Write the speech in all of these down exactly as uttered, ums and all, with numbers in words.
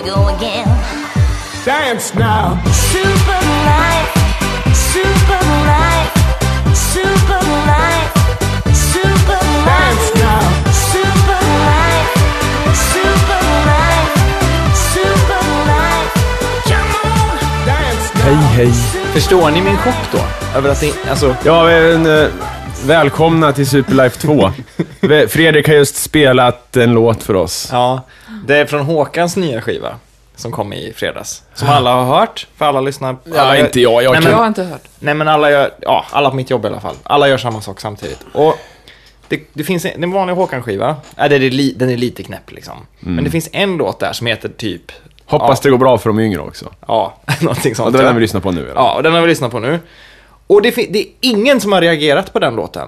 go again. Dance now. Superlife, superlife, superlife, superlife. Dance now. Superlife, superlife, superlife. Come on. Dance now. Hej, hej. Förstår ni min chock då? Över att det, alltså... Ja, en, uh, välkomna till Superlife två. Fredrik har just spelat en låt för oss. Ja, det är från Håkans nya skiva som kom i fredags. Som alla har hört, för alla lyssnar. Ja, alla inte jag. Jag, nej, kan... men, jag har inte hört. Nej, men alla gör, ja, alla på mitt jobb i alla fall. Alla gör samma sak samtidigt. Och det, det finns en, en vanlig Håkan-skiva. Äh, det är li, den är lite knäpp liksom. Mm. Men det finns en låt där som heter typ... Hoppas ja, det går bra för de yngre också. Ja, någonting sånt. Och den har vi lyssnat på nu, eller? Ja, och den har vi lyssnat på nu. Och det, det är ingen som har reagerat på den låten.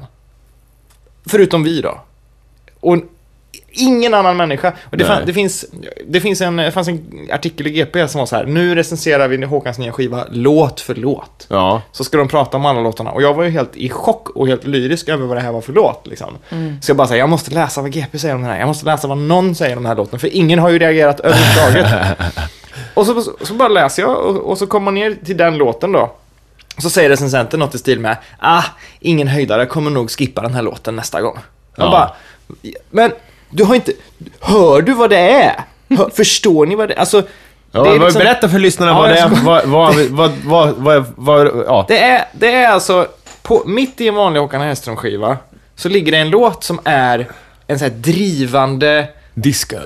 Förutom vi då. Och ingen annan människa. Och det, fann, det, finns, det, finns en, det fanns en artikel i G P som var så här: nu recenserar vi Håkans nya skiva låt för låt. Ja. Så ska de prata om alla låtarna. Och jag var ju helt i chock och helt lyrisk över vad det här var för låt liksom. Mm. Så jag bara säger, jag måste läsa vad G P säger om den här. Jag måste läsa vad någon säger om den här låten. För ingen har ju reagerat överhuvudtaget. Och så, så bara läser jag och, och så kommer man ner till den låten då. Så säger recensenten något i stil med: ah, ingen höjdare kommer nog skippa den här låten nästa gång. Jag ja. bara, men du har inte, hör du vad det är? Hör, förstår ni vad det är? Alltså, ja, det är liksom, berätta för lyssnarna ja, vad det är. ska... vad, vad, vad, vad, vad, vad, ja. det är. Det är alltså, på, mitt i en vanlig Håkan Hellström-skiva så ligger det en låt som är en så här drivande disco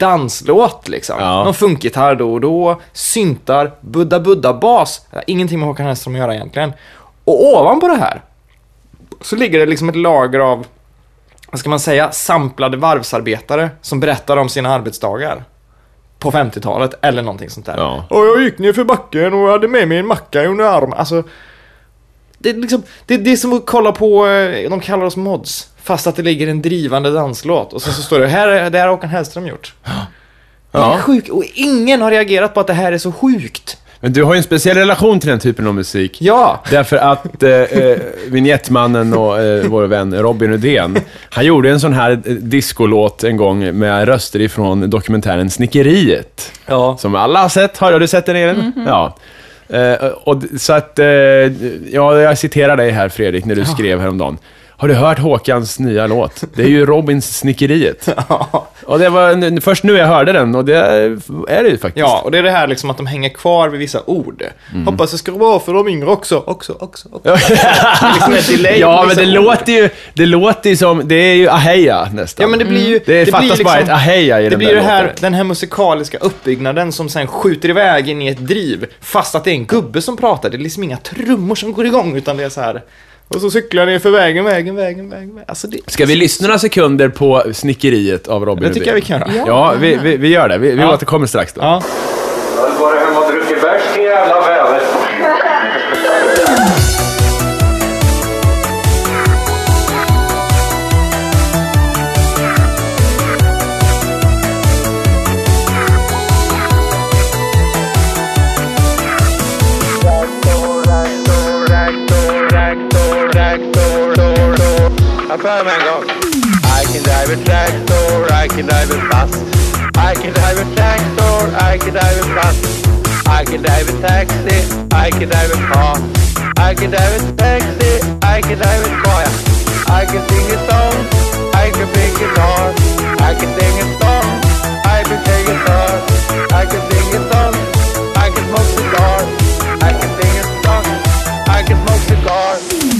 danslåt liksom. Ja. Någon funkgitarr då och då, syntar, budda budda bas. Ingenting med Håkan Hellström att göra egentligen. Och ovanpå det här så ligger det liksom ett lager av, vad ska man säga, samplade varvsarbetare som berättar om sina arbetsdagar på femtiotalet eller någonting sånt där. Ja. Och jag gick ner för backen och hade med mig en macka under armen. Alltså, det är liksom, det, det är som att kolla på, de kallar oss mods, fast att det ligger en drivande danslåt. Och sen så står det, här är, det här har Håkan Hellström gjort. Ja. Det är sjukt, och ingen har reagerat på att det här är så sjukt. Men du har ju en speciell relation till den typen av musik. Ja. Därför att eh, vignettmannen och eh, vår vän Robin Udén, han gjorde en sån här discolåt en gång med röster ifrån dokumentären Snickeriet. Ja. Som alla har sett. Har du sett den, Elin? Mm-hmm. Ja. Eh, och så att, eh, ja, jag citerar dig här, Fredrik, när du ja. skrev häromdagen. Har du hört Håkans nya låt? Det är ju Robins Snickeriet. Ja. Och det var först nu jag hörde den, och det är det ju faktiskt. Ja, och det är det här liksom att de hänger kvar vid vissa ord. Mm. Hoppas det ska vara för de yngre också. Också, också, också. liksom ett delay. Ja, men det låter ju, det låter ju som, det är ju aheja nästan. Ja, men det blir ju... Det, det fattas blir liksom, bara ett aheja i det den blir där det här, låten. den här musikaliska uppbyggnaden som sen skjuter iväg in i ett driv, fast att det är en gubbe som pratar. Det är liksom inga trummor som går igång, utan det är så här... Och så cyklar ner för vägen, vägen, vägen, vägen. Alltså det... Ska vi lyssna några sekunder på Snickeriet av Robin? Det tycker jag vi kan göra. Ja, ja vi, vi, vi gör det. Vi, vi ja. återkommer strax då. Ja. Jag har varit hemma och druckit bärs till jävla väder. I can drive a tractor, I can drive a bus. I can drive a tractor, I can drive a bus. I can drive a taxi, I can drive a car. I can drive a taxi, I can drive a car. I can sing a song, I can play guitar. I can sing a song, I can play guitar. I can sing a song, I can smoke cigar. I can sing a song, I can smoke cigar.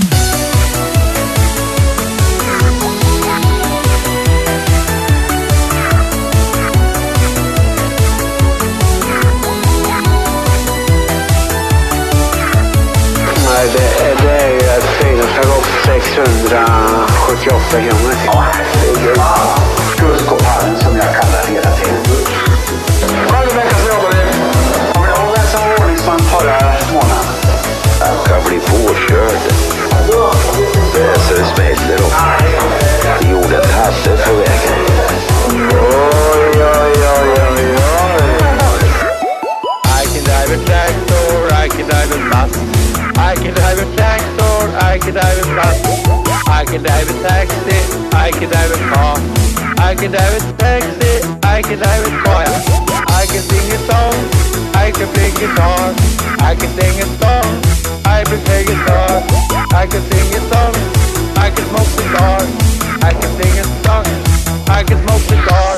Det är, det är ju att filen ska gå på sexhundrasjuttioåtta kronor. Ja, det är Guldskåphallen som jag kallar hela tiden. Själv veckan så jobbar vi. Har vi någon som ordningsman förra månaden? Jag ska bli påkörd. Det är så det smäller också. Vi gjorde en hadde på vägen. Oj, oj, oj, oj, oj. I can drive a tractor, I can drive a bus. I can drive a tractor, I can drive a bus. I can drive a taxi, I can drive a car. I can drive a taxi, I can drive a car. I can sing a song, I can play guitar. I can sing a song, I can play guitar. I can sing a song, I can smoke cigar. I can sing a song, I can smoke cigar.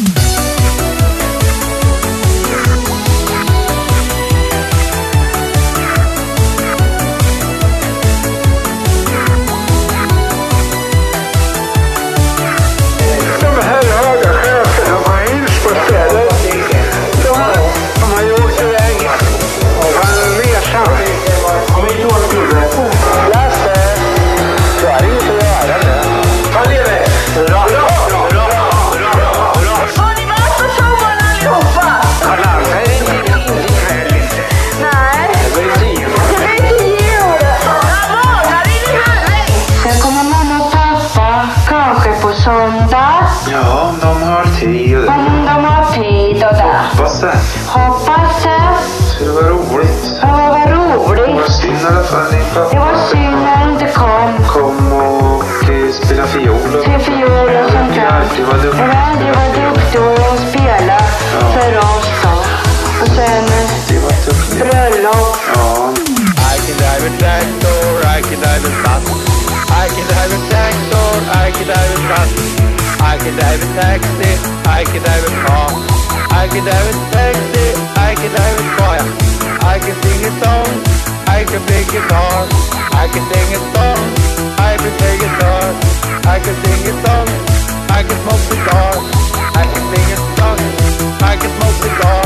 De här höga cheferna var inspåstället. De, de har ju åkt iväg på en resa. Kom inte åt huvudet. Lasse, du har inget att göra nu. Vad lever? Bra, bra, bra, bra, bra. Får ni vara på sommaren allihopa? Karl-Anka är inte fint ikväll. Nej. Det blir tio. Det blir tio år. Jag varnar i din herre. Sen kommer mamma och pappa, kanske på söndag. Ja, om de har tid. Om de har tid och det. Hoppas det. Hoppas det. Så det var roligt. Det var Det var roligt. synd i alla fall. Din Det pappa var synd när du inte kom. kom och eh, spelade fiol. och- Till fiol och sånt Jag där. alltid var Jag duktig. var aldrig var duktig och spela för oss då. Och sen eh, Det var duktig. bröllop. Ja. I can drive a tractor, I can drive a bus. I can drive a tractor, I can drive a bus. I can drive a taxi, I can drive a car. I can drive a taxi, I can drive a car. I can sing a song, I can play guitar. I can sing a song, I can play guitar. I can sing a song, I can smoke cigar. I can sing a song, I can smoke cigar.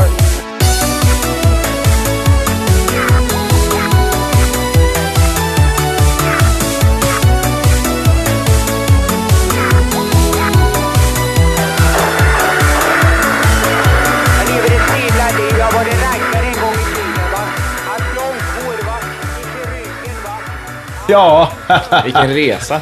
Jag lever ett stilla liv. Jag var en raggare en gång i tiden, va? Haft långt hår, va? Gick i ryggen, va? Ja, Vilken resa.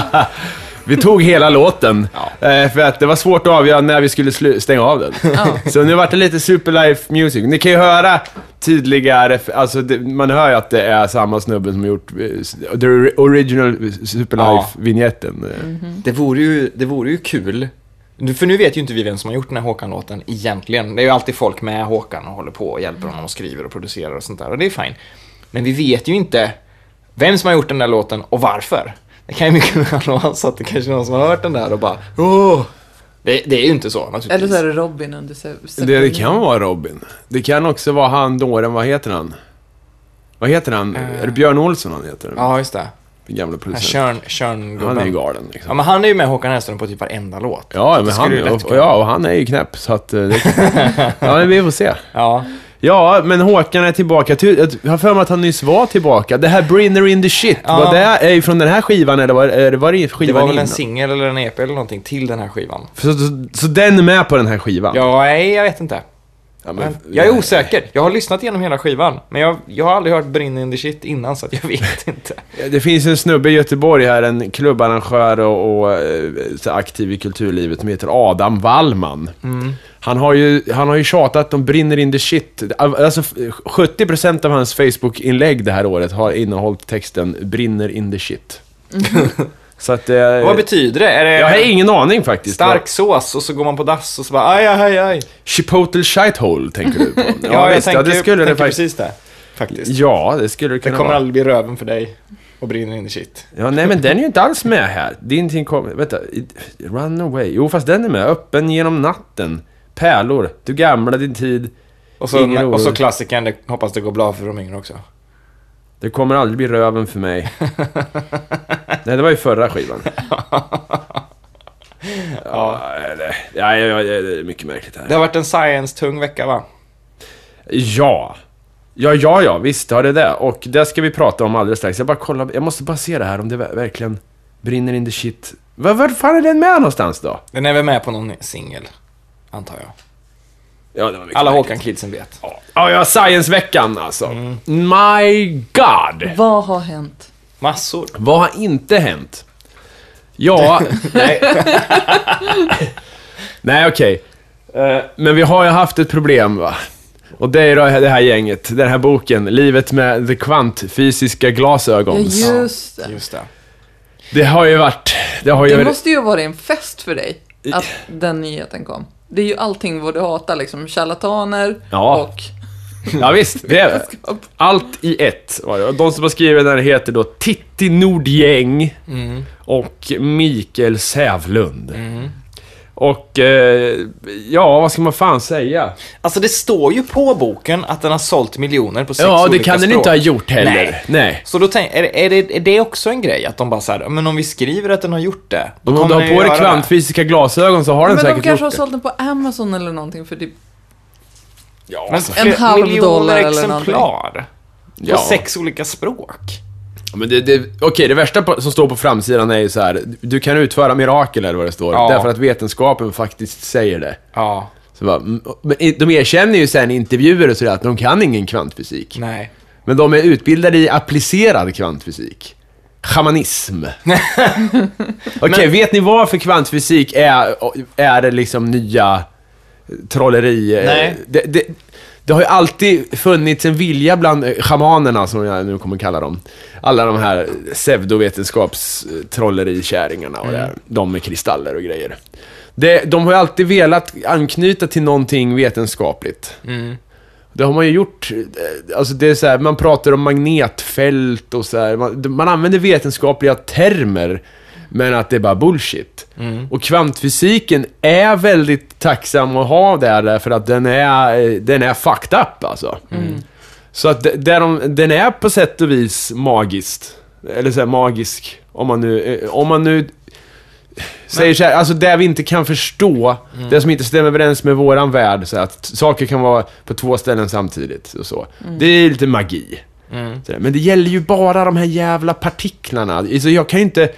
vi tog hela låten. Eh, för att det var svårt att avgöra när vi skulle slu- stänga av den. Så nu vart det lite Superlife Music. Ni kan ju höra tydligare, alltså det, man hör ju att det är samma snubben som har gjort eh, the original Superlife-vignetten. Det vore ju, det vore ju kul. Nu- För nu vet ju inte vi vem som har gjort den här Håkan-låten egentligen. Det är ju alltid folk med Håkan och håller på och hjälper honom och skriver och producerar och sånt där. Och det är fine. Men vi vet ju inte vem som har gjort den där låten och varför. Det kan ju mycket väl vara så att det kanske är någon som har hört den där och bara åh. Det, det är ju inte så naturligtvis. Eller så är det Robin under se- Det, det kan vara Robin. Det kan också vara han dåren, vad heter han? Vad heter han? Eh. Är det Björn Olsson han heter? Ja, just det. Den gamla Den här producenten. Körn, Körngubben. Han är ju galen Ja, liksom. men han är ju med Håkan Hellström på typ varenda låt. Ja, Det men skulle han, ju lätt och, kunna- ja, och han är ju knäpp så att eh, det ja, men vi får se. Ja. Ja, men Håkan är tillbaka. Ty- Jag har för mig att han nyss var tillbaka. Det här Brinner in the shit, Ja. var det är ju från den här skivan eller var, är det var det Det skivan var väl en innan? singel eller en E P eller någonting till den här skivan. Så, så, så den är med på den här skivan? Ja, nej, jag vet inte. Ja, men- Men jag är osäker. Jag har lyssnat igenom hela skivan. Men jag, jag har aldrig hört Brinner in the shit innan så att jag vet inte. Det finns en snubbe i Göteborg här, en klubbarrangör och, och eh, så aktiv i kulturlivet som heter Adam Wallman. Mm. Han har ju, han har ju tjatat om Brinner in the shit. Alltså sjuttio procent av hans Facebook-inlägg det här året har innehållit texten Brinner in the shit. Så att, eh, Vad betyder det? Är det jag har ingen aning faktiskt. stark sås och så går man på dass och så bara aj, aj, aj. Chipotle shithole tänker du på? Ja, jag visst, tänker, ja, det skulle det tänker faktiskt. precis det. Faktiskt. Ja, det skulle det Det kunna kommer vara. aldrig bli röven för dig och Brinner in the shit. Ja, nej men den är ju inte alls med här. Din ting kommer, vänta, Run away. Jo, fast den är med. Öppen genom natten. Pärlor. Du gamla din tid. Och så, Ingen och så oro. klassikern, det, hoppas det går bra för de yngre också. Det kommer aldrig bli röven för mig. Nej, det var ju förra skivan. Ja, eller, ja, ja, ja, det är mycket märkligt här. Det har varit en science-tung vecka, va? Ja. Ja, ja, ja, visst har det det. Och det ska vi prata om alldeles strax. Jag bara kollar, jag måste bara se det här om det ver- verkligen brinner in the shit. Var, var fan är den med någonstans då? Den är väl med på någon singel, antar jag. Ja, det var mycket Alla märkligt. Håkan-kidsen vet. Ja, ja, Science-veckan alltså. Mm. My God! Vad har hänt? Massor. Vad har inte hänt? Ja, nej. nej, okej. Eh, men vi har ju haft ett problem, va? Och det är då det här gänget, den här boken, Livet med the kvantfysiska glasögon. Ja, just det. Just det. Det har ju varit... Det har ju Det varit... måste ju vara en fest för dig att den nyheten kom. Det är ju allting vad du hatar, liksom charlataner Ja. och... Ja visst, det är det. Allt i ett. De som har skrivit den här heter då Titti Nordgäng Mm. och Mikael Sävlund. Mm. Och eh, ja, vad ska man fan säga? Alltså det står ju på boken att den har sålt miljoner på sex Ja, det olika kan den språk. inte ha gjort heller. Nej. Nej. Så då tänk, är, det- är, det, är det också en grej att de bara så här, men om vi skriver att den har gjort det, då Om du kommer har den ju på dig göra kvantfysiska glasögon så har den Men de säkert kanske har gjort det. sålt den på Amazon eller någonting för typ... Ja, Men alltså, En fler- halv miljoner dollar eller exemplar på Ja. sex olika språk. men det, det, okej, det värsta på, som står på framsidan är ju så här: du kan utföra mirakel eller vad det står. Ja. Därför att vetenskapen faktiskt säger det. Ja, Så bara, mm, men de erkänner ju sen i intervjuer och sådär att de kan ingen kvantfysik. nej. Men de är utbildade i applicerad kvantfysik. Schamanism. Okej, vet ni vad för kvantfysik är, är det liksom nya trolleri? Nej. Det, det, det har ju alltid funnits en vilja bland schamanerna, som jag nu kommer kalla dem. Alla de här pseudovetenskaps-trollerikärringarna och det, de med kristaller och grejer. Det, de har ju alltid velat anknyta till någonting vetenskapligt. Mm. Det har man ju gjort. Alltså det är så här, man pratar om magnetfält och så här, man, man använder vetenskapliga termer, men att det är bara bullshit. Mm. Och kvantfysiken är väldigt tacksam att ha där, därför att den är, den är fucked up alltså. Mm. Så att där de, den är på sätt och vis magiskt. Eller så här magisk, om man nu, om man nu säger så här, alltså där vi inte kan förstå, Mm. det som inte stämmer överens med våran värld, så att saker kan vara på två ställen samtidigt och så. Det är lite magi. Mm. Så där. Men det gäller ju bara de här jävla partiklarna. Alltså jag kan ju inte,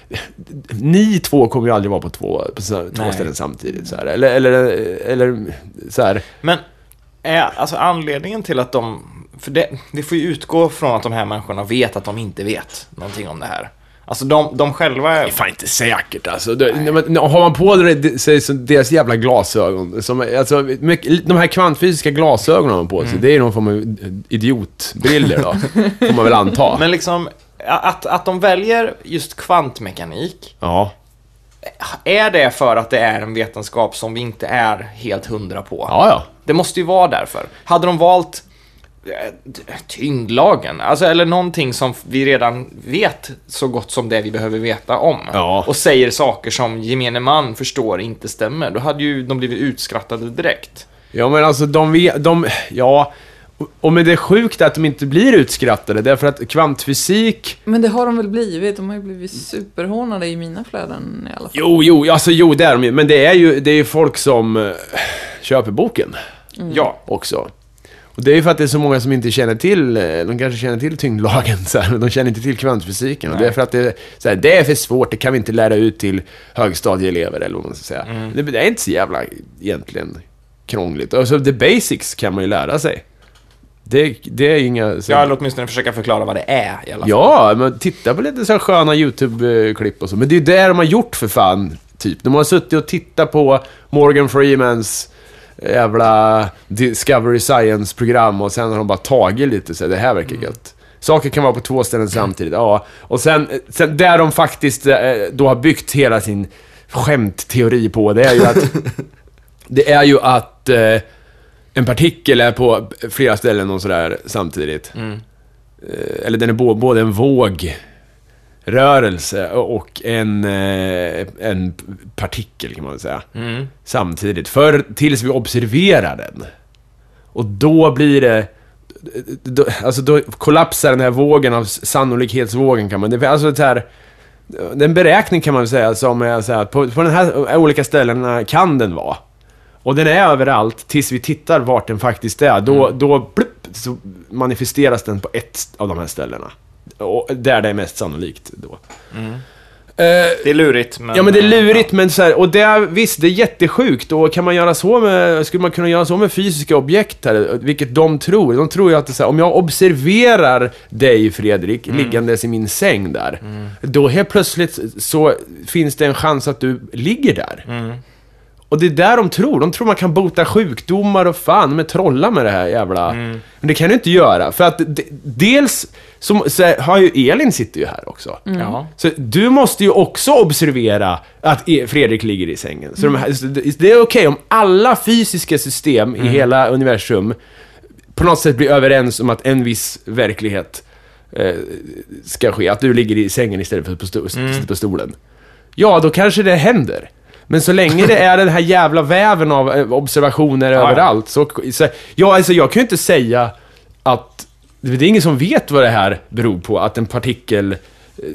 ni två kommer ju aldrig vara på två, på så- två Nej. ställen samtidigt så här. Eller, eller, eller så här. Men är alltså anledningen till att de, för det, det får ju utgå från att de här människorna vet att de inte vet någonting om det här. Alltså de, de själva är... Det är fan inte säkert alltså. Det, men, har man på det, sig som deras jävla glasögon som, alltså, mycket, de här kvantfysiska glasögonen har man på sig, Mm. det är någon form av idiotbriller då, får man väl anta. Men liksom, att, att de väljer just kvantmekanik, Ja. är det för att det är en vetenskap som vi inte är helt hundra på? Ja, ja. Det måste ju vara därför. Hade de valt eh, tyngdlagen, alltså, eller någonting som vi redan vet så gott som det vi behöver veta om, Ja. och säger saker som gemene man förstår inte stämmer, då hade ju de blivit utskrattade direkt. Ja, men alltså de, vet- de ja, och men det är sjukt att de inte blir utskrattade, därför att kvantfysik, Men det har de väl blivit? De har ju blivit superhånade i mina flöden i alla fall. jo, jo, alltså jo, det är de ju, men det är ju, det är ju folk som eh, köper boken Ja, också. Och det är ju för att det är så många som inte känner till, eh, de kanske känner till tyngdlagen så här, men de känner inte till kvantfysiken. Och det är för att det, är- så här, det är för svårt, det kan vi inte lära ut till högstadieelever eller vad man ska säga. Det, det är inte så jävla egentligen krångligt. Alltså the basics kan man ju lära sig. Det, det är inga... Så, jag vill åtminstone försöka förklara vad det är i alla fall. ja, men titta på lite så här sköna YouTube-klipp och så. Men det är ju det de har gjort för fan, typ. De har suttit och tittat på Morgan Freemans jävla Discovery Science-program och sen har de bara tagit lite så här, det här verkar gött. Saker kan vara på två ställen samtidigt, ja. Och sen, sen där de faktiskt eh, då har byggt hela sin skämtteori på, det är ju att det är ju att eh, en partikel är på flera ställen och sådär samtidigt. Mm. Eh, eller den är bo- både en vågrörelse och en, eh, en partikel kan man väl säga. Mm. Samtidigt. För tills vi observerar den. Och då blir det... Då, alltså då kollapsar den här vågen av sannolikhetsvågen kan man... Det, alltså det här, den beräkning kan man väl säga som är så här, att på, på den här olika ställena kan den vara. Och den är överallt tills vi tittar vart den faktiskt är. Då, Mm. då plupp, så manifesteras den på ett av de här ställena. Och där det är mest sannolikt då. Mm. Eh, Det är lurigt, men... Ja, men det är lurigt, men så här, och det är, visst, det är jättesjukt. Och kan man göra så med, skulle man kunna göra så med fysiska objekt här, vilket de tror. De tror ju att det är så här, om jag observerar dig, Fredrik, Mm. liggandes i min säng där, då helt plötsligt så finns det en chans att du ligger där. Mm. Och det är där de tror. De tror man kan bota sjukdomar och fan med trolla med det här jävla. Mm. Men det kan du inte göra. För att d- dels så, så har ju Elin sitter ju här också. Mm. Ja. Så du måste ju också observera att Fredrik ligger i sängen. Så, de här, så det är okej okay om alla fysiska system mm. i hela universum på något sätt blir överens om att en viss verklighet eh, ska ske. Att du ligger i sängen istället för på, sto- mm. på stolen. Ja, då kanske det händer. Men så länge det är den här jävla väven av observationer ja, överallt så, så ja, alltså jag kan ju inte säga att det är ingen som vet vad det här beror på, att en partikel eh,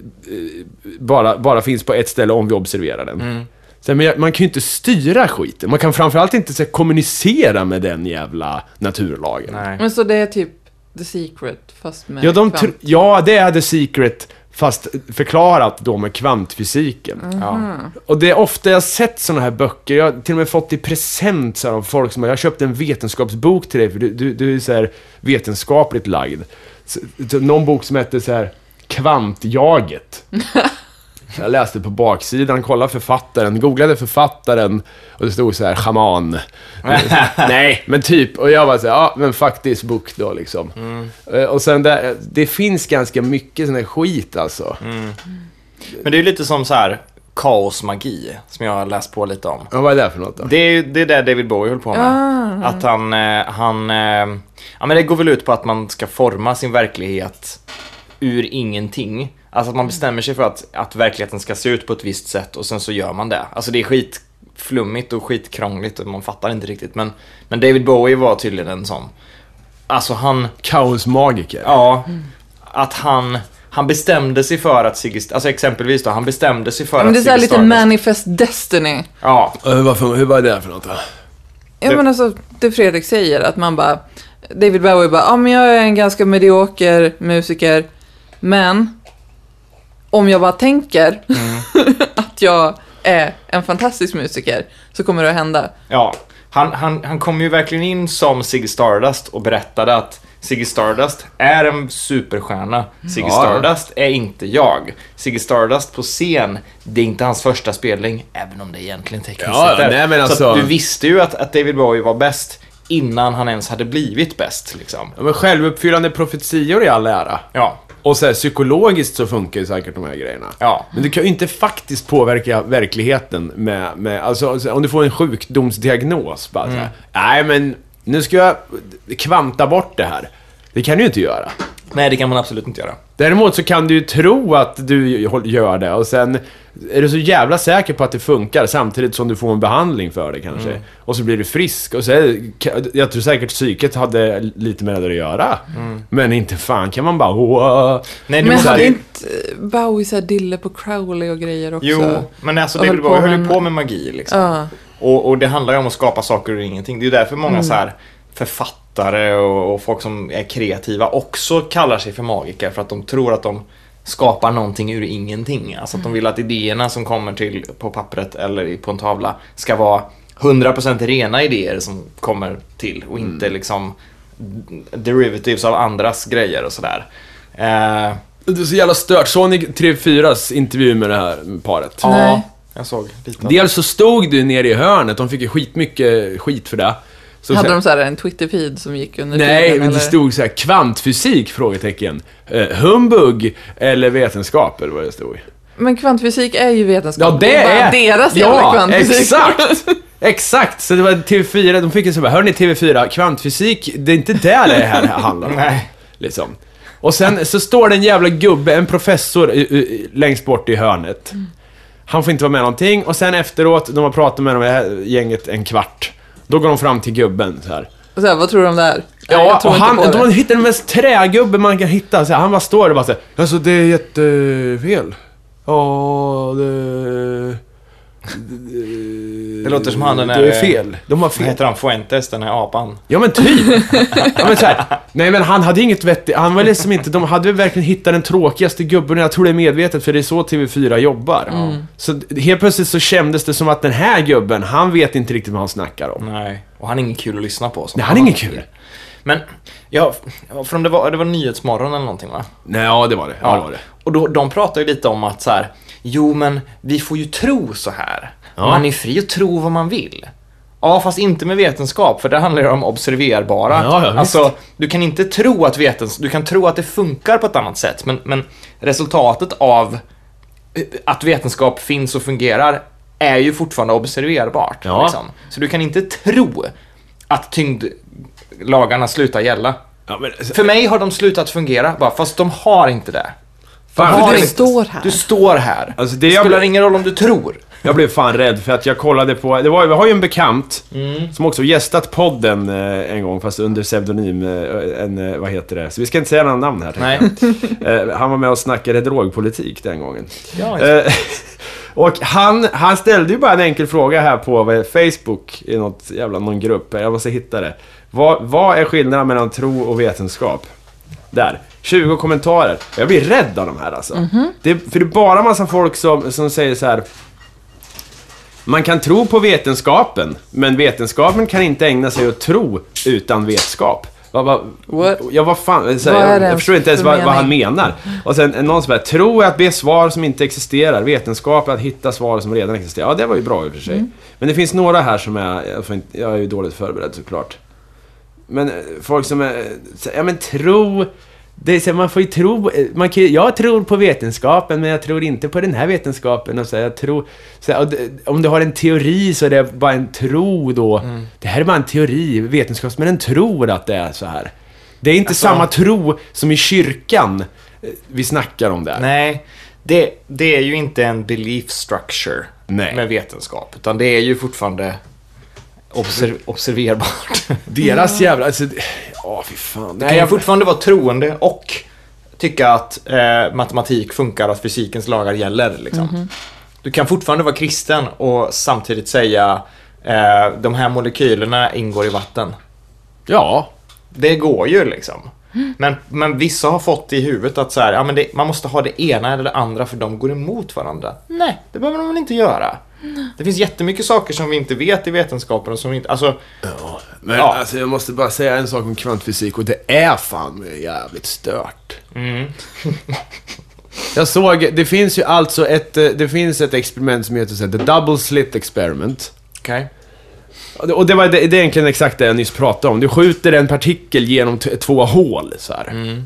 bara, bara finns på ett ställe om vi observerar den. Mm. Så, men man kan ju inte styra skiten. Man kan framförallt inte så, kommunicera med den jävla naturlagen. Nej. Men så det är typ The Secret fast med ja, de kvant. tr- ja, det är The Secret fast förklarat då med kvantfysiken. Mm. Ja. Och det är ofta jag har sett såna här böcker. Jag har till och med fått i present så här, av folk som har, jag köpt en vetenskapsbok till dig för du, du, du är så här vetenskapligt lagd. Så, så, någon bok som heter så här Kvantjaget. Jag läste på baksidan, kollade författaren, googlade författaren och det stod så här schaman. Nej, men typ. Och jag var så här, ja, men faktiskt bok då liksom. Mm. Och sen där, det finns ganska mycket sån här skit alltså. Mm. Men det är ju lite som så här kaosmagi som jag har läst på lite om. Ja, vad är det för något då? Det är ju det är där David Bowie höll på med. Ah. Att han, han ja men det går väl ut på att man ska forma sin verklighet ur ingenting. Alltså att man bestämmer sig för att, att verkligheten ska se ut på ett visst sätt och sen så gör man det. Alltså det är skitflummigt och skitkrångligt och man fattar inte riktigt. Men, men David Bowie var tydligen en sån. Alltså han... Kaosmagiker. Ja, att han... Han bestämde sig för att Ziggy... Alltså exempelvis då, han bestämde sig för men att det är så här lite Stardust... Manifest Destiny. Ja. Hur var, hur var det för något då? Ja, men alltså, det Fredrik säger, att man bara... David Bowie bara, ja men jag är en ganska medioker musiker, men... Om jag bara tänker mm. att jag är en fantastisk musiker så kommer det att hända. Ja, han, han, han kom ju verkligen in som Ziggy Stardust och berättade att Ziggy Stardust är en superstjärna. Ziggy ja. Stardust är inte jag. Ziggy Stardust på scen, det är inte hans första spelning, även om det egentligen tekniskt ja, sett är. Nej, men alltså... Så att du visste ju att, att David Bowie var bäst innan han ens hade blivit bäst. Liksom. Ja, men självuppfyllande profetior i all ära. Ja. Och så här, psykologiskt så funkar ju säkert de här grejerna. Ja. Men du kan ju inte faktiskt påverka verkligheten med, med alltså om du får en sjukdomsdiagnos bara mm. så här, nej men nu ska jag kvanta bort det här. Det kan du ju inte göra. Nej, det kan man absolut inte göra. Däremot så kan du ju tro att du gör det och sen är du så jävla säker på att det funkar samtidigt som du får en behandling för det kanske. Mm. Och så blir du frisk och så är, jag tror säkert psyket hade lite med det att göra. Mm. Men inte fan kan man bara Åh. Nej, men hade inte Bowie så här dille på Crowley och grejer också? Jo, men alltså David Bowie höll ju på med magi liksom. Uh. Och, och det handlar ju om att skapa saker ur ingenting. Det är ju därför många mm. så här författare och, och folk som är kreativa också kallar sig för magiker, för att de tror att de skapar någonting ur ingenting. Alltså att de vill att idéerna som kommer till på pappret eller på en tavla ska vara hundra procent rena idéer som kommer till och inte mm. liksom derivatives av andras grejer och sådär. Eh, det är så jävla stört. Såg ni T V fyras intervju med det här paret? Ja, Nej. jag såg lite. Dels så stod du nere i hörnet, de fick ju skitmycket skit för det. Så hade så här, de så här en Twitter-feed som gick under nej, tiden, men det stod så här kvantfysik, frågetecken. Uh, humbug eller vetenskap, eller vad det stod. Men kvantfysik är ju vetenskap. Ja, det är deras jävla ja, kvantfysik. exakt. Exakt, så det var T V fyra, de fick ju så här, hör ni T V fyra, kvantfysik, det är inte där det här handlar om. Nej. Liksom. Och sen så står det en jävla gubbe, en professor uh, uh, längst bort i hörnet. Mm. Han får inte vara med någonting, och sen efteråt, de har pratat med de här gänget en kvart. Då går de fram till gubben så här. Och så här, vad tror de där? Ja, och han, de hittar den mest trägubben man kan hitta. Så här, han bara står och bara säger, alltså det är jättefel. Ja, det... Det låter som han den är... Det är fel. De har fel. Vad heter han? Fuentes, den här apan. Ja, men typ. Ja, men så här, nej, men han hade inget vettigt. Han var liksom inte... De hade verkligen hittat den tråkigaste gubben. Jag tror det är medvetet, för det är så T V fyra jobbar. Mm. Så helt plötsligt så kändes det som att den här gubben, han vet inte riktigt vad han snackar om. Nej, och han är ingen kul att lyssna på. Nej, han är ingen kul. Men, ja, för om det var, det var Nyhetsmorgon eller någonting, va? Nej, ja, det var det. Ja, det var det. Och då, de pratar ju lite om att så här, jo, men vi får ju tro så här. Ja. Man är fri att tro vad man vill. Ja, fast inte med vetenskap, för det handlar ju om observerbara. Ja, ja, alltså, du kan inte tro att vetens- du kan tro att det funkar på ett annat sätt, men, men resultatet av att vetenskap finns och fungerar är ju fortfarande observerbart. Ja. Liksom. Så du kan inte tro att tyngdlagarna slutar gälla. Ja, men, För mig har de slutat fungera, bara, fast de har inte det. De Fan, har du inte- står här. Du står här. Alltså, det det jag- spelar ingen roll om du tror. Jag blev fan rädd för att jag kollade på, det var, vi har ju en bekant Mm. som också gästat podden eh, en gång, fast under pseudonym, eh, en, eh, vad heter det? Så vi ska inte säga några namn här. Nej. Eh, han var med och snackade drogpolitik den gången. Ja, just Eh, och han, han ställde ju bara en enkel fråga här på vad är Facebook i något jävla, någon grupp. Jag måste hitta det. Vad, vad är skillnaden mellan tro och vetenskap? Där. tjugo kommentarer. Jag blir rädd av de här alltså. Det, för det är bara massa folk som, som säger så här: man kan tro på vetenskapen, men vetenskapen kan inte ägna sig åt tro utan vetskap. Vad, vad, What? jag, vad fan, så, Vad är jag, det jag förstår inte ens för vad, vad han mening? menar. Och sen någon som bara, tro är att be svar som inte existerar. Vetenskap är att hitta svar som redan existerar. Ja, det var ju bra i och för sig. Mm. Men det finns några här som är, jag, får inte, jag är ju dåligt förberedd såklart. Men eh, folk som är, så, ja men tro, det är så, man får ju tro, man kan, jag tror på vetenskapen, men jag tror inte på den här vetenskapen. Och så, jag tror, så, och det, om du har en teori så är det bara en tro då. Mm. Det här är bara en teori, vetenskapsmännen tror att det är så här. Det är inte Alltså- samma tro som i kyrkan eh, vi snackar om där. Nej, det, det är ju inte en belief structure Nej. med vetenskap, utan det är ju fortfarande observ- observerbart. Deras jävla, alltså, ja fy fan. Du kan ju fortfarande vara troende och tycka att eh, matematik funkar, att fysikens lagar gäller. Liksom. Du kan fortfarande vara kristen och samtidigt säga eh, de här molekylerna ingår i vatten. Ja. Det går ju liksom. Men, men vissa har fått i huvudet att så här, ja, men det, man måste ha det ena eller det andra för de går emot varandra. Nej, det behöver man väl inte göra. Det finns jättemycket saker som vi inte vet i vetenskapen och som vi inte, alltså, Men Ja. alltså, jag måste bara säga en sak om kvantfysik, och det är fan jävligt stört. mm, Jag såg, det finns ju alltså ett, eh, det finns ett experiment som heter så här, The Double Slit Experiment. okej. Och det- Och det var det, det är egentligen exakt det jag nyss pratade om. Du skjuter en partikel genom t- två hål så här. Mm.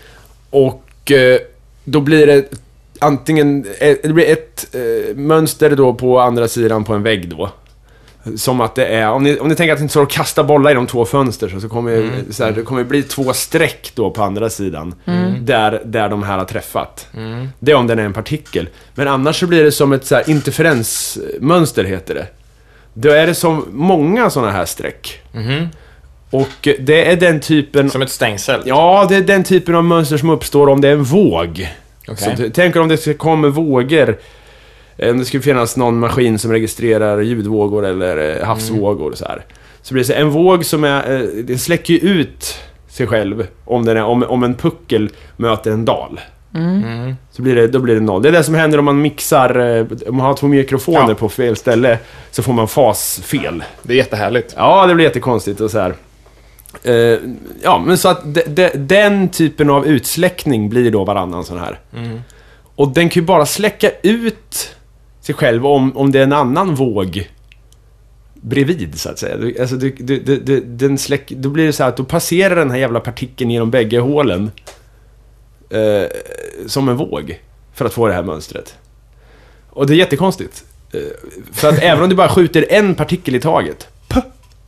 Och eh, då blir det antingen ett, det blir ett eh, mönster då på andra sidan på en vägg då. Som att det är, om ni, om ni tänker att ni står och kastar bollar i de två fönster så, så kommer Mm. så här, det kommer bli två streck då på andra sidan där, där de här har träffat. Mm. Det är om den är en partikel. Men annars så blir det som ett så här interferensmönster heter det. Då är det som många sådana här streck. Mhm. Och det är den typen. Som ett stängsel. Ja, det är den typen av mönster som uppstår om det är en våg. Okej. Så t- tänk om det ska komma vågor. eh, Om det skulle finnas någon maskin som registrerar ljudvågor eller eh, havsvågor och så här. Så blir det så en våg som är, eh, den släcker ju ut sig själv om, den är, om, om en puckel möter en dal. Mm. Så blir det, då blir det noll. Det är det som händer om man mixar, eh, om man har två mikrofoner Ja. på fel ställe, så får man fasfel. Det är jättehärligt. Ja, det blir jättekonstigt och så här. Eh, ja, men så att de, de, den typen av utsläckning blir då varannan sån här. Mm. Och den kan ju bara släcka ut sig själv om, om det är en annan våg bredvid, så att säga. Du- Alltså, du, du, du, du, den släck, då blir det så här att då passerar den här jävla partikeln genom bägge hålen eh, som en våg för att få det här mönstret. Och det är jättekonstigt. Eh, för att även om du bara skjuter en partikel i taget, puh,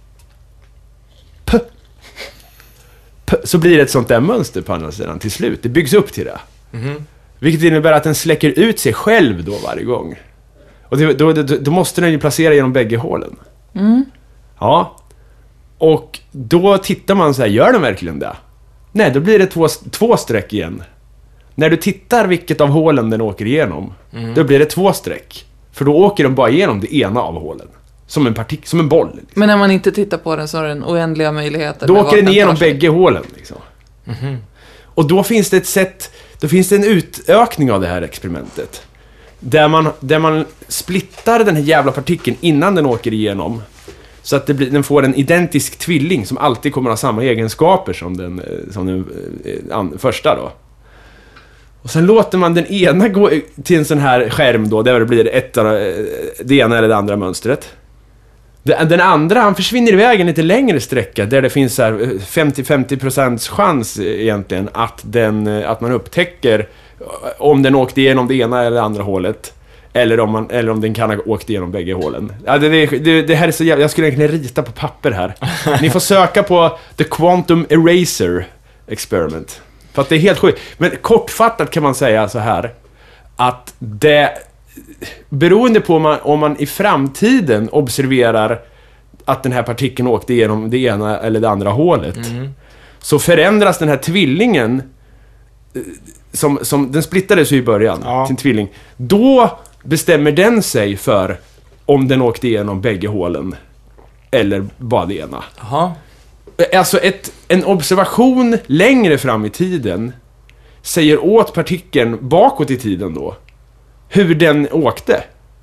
puh, puh, så blir det ett sånt där mönster på andra sidan till slut. Det byggs upp till det. Mhm. Vilket innebär att den släcker ut sig själv då varje gång. Och det, då, då, då måste den ju placera genom bägge hålen. Ja. Och då tittar man så här, gör den verkligen det? Nej, då blir det två, två streck igen. När du tittar vilket av hålen den åker igenom, då blir det två streck. För då åker den bara igenom det ena av hålen. Som en partik, som en boll. Liksom. Men när man inte tittar på den så har den oändliga möjligheter. Då med åker den vart igenom tar sig. bägge hålen liksom. Och då finns det ett sätt, då finns det en utökning av det här experimentet. Där man, där man splittar den här jävla partikeln innan den åker igenom. Så att det blir, den får en identisk tvilling som alltid kommer att ha samma egenskaper som den, eh, som den eh, an, första då. Och sen låter man den ena gå till en sån här skärm då, där det blir ett, det ena eller det andra mönstret. Den andra, han försvinner iväg en lite längre sträcka där det finns så här femtio-femtio procent chans egentligen att, den, att man upptäcker om den åkte igenom det ena eller det andra hålet. Eller om, man, eller om den kan ha åkt igenom bägge hålen. Ja, det, det, det här är så jävla... Jag skulle egentligen rita på papper här. Ni får söka på The Quantum Eraser Experiment. För att det är helt sjukt. Men kortfattat kan man säga så här. Att det... Beroende på om man, om man i framtiden observerar att den här partikeln åkte igenom det ena eller det andra hålet. Mm. Så förändras den här tvillingen... Som, som, den splittades ju i början, ja. Sin tvilling. Då bestämmer den sig för om den åkte igenom bägge hålen eller bara det ena. Aha. Alltså ett, en observation längre fram i tiden säger åt partikeln bakåt i tiden då hur den åkte.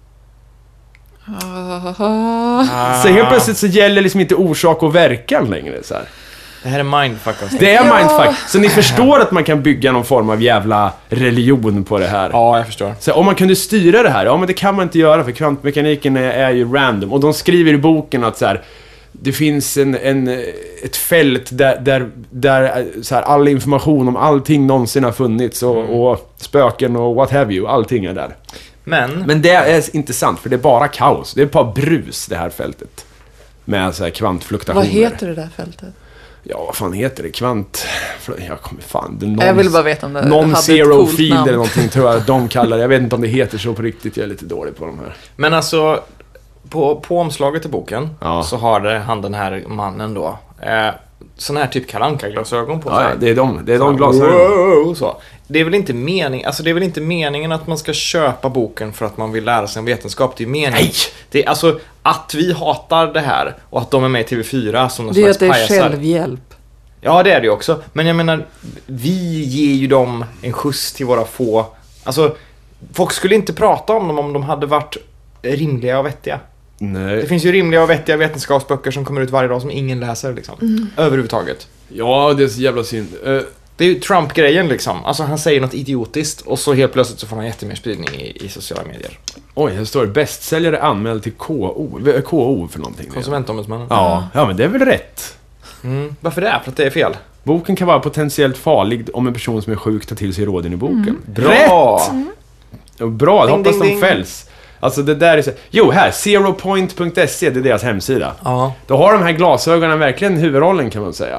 Ah. Så helt plötsligt så gäller liksom inte orsak och verkan längre så här. Det här är mindfuck alltså. Det är mindfuck. Så ni förstår att man kan bygga någon form av jävla religion på det här. Ja, jag förstår. Så om man kunde styra det här, ja men det kan man inte göra för kvantmekaniken är, är ju random. Och de skriver i boken att så här, det finns en, en, ett fält där, där, där så här, all information om allting någonsin har funnits och, mm. och spöken och what have you, allting är där. Men, men det är inte sant, för det är bara kaos. Det är bara brus, det här fältet. Med så här kvantfluktuationer. Vad heter det där fältet? Ja, vad fan heter det? Kvant... Jag kommer fan... Det non... Jag vill bara veta om det Non-zero field namn. Eller någonting tror jag de kallar det. Jag vet inte om det heter så på riktigt. Jag är lite dålig på de här. Men alltså, på, på omslaget till boken ja. Så har det, han den här mannen då eh, sån här typ Kalle Anka-glasögon på sig. Ja, det är de, det är de glasögonen. Wow, så. Det är väl inte mening, alltså det är väl inte meningen att man ska köpa boken för att man vill lära sig om vetenskap. Det är meningen. Nej! Det är alltså att vi hatar det här och att de är med i T V fyra som någon det slags pajasar. Det är pajasar. självhjälp. Ja, det är det ju också. Men jag menar, vi ger ju dem en skjuts till våra få. Alltså, folk skulle inte prata om dem om de hade varit rimliga och vettiga. Nej. Det finns ju rimliga och vettiga vetenskapsböcker som kommer ut varje dag som ingen läser liksom. Mm. Överhuvudtaget. Ja, det är så jävla synd. Uh, det är ju Trump-grejen liksom. Alltså han säger något idiotiskt och så helt plötsligt så får han jättemer spridning i, i sociala medier. Oj, här står det bästsäljare anmäld till K O. K O för någonting. Konsumentombudsmannen. Ja, ja, men det är väl rätt. Mm. Varför det? För att det är fel. Boken kan vara potentiellt farlig om en person som är sjuk tar till sig råden i boken. Mm. Bra! Rätt! Mm. Bra, ding, hoppas ding, de ding. fälls. Alltså det där är så... Jo, här, zeropoint punkt se, det är deras hemsida. Ja. Då har de här glasögonen verkligen huvudrollen kan man säga.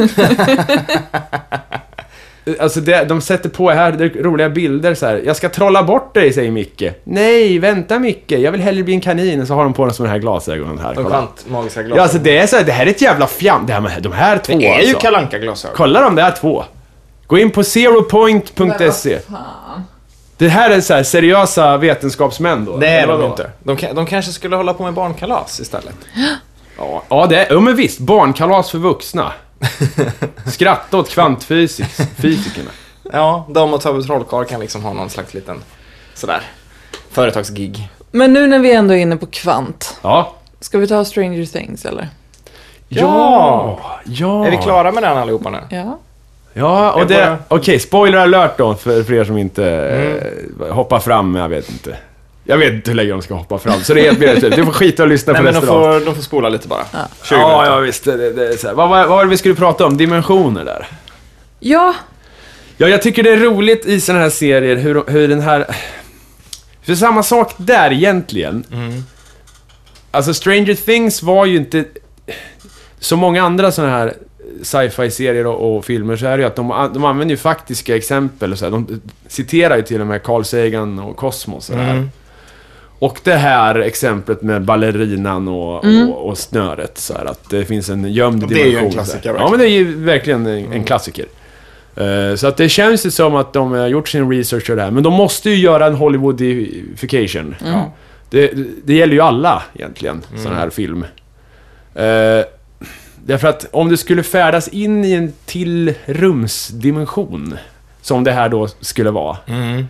Alltså det, de sätter på här det är roliga bilder så här. Jag ska trolla bort dig, säger Micke. Nej, vänta Micke, jag vill hellre bli en kanin. Och så har de på de såna här glasögonen här. De kvant, magiska glasögon. Ja, alltså det är så här, det här är ett jävla fjam. Det här med de här två. Det är alltså. ju Kalle Anka-glasögon. Kolla de där två. Gå in på zeropoint punkt se. Det här är så här seriösa vetenskapsmän då. Det är de inte. De, de kanske skulle hålla på med barnkalas istället. Ja, ja, det är, ja men visst, barnkalas för vuxna. Skratta åt kvantfysikerna. Ja, de och Tobbe Trollkarl kan liksom ha någon slags liten sådär företagsgig. Men nu när vi ändå är inne på kvant. Ja. Ska vi ta Stranger Things eller? Ja. Ja. Är vi klara med den allihopa nu? Ja. Ja, och det... Okej, okay, spoiler alert då för, för er som inte mm. hoppar fram, jag vet inte. Jag vet inte hur länge de ska hoppa fram. Så det är helt meningslöst. Du får skita och lyssna. Nej, på resten av. De, de får spola lite bara. Ja, ja, ja visst. Det, det är så här. Vad, vad, vad var det vi skulle prata om? Dimensioner där. Ja. Ja, jag tycker det är roligt i såna här serier hur, hur den här... För samma sak där egentligen. Mm. Alltså Stranger Things var ju inte... Så många andra såna här sci-fi-serier och, och filmer så är det ju att de, de använder ju faktiska exempel och så här. De citerar ju till och med Carl Sagan och Kosmos och det här. Mm. Och det här exemplet med ballerinan och, mm. och, och snöret så här, att det finns en gömd dimension. Det är ju en klassiker. Ja, men det är ju verkligen en, mm. en klassiker. Uh, så att det känns ju som att de har gjort sin research och det här. Men de måste ju göra en Hollywoodification. Mm. Ja. Det, det gäller ju alla egentligen, mm. sån här film. Uh, därför att om det skulle färdas in i en till rumsdimension, som det här då skulle vara. Mm.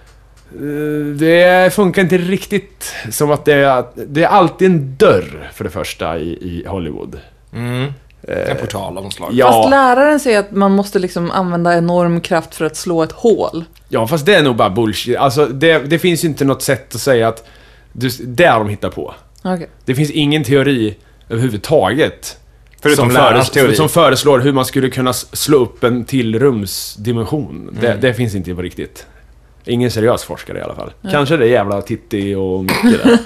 Det funkar inte riktigt som att det är, det är alltid en dörr för det första i, i Hollywood. Mm. En portal av något slag. Ja. Fast läraren säger att man måste liksom använda enorm kraft för att slå ett hål. Ja, fast det är nog bara bullshit. Alltså, det, det finns ju inte något sätt att säga att du, det är de hittar på. Okay. Det finns ingen teori överhuvudtaget Förutom som, föres- teori. som föreslår hur man skulle kunna slå upp en till rumsdimension. Mm. Det, det finns inte på riktigt. Ingen seriös forskare i alla fall. Ja. Kanske det jävla Titti och mycket där.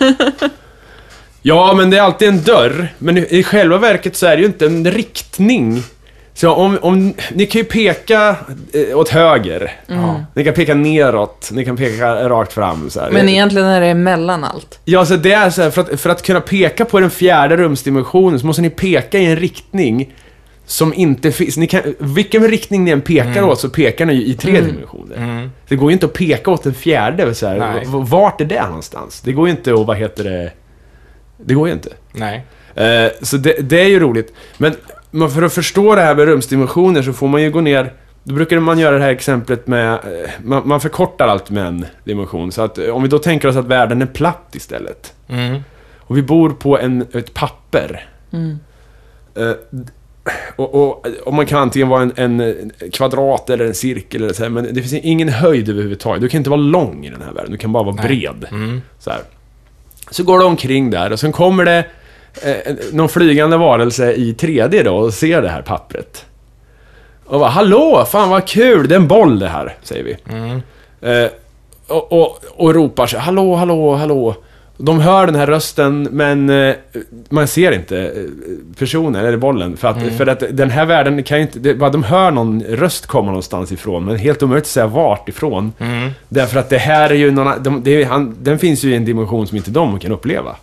Ja, men det är alltid en dörr. Men i, i själva verket så är det ju inte en riktning. Så om, om ni kan ju peka eh, åt höger. Mm. Ni kan peka neråt. Ni kan peka rakt fram så här. Men egentligen är det mellan allt. Ja, så det är så här, för att, för att kunna peka på den fjärde rumsdimensionen så måste ni peka i en riktning som inte finns. Ni kan, vilken riktning ni än pekar mm. åt så pekar ni ju i tre mm. dimensioner. Mm. Det går ju inte att peka åt den fjärde så här. V- vart är det någonstans? Det går ju inte att, vad heter det? Det går ju inte. Nej. Uh, så det, det är ju roligt. Men för att förstå det här med rumsdimensioner så får man ju gå ner. Då brukar man göra det här exemplet med man, man förkortar allt med en dimension. Så att om vi då tänker oss att världen är platt istället. Mm. Och vi bor på en, ett papper. Mm. Uh, och, och, och man kan antingen vara en, en kvadrat eller en cirkel eller så här, men det finns ingen höjd överhuvudtaget. Du kan inte vara lång i den här världen. Du kan bara vara bred. Mm. Så här. Så går det omkring där och sen kommer det eh, någon flygande varelse i tre D då och ser det här pappret. Och bara, hallå, fan vad kul, det är en boll det här, säger vi. Mm. Eh, och, och, och ropar sig, hallå, hallå, hallå. De hör den här rösten, men eh, man ser inte personen eller bollen. För att, mm. för att den här världen kan ju inte, det, bara de hör någon röst komma någonstans ifrån, men helt omöjligt att säga vart ifrån. Mm. Därför att det här är ju någon, de, det är, han, den finns ju i en dimension som inte de kan uppleva.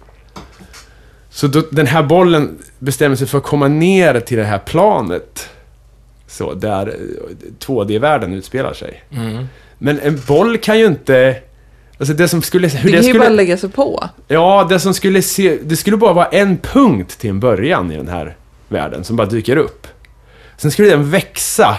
Så då, den här bollen bestämmer sig för att komma ner till det här planet. Så där två D-världen utspelar sig. Mm. Men en boll kan ju inte... Alltså det som skulle... Hur det det kan ju skulle, bara lägga sig på. Ja, det som skulle se... Det skulle bara vara en punkt till en början i den här världen som bara dyker upp. Sen skulle den växa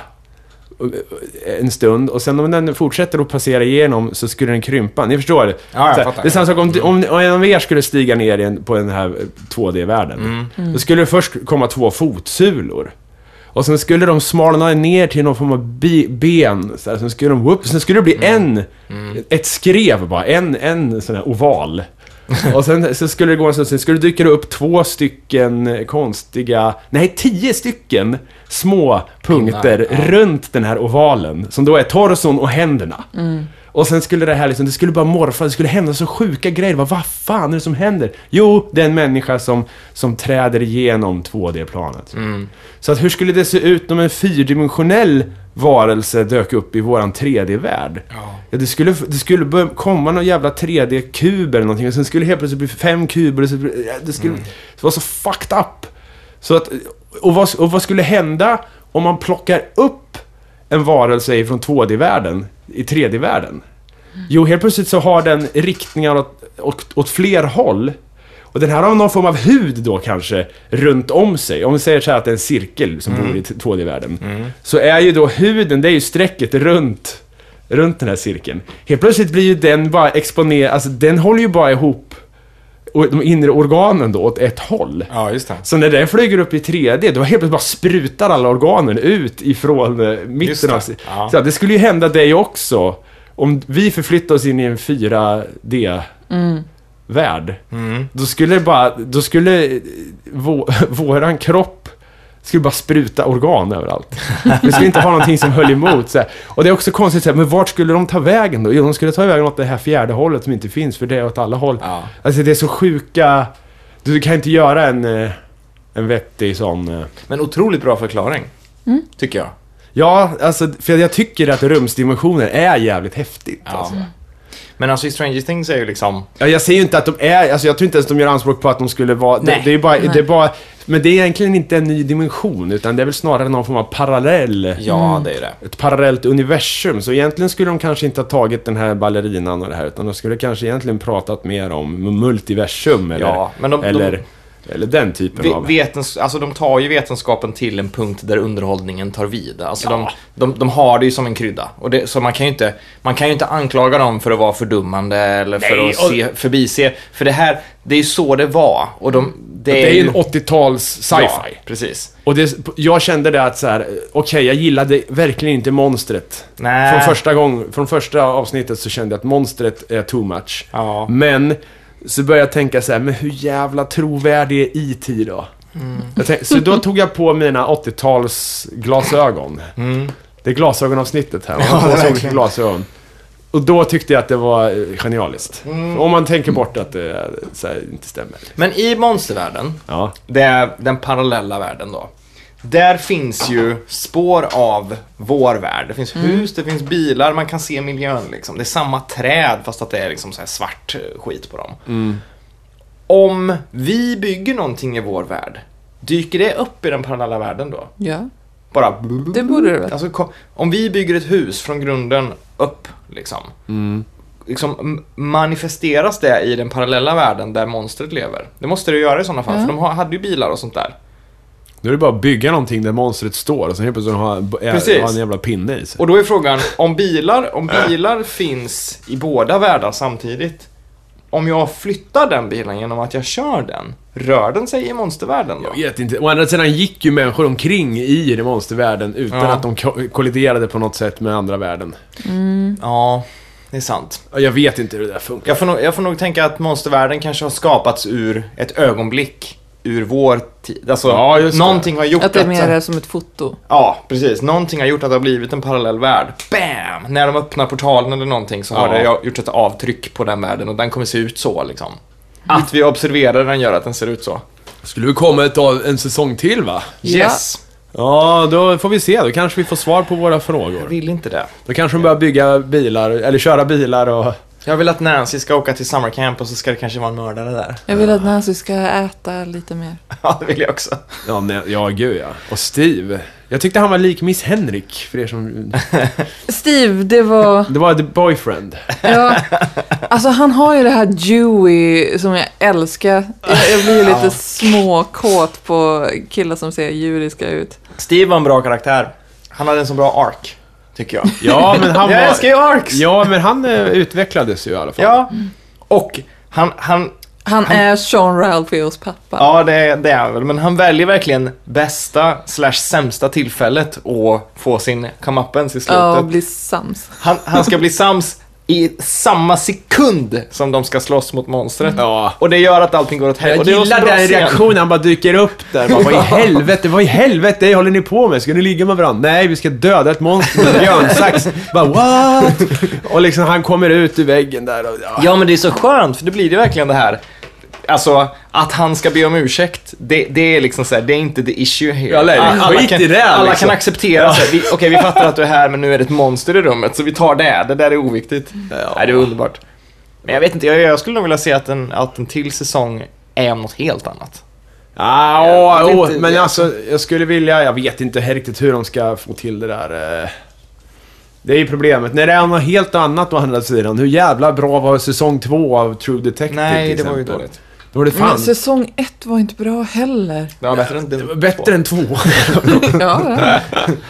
en stund och sen om den fortsätter att passera igenom så skulle den krympa. Ni förstår det? Ja, jag fattar. Det är samma sak om, om, om en av er skulle stiga ner igen på den här två D-världen. Mm. Mm. Då skulle det först komma två fotsulor. Och sen skulle de smalna ner till någon form av bi- ben. Så här, sen, skulle de, whoop, sen skulle det bli mm. en, mm. ett skrev bara, en, en sån här oval. Och sen så skulle det gå så sen skulle det dyka upp två stycken konstiga, nej tio stycken små punkter mm. runt den här ovalen. Som då är torson och händerna. Mm. Och sen skulle det här liksom, det skulle bara morfa, det skulle hända så sjuka grejer. Vad, vad fan är det som händer? Jo, det är en människa som, som träder igenom två D-planet. Mm. Så att hur skulle det se ut om en fyrdimensionell varelse dök upp i våran tre D-värld? Ja. Ja, det skulle, det skulle börja komma någon jävla tre D-kub eller någonting. Och sen skulle det helt plötsligt bli fem kuber. Och så, det skulle mm. det var så fucked up. Så att, och, vad, och vad skulle hända om man plockar upp en varelse från två D-världen i tre D-världen? Mm. Jo, helt plötsligt så har den riktningar åt, åt, åt fler håll. Och den här har någon form av hud då kanske runt om sig. Om vi säger så här att det är en cirkel som mm. bor i två D-världen. Mm. Så är ju då huden, det är ju strecket runt, runt den här cirkeln. Helt plötsligt blir ju den bara exponerad, alltså den håller ju bara ihop de inre organen då åt ett håll. Ja, just det. Så när den flyger upp i tre D, då helt plötsligt bara sprutar alla organen ut ifrån uh, mitten av sig. Ja. Så det skulle ju hända dig också om vi förflyttar oss in i en fyra D-värld. Mm. Mm. Då skulle det bara, då skulle vå, våran kropp skulle bara spruta organ överallt. Vi skulle inte ha någonting som höll emot. Så här. Och det är också konstigt, så här, men vart skulle de ta vägen då? Jo, de skulle ta vägen åt det här fjärde hållet som inte finns, för det är åt alla håll. Ja. Alltså det är så sjuka... Du kan inte göra en, en vettig sån... Men otroligt bra förklaring, mm. tycker jag. Ja, alltså, för jag tycker att rumsdimensioner är jävligt häftigt. Ja. Alltså. Men alltså i Stranger Things är ju liksom... Ja, jag säger ju inte att de är... Alltså jag tror inte ens de gör anspråk på att de skulle vara... Det, det är bara, det är bara... Men det är egentligen inte en ny dimension, utan det är väl snarare någon form av parallell... Ja, det är det. Ett parallellt universum. Så egentligen skulle de kanske inte ha tagit den här ballerinan och det här, utan de skulle kanske egentligen pratat mer om multiversum eller... Ja, men de, eller de, Eller den typen Ve- av... vetens- alltså de tar ju vetenskapen till en punkt där underhållningen tar vid. Alltså Ja. de, de, de har det ju som en krydda. Och det, så man kan, ju inte, man kan ju inte anklaga dem för att vara fördummande eller för Nej, att och- se, förbise. För det här, det är ju så det var. Och de, det, Det är ju ju en åttio-tals sci-fi. Ja, precis. Och det, jag kände det att så här, okej, jag gillade verkligen inte monstret. Nej. Från första gång, från första avsnittet så kände jag att monstret är too much. Ja. Men så började jag tänka så här, men hur jävla trovärdig är I T då? Mm. Jag tänkte, så då tog jag på mina åttio-tals glasögon. Mm. Det är glasögonavsnittet här. Ja, Man har verkligen. olika glasögon. Och då tyckte jag att det var eh, genialiskt. Mm. Om man tänker bort att det eh, så här, inte stämmer. Men i monstervärlden, Ja. det är den parallella världen då. Där finns ju spår av vår värld. Det finns hus, det finns bilar, man kan se miljön liksom. Det är samma träd fast att det är liksom så här svart eh, skit på dem. Mm. Om vi bygger någonting i vår värld, dyker det upp i den parallella världen då? Ja, Bara... det borde det väl. Alltså, ko- om vi bygger ett hus från grunden upp liksom, Mm. liksom m- manifesteras det i den parallella världen där monstret lever? Det måste det göra i sådana fall, Ja. för de ha- hade ju bilar och sånt där. Då är det bara att bygga någonting där monstret står och sen helt plötsligt ha, Precis. ha en jävla pinne i sig. Och då är frågan, om bilar, om bilar finns i båda världar samtidigt, om jag flyttar den bilen genom att jag kör den, rör den sig i monstervärlden då? Jag vet inte. Å andra sidan gick ju människor omkring i den monstervärlden utan Ja. att de ko- kolliderade på något sätt med andra världen. Ja, det är sant. Jag vet inte hur det där funkar. Jag får, nog, jag får nog tänka att monstervärlden kanske har skapats ur ett ögonblick, ur vår tid. Alltså, Ja, just det. någonting har gjort Att det är att... mer som ett foto. Ja, precis. Någonting har gjort att det har blivit en parallell värld. Bam! När de öppnar portalen eller någonting så har Ja. det gjort ett avtryck på den världen och den kommer se ut så liksom. Att vi observerar den gör att den ser ut så. Skulle vi komma ett av en säsong till, va? Yes! Ja, då får vi se. Då kanske vi får svar på våra Jag frågor. vill inte det. Då kanske de börjar bygga bilar, eller köra bilar och... Jag vill att Nancy ska åka till summer camp och så ska det kanske vara en mördare där. Jag vill att Nancy ska äta lite mer. Ja, det vill jag också. Ja, nej, ja, gud ja. Och Steve. Jag tyckte han var lik Miss Henrik, för er som... Steve, det var... Det var The Boyfriend. Ja, alltså han har ju det här Dewey som jag älskar. Jag, jag blir ju lite småkåt på killar som ser djuriska ut. Steve var en bra karaktär. Han hade en så bra ark, tycker jag. Ja, men han var... Jag älskar ju arcs! Ja, men han eh, utvecklades ju i alla fall. Ja, och han, han, Han är Sean Ralphios pappa. ja det, det är han väl, men han väljer verkligen bästa slash sämsta tillfället att få sin comeuppance i slutet. Ja, och blir sams. Han, han ska bli sams i samma sekund som de ska slåss mot monstret. Ja. Och det gör att allting går åt helvete. Jag Och det var så gillar bra den scen. reaktionen, han bara dyker upp där. Bara, vad i helvete, vad i helvete håller ni på med? Ska ni ligga med varandra? Nej, vi ska döda ett monster med en björnsax. Bara, what? Och liksom han kommer ut ur väggen där och, ja. Ja, men det är så skönt, för det blir det verkligen det här. Alltså, att han ska be om ursäkt, det, det är liksom så här, det är inte the issue here. Ja, nej, alla skit kan, i det, alla liksom. kan acceptera så här, vi, okej, vi fattar att du är här, men nu är det ett monster i rummet, så vi tar det. Det där är oviktigt. Ja. Nej, det är underbart. Men jag vet inte, jag, jag skulle nog vilja se att en, att en till säsong är om något helt annat. Ah, Jag åh, vet åh, inte, men jag- alltså, jag skulle vilja, jag vet inte riktigt hur de ska få till det där. eh. Det är ju problemet. När det är något helt annat å andra sidan, hur jävla bra var säsong två av True Detective Nej, till det var ju exempel? dåligt. Då var det fan Men säsong ett var inte bra heller. Det var bättre än det. bättre än två. Ja, ja.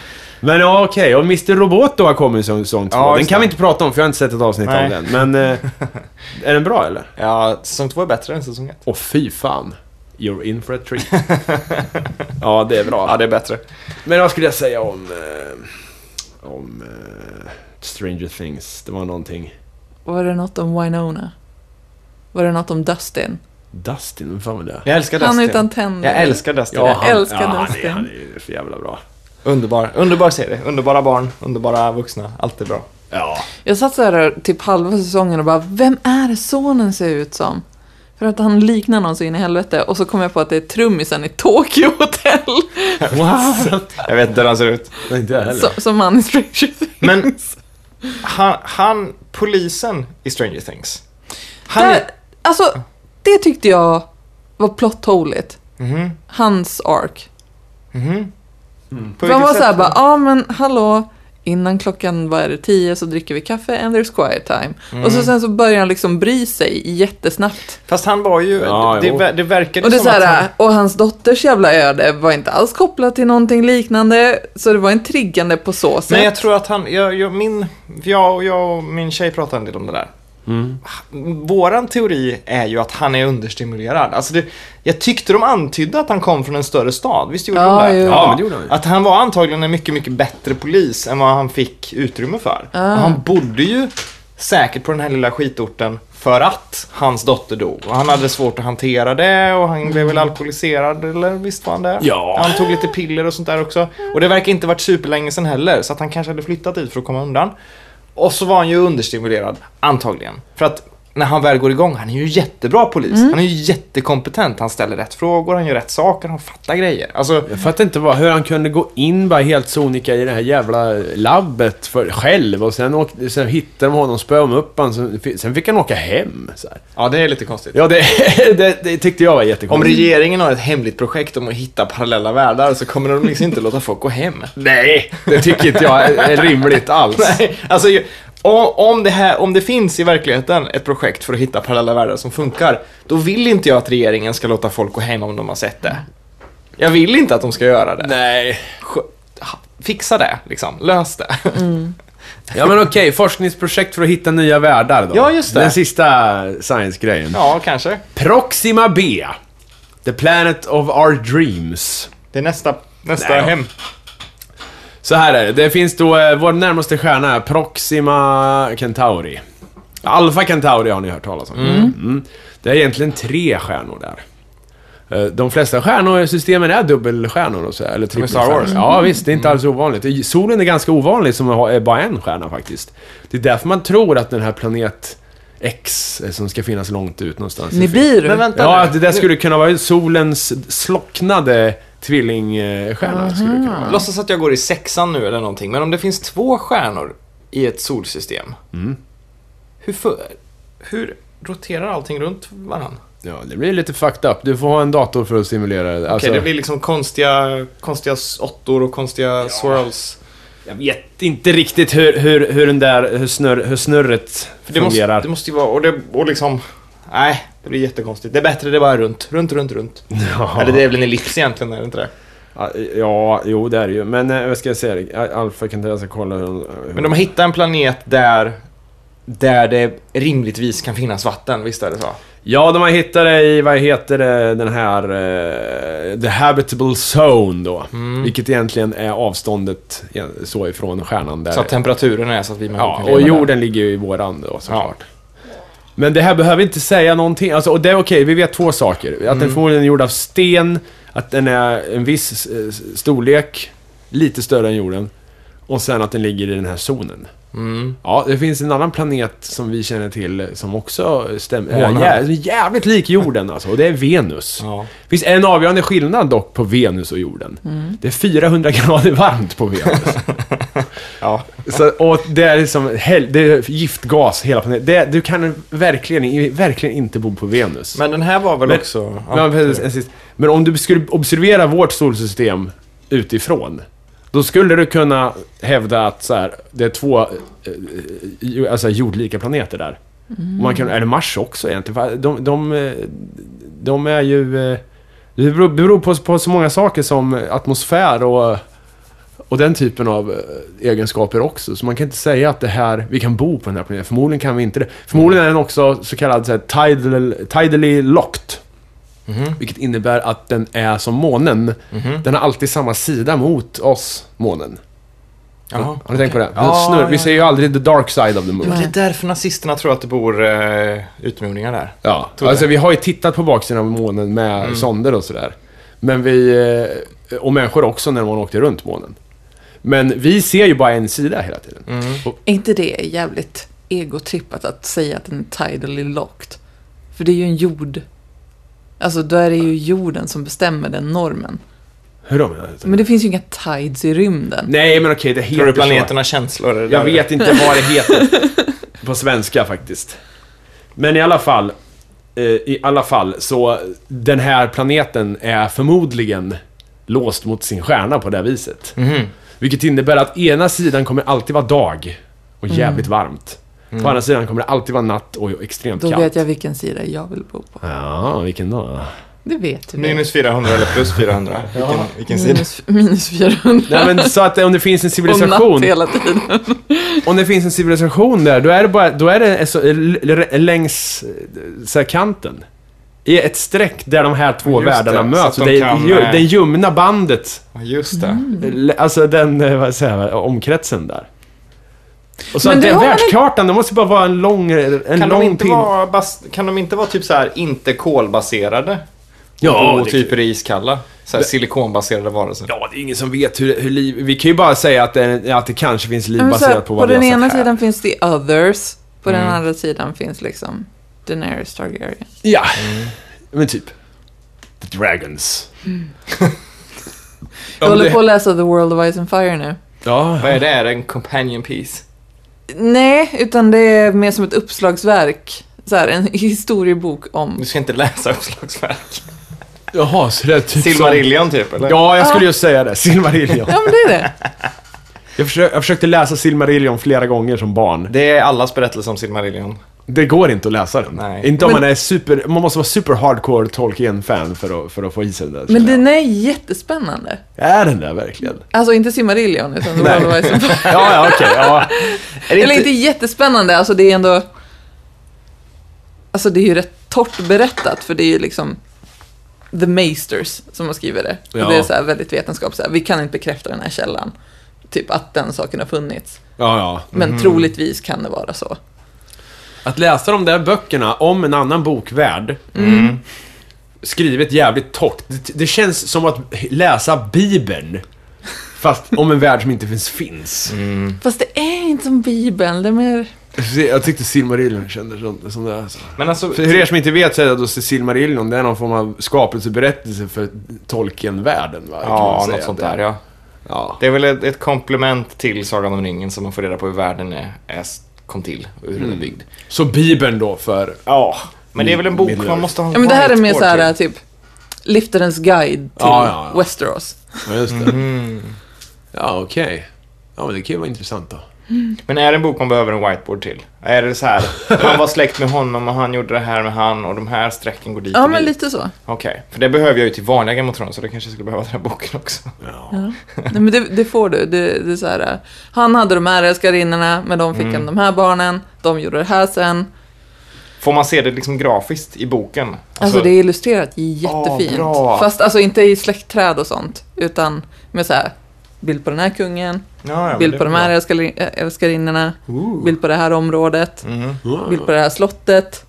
Men ja, okej. Och mister Robot då har kommit i säsong säsong två. Ja, Den just kan det. vi inte prata om för jag har inte sett ett avsnitt Nej. av den. Men eh, är den bra eller? Ja, säsong två är bättre än säsong ett. Åh fy fan. You're in for a treat. Ja, det är bra. Ja, det är bättre. Men vad skulle jag säga om... Eh, om eh, Stranger Things? Det var någonting... Var det något om Winona? Var det något om Dustin? Dustin, vad fan var det? Jag älskar Han Dustin. utan tänder. Jag älskar Dustin. Ja, Ja, älskar ja, han är, Dustin. han är ju så jävla bra. underbar. Underbar serie. Underbara barn. Underbara vuxna. Allt är bra. Ja. Jag satt så här typ halva säsongen och bara, vem är det sonen ser ut som? För att han liknar någon så in i helvete. Och så kom jag på att det är trummisen i Tokyo Hotel. Wow. Jag vet inte hur han ser ut. Nej, inte jag heller. Så, som man i Stranger Things. Men han, han, polisen i Stranger Things. Han Där, är... alltså, det tyckte jag var plotthåligt. Mhm, Hans ark. mhm. På För han vilket var så här sätt? bara, ja ah, men hallå, innan klockan, vad är det, tio så dricker vi kaffe and there's quiet time. Mm. Och så sen så börjar han liksom bry sig jättesnabbt. Fast han var ju, ja, det, det, det verkade och det som så här, att han... Och hans dotters jävla öde var inte alls kopplat till någonting liknande. Så det var en triggande på så sätt. Men jag tror att han, jag, jag, min, jag, och jag och min tjej pratade en del om det där. Mm. Våran teori är ju att han är understimulerad. Alltså det, jag tyckte de antydde att han kom från en större stad. Visst gjorde ja, de det? Jo. Ja, men det gjorde han. Att han var antagligen en mycket, mycket bättre polis än vad han fick utrymme för. Ah. Och han bodde ju säkert på den här lilla skitorten för att hans dotter dog. Och han hade svårt att hantera det och han blev väl alkoholiserad, eller visst var han det? Ja. Han tog lite piller och sånt där också. Och det verkar inte varit superlänge sedan heller, så att han kanske hade flyttat dit för att komma undan. Och så var han ju understimulerad, antagligen. För att när han väl går igång, han är ju jättebra polis. Mm. Han är ju jättekompetent. Han ställer rätt frågor, han gör rätt saker, han fattar grejer. Alltså, jag fattar inte vad, hur han kunde gå in bara helt sonika i det här jävla labbet för själv. Och sen, åk, sen hittade de honom, spöade de upp han, så, sen fick han åka hem. Så här. Ja, det är lite konstigt. Ja, det, det, det tyckte jag var jättekonstigt. Om regeringen har ett hemligt projekt om att hitta parallella världar så kommer de liksom inte låta folk gå hem. Nej, det tycker inte jag är rimligt alls. Nej, alltså... Om det, här, om det finns i verkligheten ett projekt för att hitta parallella världar som funkar, då vill inte jag att regeringen ska låta folk gå hem om de har sett det. Jag vill inte att de ska göra det. Nej. Fixa det, liksom. Lös det. Mm. Ja, men okej. Okay. Forskningsprojekt för att hitta nya världar då. Ja, just det. Den sista science-grejen. Ja, kanske. Proxima B. The planet of our dreams. Det är nästa, nästa Nej, hem. Så här är det. Det finns då eh, vår närmaste stjärna, Proxima Centauri. Alpha Centauri har ni hört talas om. Mm. Mm. Det är egentligen tre stjärnor där. Eh, de flesta stjärnorsystemen är dubbelstjärnor och så, eller trippelstjärnor. Mm. Ja, visst, det är inte alls ovanligt. Solen är ganska ovanlig som är bara en stjärna faktiskt. Det är därför man tror att den här planet X som ska finnas långt ut någonstans. Nibiru. Men vänta, ja, det där skulle kunna vara solens slocknade tvillingstjärna. Skulle det kunna vara. Låtsas att jag går i sexan nu eller någonting. Men om det finns två stjärnor i ett solsystem, mm. hur, för, hur roterar allting runt varann? Ja, det blir lite fucked up. Du får ha en dator för att simulera det. Okej, alltså, det blir liksom konstiga, konstiga åttor och konstiga ja. swirls. Jag vet inte riktigt hur, hur, hur den där hur, snurr, hur snurret det fungerar. Måste, det måste ju vara, och, det, och liksom, nej, det blir jättekonstigt. Det är bättre, det är bara runt, runt, runt, runt. Ja. Eller det är väl en ellips egentligen, är det inte det? Ja, jo, det är det ju. Men eh, vad ska jag säga? Alfa kan jag ska kolla. Hur... Men de har hittat en planet där, där det rimligtvis kan finnas vatten, visst är det så? Ja, de har hittat det i, vad heter det, den här uh, The Habitable Zone då. Mm. Vilket egentligen är avståndet så ifrån stjärnan där. Så att temperaturen är så att vi ja, och jorden där. Ligger ju i våran då, såklart. Ja. Men det här behöver inte säga någonting. Alltså, och det är okej, vi vet två saker. Att mm. den förmodligen är gjord av sten, att den är en viss storlek, lite större än jorden. Och sen att den ligger i den här zonen. Mm. Ja, det finns en annan planet som vi känner till som också stämmer, är jä- jävligt lik jorden alltså, och det är Venus. Ja. Det finns en avgörande skillnad dock på Venus och jorden. Mm. Det är fyrahundra grader varmt på Venus. Ja. Så, och det är liksom hel- det är giftgas hela planeten. Det, du kan verkligen, verkligen inte bo på Venus. Men den här var väl men, också... Ja, men, men om du skulle observera vårt solsystem utifrån, då skulle du kunna hävda att så här, det är två eh, alltså jordlika planeter där. Mm. Och man kan, eller Mars också egentligen. De, de, de är ju... Det beror på, på så många saker som atmosfär och, och den typen av egenskaper också. Så man kan inte säga att det här, vi kan bo på den här planeten. Förmodligen kan vi inte det. Förmodligen är den också så kallad så här, tidal, tidally locked. Mm-hmm. Vilket innebär att den är som månen. Mm-hmm. Den har alltid samma sida mot oss, månen. Jaha, har ni okay. tänkt på det? Ja, snurr. Ja, vi ser ju aldrig the dark side of the moon. Ja, det är därför nazisterna tror att det bor uh, utomjordingar där. Ja, alltså vi har ju tittat på baksidan av månen med mm. sonder och sådär. Men vi, och människor också när man åkte runt månen. Men vi ser ju bara en sida hela tiden. Mm. Och, är inte det jävligt egotrippat att säga att den är tidally locked? För det är ju en jord... Alltså då är det ju jorden som bestämmer den normen. Hur då? Men det finns ju inga tides i rymden. Nej, men okej, det heter tror du planeterna känslor? Eller jag vet inte vad det heter på svenska faktiskt. Men i alla fall eh, i alla fall så den här planeten är förmodligen låst mot sin stjärna på det viset. Mm. Vilket innebär att ena sidan kommer alltid vara dag och jävligt varmt. Mm. På andra sidan kommer det alltid vara natt och extremt Då kallt. vet jag vilken sida jag vill bo på. Ja, vilken då? Det vet du. Minus fyrahundra eller plus fyrahundra? Vilken, vilken sida? Minus, minus fyrahundra. Nej, men så att om det finns en Och civilisation, natt hela tiden. om det finns en civilisation där, då är det bara, då är det så, l- l- längs så här, kanten. I ett streck där de här två Just världarna det, möts. så Och att det de är kan, ju, eh, den ljumna bandet. Ja, just det. Mm. L- Alltså den, eh, vad säger jag, omkretsen där. Och så Men att det den har man världskartan, det måste bara vara en lång, en Kan de, lång inte pin. vara bas- kan de inte vara typ så här inte kolbaserade? Ja, och det- typ är iskalla? Så här silikonbaserade varelser. Ja, det är ingen som vet hur, hur liv... Vi kan ju bara säga att det, att det kanske finns liv Men så här, baserat på på vad vi den har ena sett här. sidan finns the others. På den Mm. andra sidan finns liksom Daenerys Targaryen. Ja, men typ. The Dragons. Jag Ja, håller det- på att läsa The World of Ice and Fire nu. Ja, Vad är det? Är det en companion piece? Nej, utan det är mer som ett uppslagsverk. Så här, en historiebok om... Du ska inte läsa uppslagsverk. jaha, så det är typ Silmarillion typ, eller? som... Ja, jag skulle ju säga det. Silmarillion. Ja, men det är det. Jag, försökte, jag försökte läsa Silmarillion flera gånger som barn. Det är allas berättelse om Silmarillion. Det går inte att läsa den. Nej. Inte om Men- man är super... Man måste vara super hardcore Tolkien-fan för att, för att få i sig den där. Men känner jag. den är jättespännande. Är den där verkligen? Alltså inte Silmarillion, utan The Nej. World of Ice and Fire. Ja, ja, okej. Ja. Är det Eller inte jättespännande, alltså det är ändå... Alltså det är ju rätt torrt berättat, för det är ju liksom The Maesters som har skrivit det. Ja. Och det är så här väldigt vetenskap, så här, vi kan inte bekräfta den här källan. Typ att den saken har funnits. Ja, ja. Men troligtvis kan det vara så. Att läsa de där böckerna om en annan bokvärld, Mm. skrivet jävligt torrt. Det, det känns som att läsa Bibeln, fast om en värld som inte finns finns. Fast det är inte som Bibeln, det är mer... Jag tyckte Silmarillion kändes som, som det. Alltså. Men alltså, För er som inte vet så är det då Silmarillion, det är någon form av skapelseberättelse för Tolkien-världen. Va? Kan man ja, säga. något sånt där, ja. Ja. Det är väl ett, ett komplement till Sagan om ringen som man får reda på hur världen är, är kom till och hur den är byggd. Så Bibeln då för... Ja, men det är väl en bok Middle man Earth. måste ha en Ja, men det här är mer whiteboard så här, till. typ... Liftarens guide till Ja, ja, ja. Westeros. Ja, just det. Mm. Ja, okej. Ja, men det kan ju vara intressant då. Men är det en bok man behöver en whiteboard till? Är det så här, han var släkt med honom och han gjorde det här med han och de här strecken går dit Ja, och men dit. lite så. Okej, för det behöver jag ju till vanliga Game of Thrones, så det kanske jag skulle behöva den här boken också. Ja. Ja. Nej, men det, det får du. Det, det är så här, han hade de här älskarinnorna, men de fick Mm. han de här barnen. De gjorde det här sen. Får man se det liksom grafiskt i boken? Alltså, det är illustrerat jättefint. Ja, bra. Fast alltså inte i släktträd och sånt, utan med så här bild på den här kungen, ja, ja, men bild det på är de här bra. älskar, älskarinnorna, Ooh. bild på det här området, Mm. bild på det här slottet,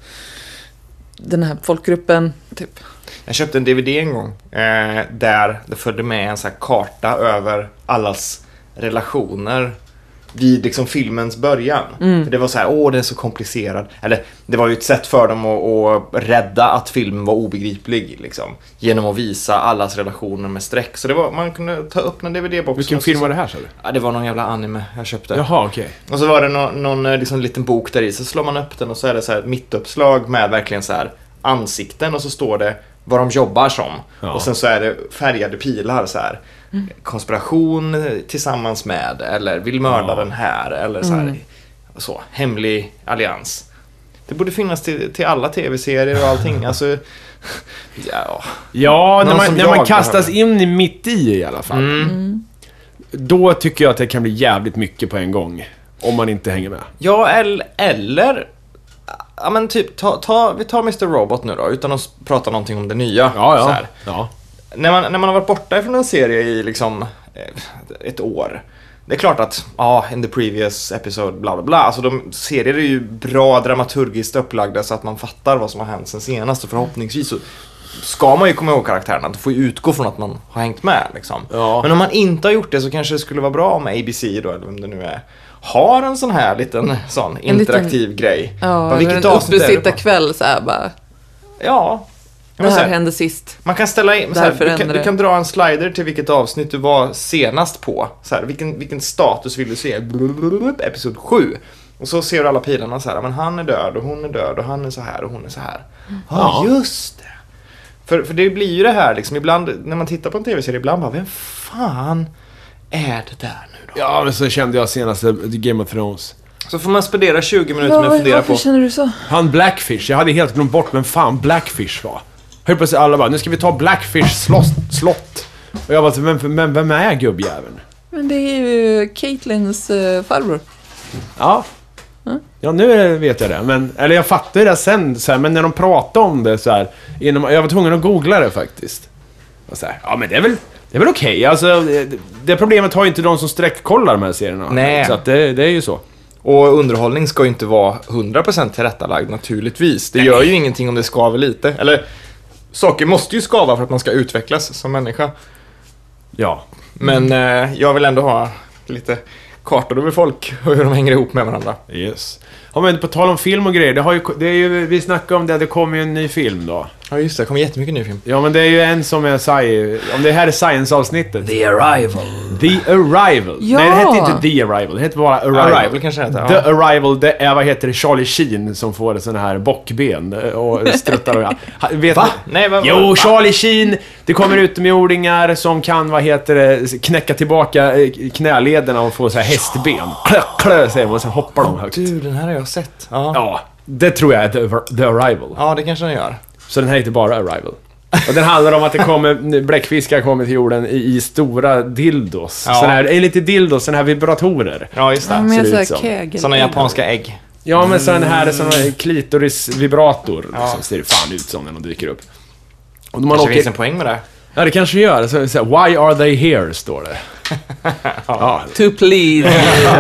den här folkgruppen, typ. Jag köpte en D V D en gång eh, där det följde med en så här karta över allas relationer vid liksom filmens början. Mm. För det var så här, åh, den är så komplicerad. Eller det var ju ett sätt för dem att, att rädda att filmen var obegriplig liksom, genom att visa allas relationer med streck. Så det var, man kunde ta upp en D V D-box. Vilken film var det här, sa du? Ja, det var någon jävla anime jag köpte. Jaha, okej. Och så var det någon, någon liksom, liten bok där i. Så slår man upp den och så är det så här ett mittuppslag med verkligen så här ansikten. Och så står det vad de jobbar som. Ja. Och sen så är det färgade pilar så här. Konspiration tillsammans med. Eller vill mörda Ja. den här. Eller så här. Mm. Så, hemlig allians. Det borde finnas till, till alla tv-serier och allting. Alltså, ja. Ja, när Någon man, som när man jag kastas behöver. in i mitt i i alla fall. Mm. Då tycker jag att det kan bli jävligt mycket på en gång. Om man inte hänger med. Ja, eller, eller ja, men typ, ta, ta, vi tar mister Robot nu då, utan att prata någonting om det nya. Ja, Så ja. här. ja. När, man, när man har varit borta från en serie i liksom eh, ett år. Det är klart att, ja, in the previous episode, bla bla bla. Alltså de serier är ju bra dramaturgiskt upplagda så att man fattar vad som har hänt sen senast. Och förhoppningsvis så ska man ju komma ihåg karaktärerna. Att få utgå från att man har hängt med liksom. Ja. Men om man inte har gjort det så kanske det skulle vara bra om A B C då, eller vem det nu är, har en sån här liten sån En interaktiv grej. Ja, Bara, eller vilket en avsnitt är det uppesitta på? kväll så här bara. Ja. Det Men så här här, hände sist. man kan ställa in, så här, Därför du, kan, ändrar du det. kan dra en slider till vilket avsnitt du var senast på. Så här, vilken, vilken status vill du se? Blablabla, episod sju. Och så ser du alla pilarna så här, men han är död och hon är död och han är så här och hon är så här. Ja, just det. För, för det blir ju det här liksom, ibland när man tittar på en tv-serie, ibland bara, vem fan är det där nu då? Ja, men så kände jag senaste Game of Thrones. Så får man spendera tjugo minuter Ja, med att fundera varför på... känner du så? Han Blackfish, jag hade helt glömt bort vem fan Blackfish var. Höll på att säga alla bara, nu ska vi ta Blackfish slott. slott. Och jag bara, vem, vem, vem är gubbjäveln? Men det är ju Caitlins uh, farbror. Ja. Ja, nu vet jag det. Men, eller jag fattar det sen, så här, men när de pratade om det så här, inom, jag var tvungen att googla det faktiskt. Och så här, ja, men det är väl, det är väl okej. Okay. Alltså, det, det problemet har ju inte de som sträckkollar de här serierna. Nej. Så att det, det är ju så. Och underhållning ska ju inte vara hundra procent tillrättalagd naturligtvis. Det gör ju ingenting om det skaver lite. Eller, saker måste ju skava för att man ska utvecklas som människa. Ja. Men eh, jag vill ändå ha lite kartor över folk och hur de hänger ihop med varandra. Yes. Ja, men på tal om film och grejer, det har ju, det är ju, vi snackade om det, det kommer ju en ny film då. Ja just det, det kommer jättemycket ny film. Ja, men det är ju en som är sci- om det här är science-avsnittet. The Arrival. The Arrival. Ja. Nej, det heter inte The Arrival, det heter bara Arrival. Arrival kanske det heter, The ja. Arrival, det är, vad heter det, Charlie Sheen som får sån här bockben och struttar och... Ha, vet Va? du? Nej, vad, Jo, va? Charlie Sheen, det kommer utomjordingar som kan, vad heter det, knäcka tillbaka knälederna och få så här hästben. Klö, klö, säger man, och sen hoppar de högt. Du, den här har jag sett. Ja, Ja, det tror jag är The, the Arrival. ja det kanske den gör. Så den här heter bara Arrival. Och den handlar om att det kommer bläckfiskar kommer till jorden i, i stora dildos. Ja. Sån här, är lite dildos, såna här vibratorer. Ja, just det. Ja, men ser det så ut som. här kegel. Såna japanska ägg. Ja, men sån här är sån här klitorisvibrator. Ja. Liksom, ser det fan ut som när de dyker upp. Och man Kanske åker... finns en poäng med det. Ja, det kanske gör. Så, så här, why are they here, står det. Ja. To please.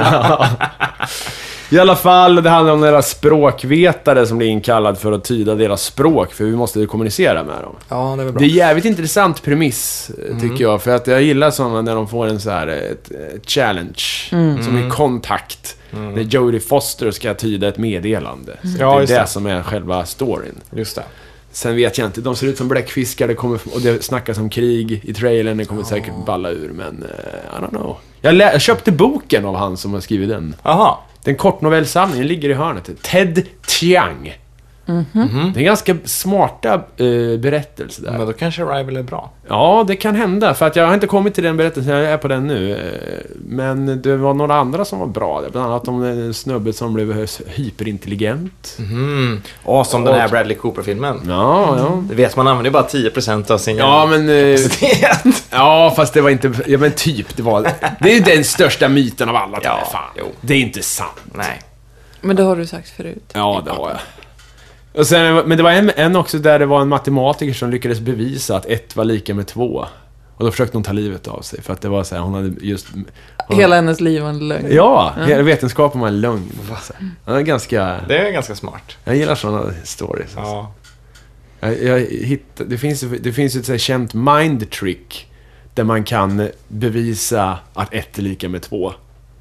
I alla fall, det handlar om några språkvetare som blir inkallad för att tyda deras språk, för vi måste ju kommunicera med dem. Ja, det är väl bra. Det är jävligt intressant premiss, tycker jag, för att jag gillar sådana när de får en så här ett, ett challenge, som är kontakt. När Jodie Foster ska tyda ett meddelande. Så Ja, det är just det det. som är själva storyn. Just det. Sen vet jag inte, de ser ut som bläckfiskar, det kommer, och det snackas om krig i trailern, det kommer säkert balla ur, men uh, I don't know. Jag, lä- jag köpte boken av han som har skrivit den. Aha. Den kortnovellsamlingen ligger i hörnet. Ted Chiang. Mm-hmm. Det är ganska smarta uh, berättelser där. Men då kanske Arrival är bra. Ja, det kan hända. För att jag har inte kommit till den berättelsen, jag är på den nu. Eh, Men det var några andra som var bra. Bland annat om en snubbe som blev hyperintelligent. Mm. Åh, som den här Bradley Cooper-filmen. Ja, ja. Det vet man använder bara tio procent av sin Ja, men... eh, kapacitet. Ja, fast det var inte... Ja, men typ, det var... Det är ju den största myten av alla, Ja, ja, fan. jo. Det är inte sant. Nej. Men det har du sagt förut. Ja, det har jag. Och sen, men det var en, en också där det var en matematiker som lyckades bevisa att ett var lika med två. Och då försökte hon ta livet av sig. För att det var så här, hon hade just... Hon, Hela hennes liv var en lögn. Ja, hela vetenskapen var en lögn. Ja, det är ganska... Det är ganska smart. Jag gillar sådana stories. Alltså. Ja. Jag, jag hittar, det finns det finns ett så här känt mind trick där man kan bevisa att ett är lika med två.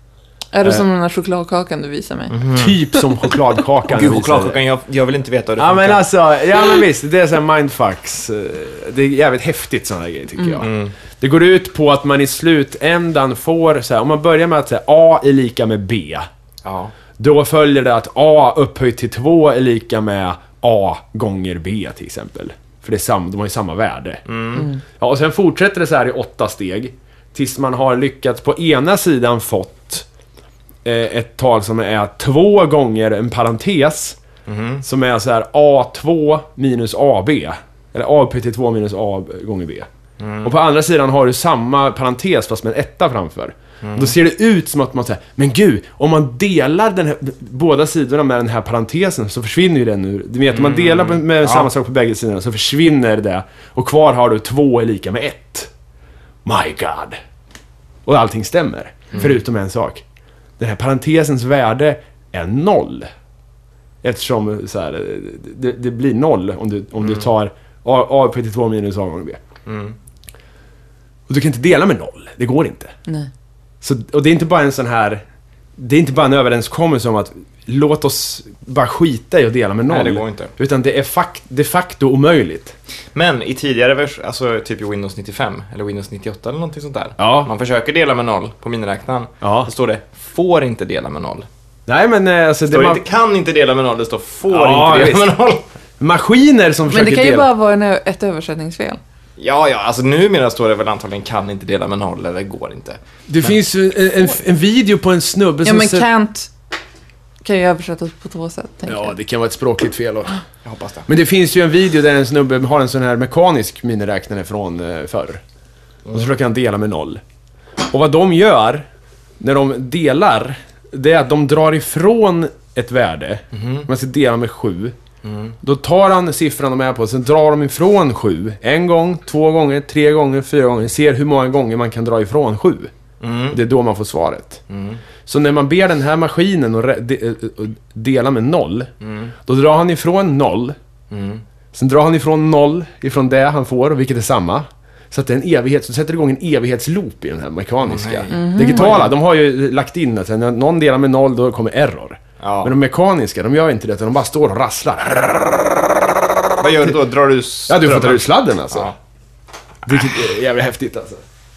Är det Eh. som den här chokladkakan du visar mig? Typ som chokladkakan. Gud, visar. chokladkakan, jag, jag vill inte veta hur det Ja, funkar. men alltså, ja men visst, det är så här mindfucks. Det är jävligt häftigt sådana här grejer, tycker jag. Mm. Det går ut på att man i slutändan får så här, om man börjar med att säga A är lika med B. Ja. Då följer det att A upphöjt till två är lika med A gånger B till exempel. För det är sam, de har ju samma värde. Mm. Ja, och sen fortsätter det så här i åtta steg. Tills man har lyckats på ena sidan fått eh, ett tal som är två gånger en parentes. Mm. Som är så här A två minus A B. Eller A upphöjt till två minus A gånger B. Mm. Och på andra sidan har du samma parentes fast med en etta framför. Då ser det ut som att man säger, men gud, om man delar den här, båda sidorna med den här parentesen så försvinner ju den ur. Du vet, om man delar med Ja. samma sak på bägge sidorna så försvinner det. Och kvar har du två är lika med ett. My God. Och allting stämmer. Förutom en sak. Den här parentesens värde är noll. Eftersom så här, det, det blir noll om du, om du tar A, A på två minus A gånger B. Mm. Och du kan inte dela med noll. Det går inte. Nej. Så, och det är inte bara en sån här... Det är inte bara en överenskommelse om att låt oss bara skita i att dela med noll. Nej, det går inte. Utan det är fakt, de facto omöjligt. Men i tidigare vers, alltså typ i Windows nittiofem eller Windows nittioåtta eller någonting sånt där. Ja. Man försöker dela med noll på miniräknaren. Ja. Då står det får inte dela med noll. Nej, men eh, alltså... Det står man, inte kan inte dela med noll, det står får Ja, inte dela visst. med noll. maskiner som Men försöker det kan ju dela... bara vara en, ett översättningsfel. Ja, ja, alltså numera står det väl antagligen kan inte dela med noll eller går inte. Det finns ju en, en, en video på en snubbe Ja, som... men ser- can't kan ju översättas på två sätt, tänker Ja, jag. det kan vara ett språkligt fel. Och... Jag hoppas det. Men det finns ju en video där en snubbe har en sån här mekanisk miniräknare från eh, förr. Och så försöker han dela med noll. Och vad de gör när de delar, det är att de drar ifrån ett värde. Man ska dela med sju. Då tar han siffran de är på, sen drar de ifrån sju. En gång, två gånger, tre gånger, fyra gånger. Ser hur många gånger man kan dra ifrån sju. Det är då man får svaret. Så när man ber den här maskinen att re- de- de- dela med noll, då drar han ifrån noll. Sen drar han ifrån noll ifrån det han får, vilket är samma. Så att det är en evighet, så sätter igång en evighetsloop i den här mekaniska. Digitala, de har ju lagt in att när någon delar med noll, då kommer error. Ja. Men de mekaniska, de gör inte det, de bara står och rasslar. Vad gör du då? Drar du Ja, strömmen? du får ta ut sladden alltså. Ja. Vilket är jävligt häftigt alltså.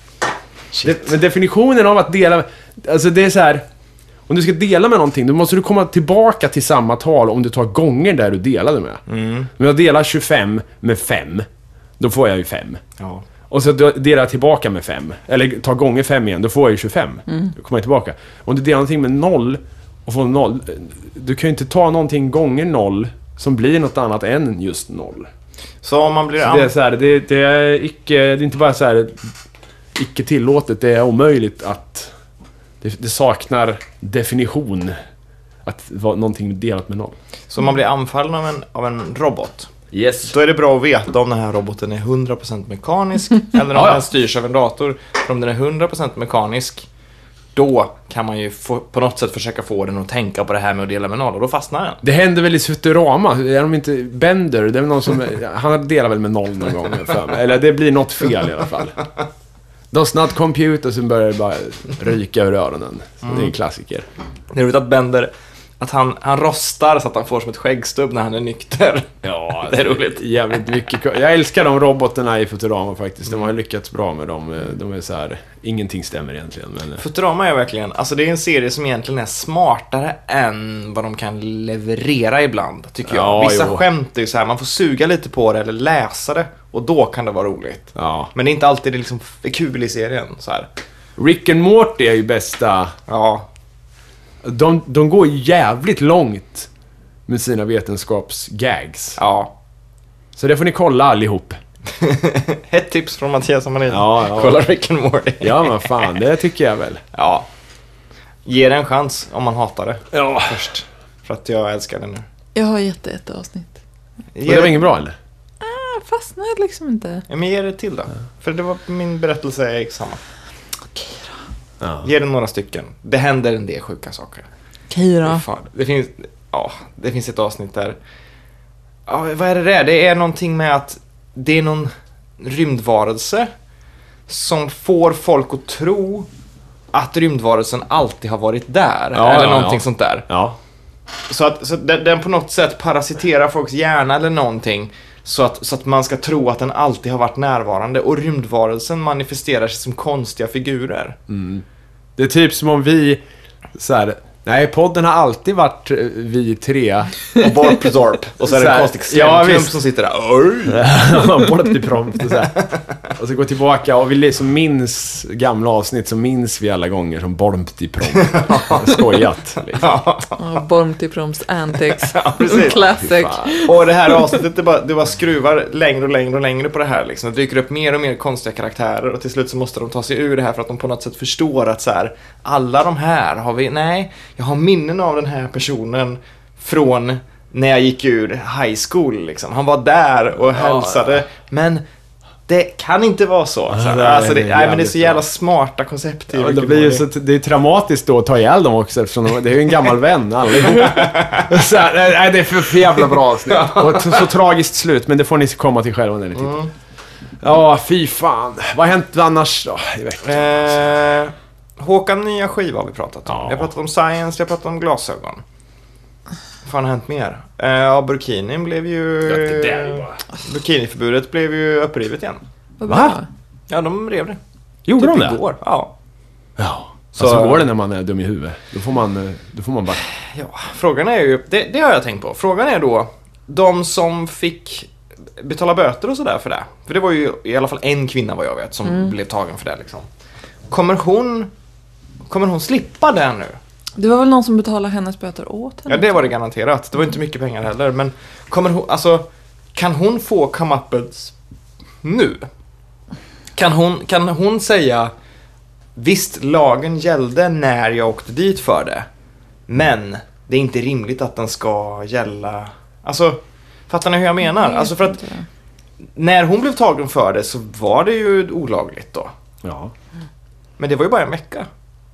Det, men definitionen av att dela, alltså det är så här. Om du ska dela med någonting, då måste du komma tillbaka till samma tal om du tar gånger där du delade med. Mm. Om jag delar tjugofem med fem, då får jag ju fem. Ja. Och så delar jag tillbaka med fem. Eller tar gånger fem igen, då får jag ju tjugofem. Då kommer jag tillbaka. Om du delar någonting med noll och får noll, du kan ju inte ta någonting gånger noll som blir något annat än just noll. Så om man blir... Så det är så här, det, det är icke, det är inte bara så här icke tillåtet, det är omöjligt att det, det saknar definition att vara någonting delat med noll. Så om man blir anfallen av en, av en robot, Yes. då är det bra att veta om den här roboten är hundra procent mekanisk eller om Ja, ja. den styrs av en dator. För om den är hundra procent mekanisk, då kan man ju få, på något sätt försöka få den att tänka på det här med att dela med noll, och då fastnar den. Det händer väl i Futurama, är de inte Bender, det är väl någon som, han delar väl med noll någon gång för mig. Eller det blir något fel i alla fall. Does not compute, och så börjar det bara ryka ur öronen. Så det är en klassiker. Det är roligt att Bender, att han, han rostar så att han får som ett skäggstubb när han är nykter. Ja, Det är roligt. Jävligt mycket. Jag älskar de robotarna i Futurama faktiskt. De har lyckats bra med dem. De är så här, ingenting stämmer egentligen. Men... Futurama är verkligen, alltså det är en serie som egentligen är smartare än vad de kan leverera ibland, tycker jag. Ja, Vissa jo. skämt är ju så här, man får suga lite på det eller läsa det, och då kan det vara roligt. Ja. Men det är inte alltid det liksom är kul i serien, så här. Rick and Morty är ju bästa. Ja, De, de går jävligt långt med sina vetenskapsgags. ja. Så det får ni kolla allihop. Ett tips från Mattias Amarin. Ja, ja. Kolla Rick and Morty. Ja, men fan, det tycker jag väl. Ja. Ge det en chans om man hatar det. Ja. Först. För att jag älskar det nu. Jag har gett ett avsnitt. Och det var inget bra, eller? Jag fastnade liksom inte. Ja, men ge det till då. För det var min berättelse är samma. Okej Ja. Ge det några stycken. Det händer en del sjuka saker. Okej då. Fan, det finns, ja, det finns ett avsnitt där. Ja, vad är det där? Det är någonting med att det är någon rymdvarelse som får folk att tro att rymdvarelsen alltid har varit där. Ja, eller ja, någonting ja. sånt där. Ja. Så att så den, den på något sätt parasiterar folks hjärna eller någonting. Så att, så att man ska tro att den alltid har varit närvarande. Och rymdvarelsen manifesterar sig som konstiga figurer. Det är typ som om vi så här, nej, podden har alltid varit eh, vi tre. Och Borp Zorp. Och så är det Så en här, konstig ja, slemklump visst. som sitter där. Oj. Borp till prompt och så här. Och så går tillbaka och vi liksom minns gamla avsnitt, så minns vi alla gånger som Borp till prompt. Skojat. Liksom. Ja, Borm till Proms Antics. Ja, precis. Classic. Och det här avsnittet, det bara, det bara skruvar längre och längre och längre på det här liksom. Det dyker upp mer och mer konstiga karaktärer, och till slut så måste de ta sig ur det här för att de på något sätt förstår att så här, alla de här har vi, nej, jag har minnen av den här personen från när jag gick ur high school liksom. Han var där och hälsade, men det kan inte vara så. så här, det är alltså det, nej, men det är jävligt så jävla smarta koncept i Ja, Rick det and blir ju Morty. så att det är traumatiskt då att ta ihjäl dem också, eftersom de, det är ju en gammal vän allihop. Så här, nej, det är för, för jävla bra avsnitt. Och så, så tragiskt slut, men det får ni komma till själva när ni tittar. Ja, fy fan. Vad har hänt annars då i veckan? Eh, Håkan, nya skiva har vi pratat om. Ja. Vi har pratat om Science, vi har pratat om glasögon. Vad fan har hänt mer? Eh, ja, burkinin blev ju... Ja, det där är bara- Burkiniförbudet blev ju upprivet igen. Vad Va? bra. Ja, de rev det. Gjorde Typ de det? igår. Ja. Ja. Så- Så alltså, går det när man är dum i huvudet. Då får man, eh, då får man bara... Ja, frågan är ju... Det, det har jag tänkt på. Frågan är då, de som fick betala böter och sådär för det. För det var ju i alla fall en kvinna vad jag vet som mm. blev tagen för det liksom. Kommer hon kommer hon slippa det nu? Det var väl någon som betalade hennes böter åt henne? Ja, det var det garanterat. Det var inte mycket pengar heller, men kommer hon, alltså kan hon få comeuppance nu? Kan hon kan hon säga visst, lagen gällde när jag åkte dit för det. Men det är inte rimligt att den ska gälla. Alltså, fattar ni hur jag menar? Jag alltså för att inte. När hon blev tagen för det så var det ju olagligt då. Ja. Men det var ju bara en vecka.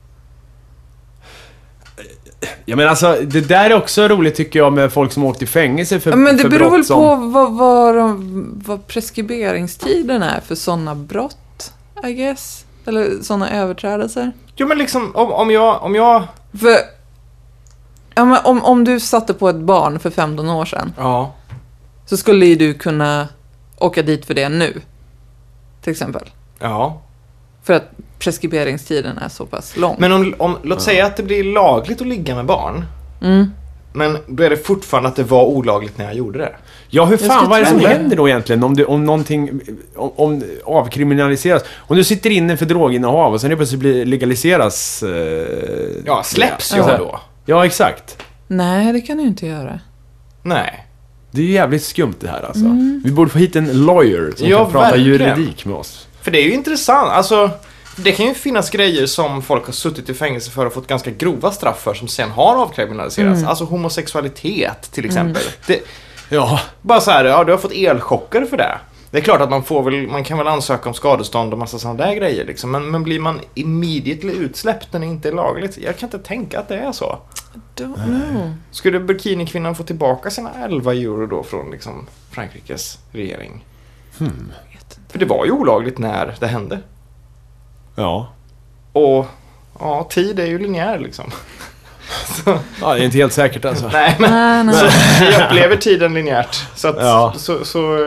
Ja, men alltså, det där är också roligt tycker jag med folk som åkt i fängelse för, men det för beror väl som... på vad, vad, de, vad preskriberingstiden är för sådana brott, I guess. Eller sådana överträdelser. Jo, men liksom, om, om jag... Om, jag... För, ja, men om, om du satte på ett barn för femton år sedan. Ja. Så skulle ju du kunna åka dit för det nu. Till exempel. Ja. För att preskriberingstiden är så pass lång. Men om, om, låt säga att det blir lagligt att ligga med barn. Mm. Men då är det fortfarande att det var olagligt när jag gjorde det. Ja, hur fan, vad är det som händer då egentligen om, det, om någonting om, om avkriminaliseras? Om du sitter inne för droginnehav och sen det plötsligt blir legaliseras... Eh, ja, släpps ja. jag då? Ja, exakt. Nej, det kan du inte göra. Nej. Det är ju jävligt skumt det här alltså. Mm. Vi borde få hit en lawyer som ja, kan prata verkligen. juridik med oss. För det är ju intressant, alltså... Det kan ju finnas grejer som folk har suttit i fängelse för och fått ganska grova straff för som sen har avkriminaliserats. Mm. Alltså homosexualitet till exempel. Mm. Det, ja. Bara så här, ja, du har fått elchocker för det. Det är klart att man får väl, man kan väl ansöka om skadestånd och massa sådana där grejer liksom. Men, men blir man immediately utsläppt när det inte är lagligt? Jag kan inte tänka att det är så. I don't know. Skulle bikinikvinnan få tillbaka sina elva euro då från liksom Frankrikes regering? Hmm. För det var ju olagligt när det hände. Ja. Och ja, tid är ju linjär liksom. Så. Ja, det är inte helt säkert alltså. Nej, men nej, nej. Så, vi upplever tiden linjärt. Så att, ja. så, så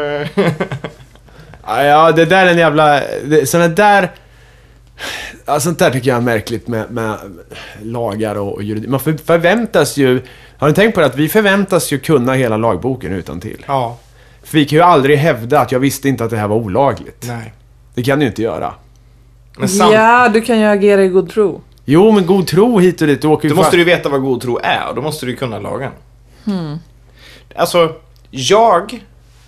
ja, det där är en jävla... Det, såna där... Ja, sånt där tycker jag är märkligt med, med lagar och, och juridik. Man för, förväntas ju... Har ni tänkt på det att vi förväntas ju kunna hela lagboken utan till? Ja. För vi kan ju aldrig hävda att jag visste inte att det här var olagligt. Nej. Det kan du inte göra. Men sam- ja, du kan ju agera i god tro. Jo, men god tro hit och dit. Du åker då måste du veta vad god tro är och då måste du kunna lagen. Hmm. Alltså, jag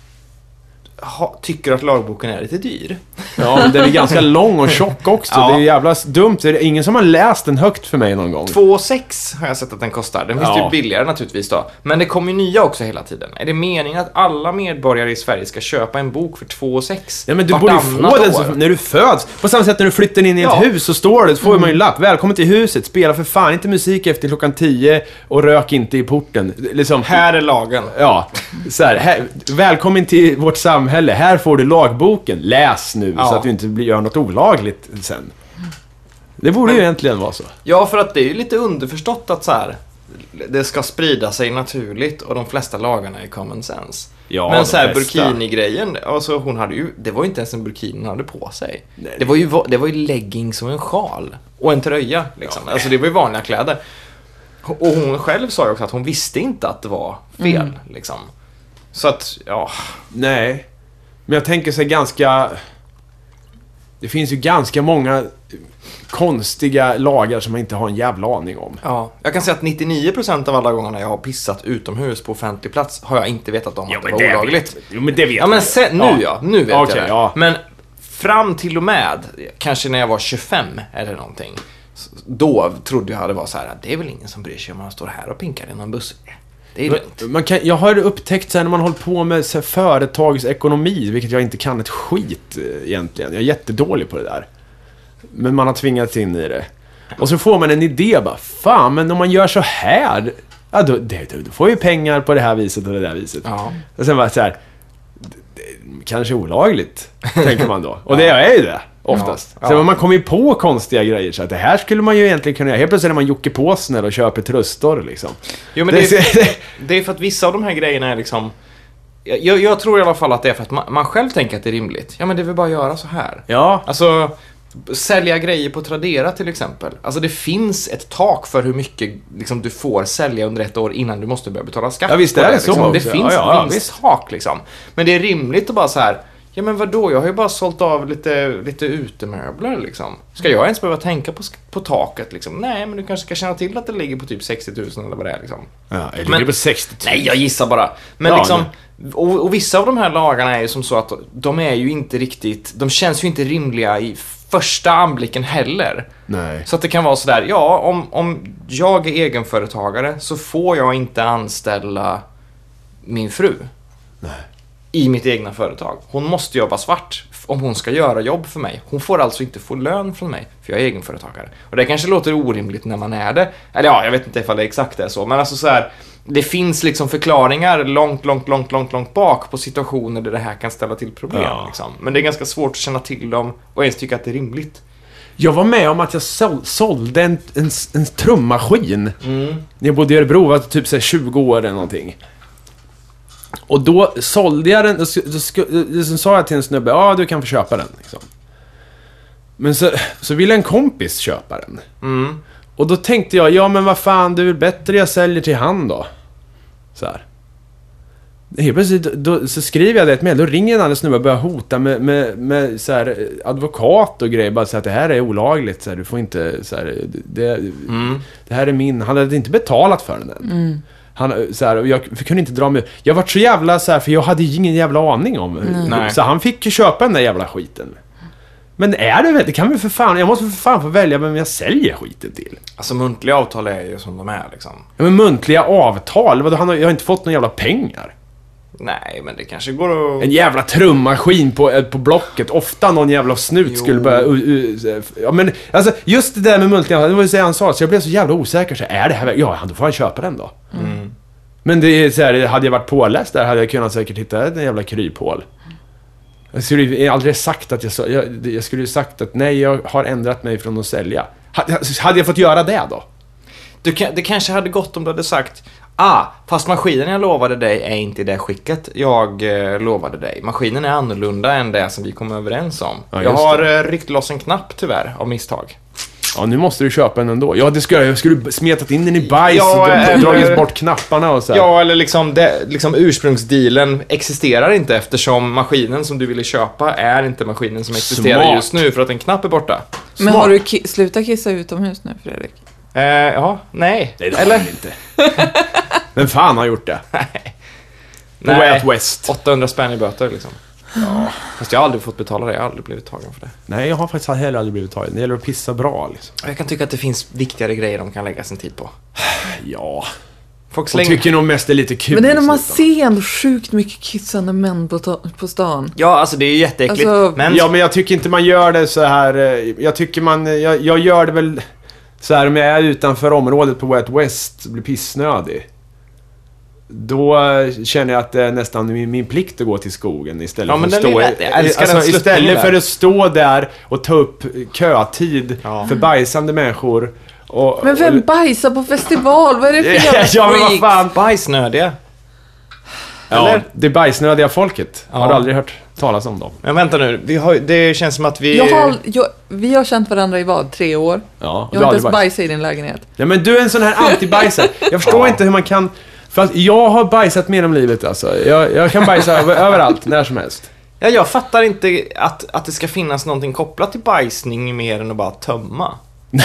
ha, tycker att lagboken är lite dyr. Ja, men den är ganska lång och tjock också. Ja. Det är jävla dumt. Det är ingen som har läst den högt för mig någon gång. två sex har jag sett att den kostar. Den finns ja. ju billigare naturligtvis då. Men det kommer ju nya också hela tiden. Är det meningen att alla medborgare i Sverige ska köpa en bok för två sex? Ja, men du borde få den så, när du föds. På samma sätt när du flyttar in i ja. ett hus så står det, så får mm. man ju en lapp. Välkommen till huset. Spela för fan inte musik efter klockan tio och rök inte i porten. Liksom, här är lagen. Ja, så här, här, välkommen till vårt samhälle. Här får du lagboken. Läs nu ja. så att du inte gör något olagligt sen. Det borde men, ju egentligen vara så. Ja, för att det är ju lite underförstått att så här, det ska sprida sig naturligt och de flesta lagarna är common sense. Ja, men så här burkini-grejen, alltså hon hade ju, det var ju inte ens en burkini hon hade på sig. Nej. Det var ju det var ju leggings och en sjal och en tröja liksom. Ja, alltså det var ju vanliga kläder. Och hon själv sa ju också att hon visste inte att det var fel mm. liksom. Så att ja, nej. Men jag tänker sig ganska... Det finns ju ganska många konstiga lagar som man inte har en jävla aning om. Ja, jag kan säga att nittionio procent av alla gångerna jag har pissat utomhus på offentlig plats har jag inte vetat om ja, att det var det olagligt. Vet, jo, men det vet ja, men sen, nu ja. ja, nu vet okay, jag det. Ja. Men fram till och med, kanske när jag var tjugofem eller någonting, då trodde jag det var så här, det är väl ingen som bryr sig om man står här och pinkar i någon buss. Det är lugnt. Man kan, jag har upptäckt sen när man håller på med så här, företagsekonomi, vilket jag inte kan ett skit egentligen. Jag är jättedålig på det där. Men man har tvingats in i det. Och så får man en idé bara, fan, men om man gör så här, ja, då, det, då får ju pengar på det här viset och det där viset. Ja. Och sen bara så här, kanske olagligt, tänker man då. Och det är ju det, oftast. Ja. Ja. Så man kommer ju på konstiga grejer, så att det här skulle man ju egentligen kunna göra. Helt plötsligt är man Jocke Påsner och köper tröstor, liksom. Jo, men det, det, är, det är för att vissa av de här grejerna är liksom... Jag, jag tror i alla fall att det är för att man, man själv tänker att det är rimligt. Ja, men det vill bara göra så här. Ja. Alltså, Sälja grejer på Tradera till exempel. Alltså det finns ett tak för hur mycket liksom, du får sälja under ett år innan du måste börja betala skatt. Ja, visst på är det, det så liksom. Det också. finns Ja, ja, ett vinsttak liksom. Men det är rimligt att bara så här. Ja men vadå, jag har ju bara sålt av lite, lite utemöbler liksom. Ska jag ens behöva tänka på, på taket liksom? Nej, men du kanske ska känna till att det ligger på typ sextio tusen eller vad det är liksom. Ja, det ligger Men- på sextio tusen. Nej, jag gissar bara. Men Ja, liksom, och, och vissa av de här lagarna är ju som så att de är ju inte riktigt, de känns ju inte rimliga i första anblicken heller. Nej. Så att det kan vara sådär, ja, om, om jag är egenföretagare så får jag inte anställa min fru. Nej. I mitt egna företag. Hon måste jobba svart om hon ska göra jobb för mig. Hon får alltså inte få lön från mig, för jag är egenföretagare. Och det kanske låter orimligt när man är det. Eller ja, jag vet inte ifall det exakt är så. Men alltså så här, det finns liksom förklaringar långt, långt, långt, långt, långt bak på situationer där det här kan ställa till problem. Ja. Liksom. Men det är ganska svårt att känna till dem och ens tycka att det är rimligt. Jag var med om att jag sål, sålde en, en, en trummaskin. Mm. När jag bodde i Örebro, var typ så här tjugo år eller någonting. Och då sålde jag den, och så, så, så, så sa jag till en snubbe, ja du kan få köpa den liksom. Men så, så ville en kompis köpa den. Mm. Och då tänkte jag, ja men vad fan, det är väl bättre jag säljer till han då. Så här. Helt plötsligt, då, så skriver jag det ett mejl, då ringer en annan snubbe och börjar hota med, med, med så här, advokat och grejer, bara så att det här är olagligt, så här, du får inte så här, det, Mm. det här är min, han hade inte betalat för den än. Mm. Han, så här, och jag kunde inte dra mig. Jag var så jävla så här, för jag hade ju ingen jävla aning om. Nej. Så han fick ju köpa den där jävla skiten. Men är det väl, det kan vi för fan, jag måste för fan få välja vem jag säljer skiten till. Alltså muntliga avtal är ju som de är liksom. Ja, men muntliga avtal, vadå, han har, jag har inte fått några jävla pengar. Nej, men det kanske går att... En jävla trummaskin på, eh, på Blocket. Ofta någon jävla snut Jo. skulle börja... Uh, uh, ja, men alltså, just det där med muntliga, det var ju så han sa, så jag blev så jävla osäker. Så, är det här... Ja, då får han köpa den då. Mm. Men det är så här, hade jag varit påläst där hade jag kunnat säkert hitta en jävla kryphål. Jag skulle ju aldrig sagt att jag, så, jag... Jag skulle ju sagt att nej, jag har ändrat mig från att sälja. Hade, hade jag fått göra det då? Du kan, det kanske hade gått om du hade sagt ah, fast maskinen jag lovade dig är inte i det skicket jag eh, lovade dig. Maskinen är annorlunda än det som vi kom överens om. Ja, jag just har det. eh, ryckt loss en knapp tyvärr av misstag. Ja, nu måste du köpa en ändå. Ja, det skulle jag. Jag skulle smetat in den i bajs Ja, och eller- dragit bort knapparna och så här. Ja, eller liksom, det, liksom ursprungsdealen existerar inte eftersom maskinen som du ville köpa är inte maskinen som existerar Smart. just nu för att en knapp är borta. Men Smart. har du ki- slutat kissa utomhus nu, Fredrik? Eh, ja, nej. Nej, det eller? har jag inte. Vem fan har gjort det? The Way Out West. åttahundra spänn i böter liksom. Ja. Fast jag har aldrig fått betala det, jag har aldrig blivit tagen för det. Nej, jag har faktiskt heller aldrig blivit tagen. Det gäller att pissa bra liksom. Jag kan tycka att det finns viktigare grejer de kan lägga sin tid på. Ja. Folk Jag slänger... tycker nog mest det är lite kul. Men det är när i man slutändan. ser ändå sjukt mycket kissande män på, ta- på stan. Ja, alltså det är ju jätteäckligt. Alltså- men... Ja, men jag tycker inte man gör det så här. eh, Jag tycker man... Jag, jag gör det väl så här om jag är utanför området på Way Out West och blir pissnödig. Då eh, känner jag att det är nästan min, min plikt att gå till skogen istället Ja, men för att den stå... lilla- jag älskar den alltså, sluttningen istället där. för att stå där och ta upp kötid Ja. för bajsande människor. Och, Men vem och, bajsar på festival? Vad är det för jävla ja, men vad freaks? fan. Bajsnödiga. Ja, Eller? det bajsnödiga folket. Ja. Har du aldrig hört talas om dem? Men vänta nu, vi har, det känns som att vi... Jag har, jag, vi har känt varandra i vad? Tre år? Ja, Jag har inte ens bajsat i din lägenhet. Ja, men du är en sån här anti-bajsare. Jag förstår Ja. inte hur man kan... För att jag har bajsat mer om livet alltså. Jag, jag kan bajsa över, överallt, när som helst. Ja, jag fattar inte att, att det ska finnas någonting kopplat till bajsning mer än att bara tömma.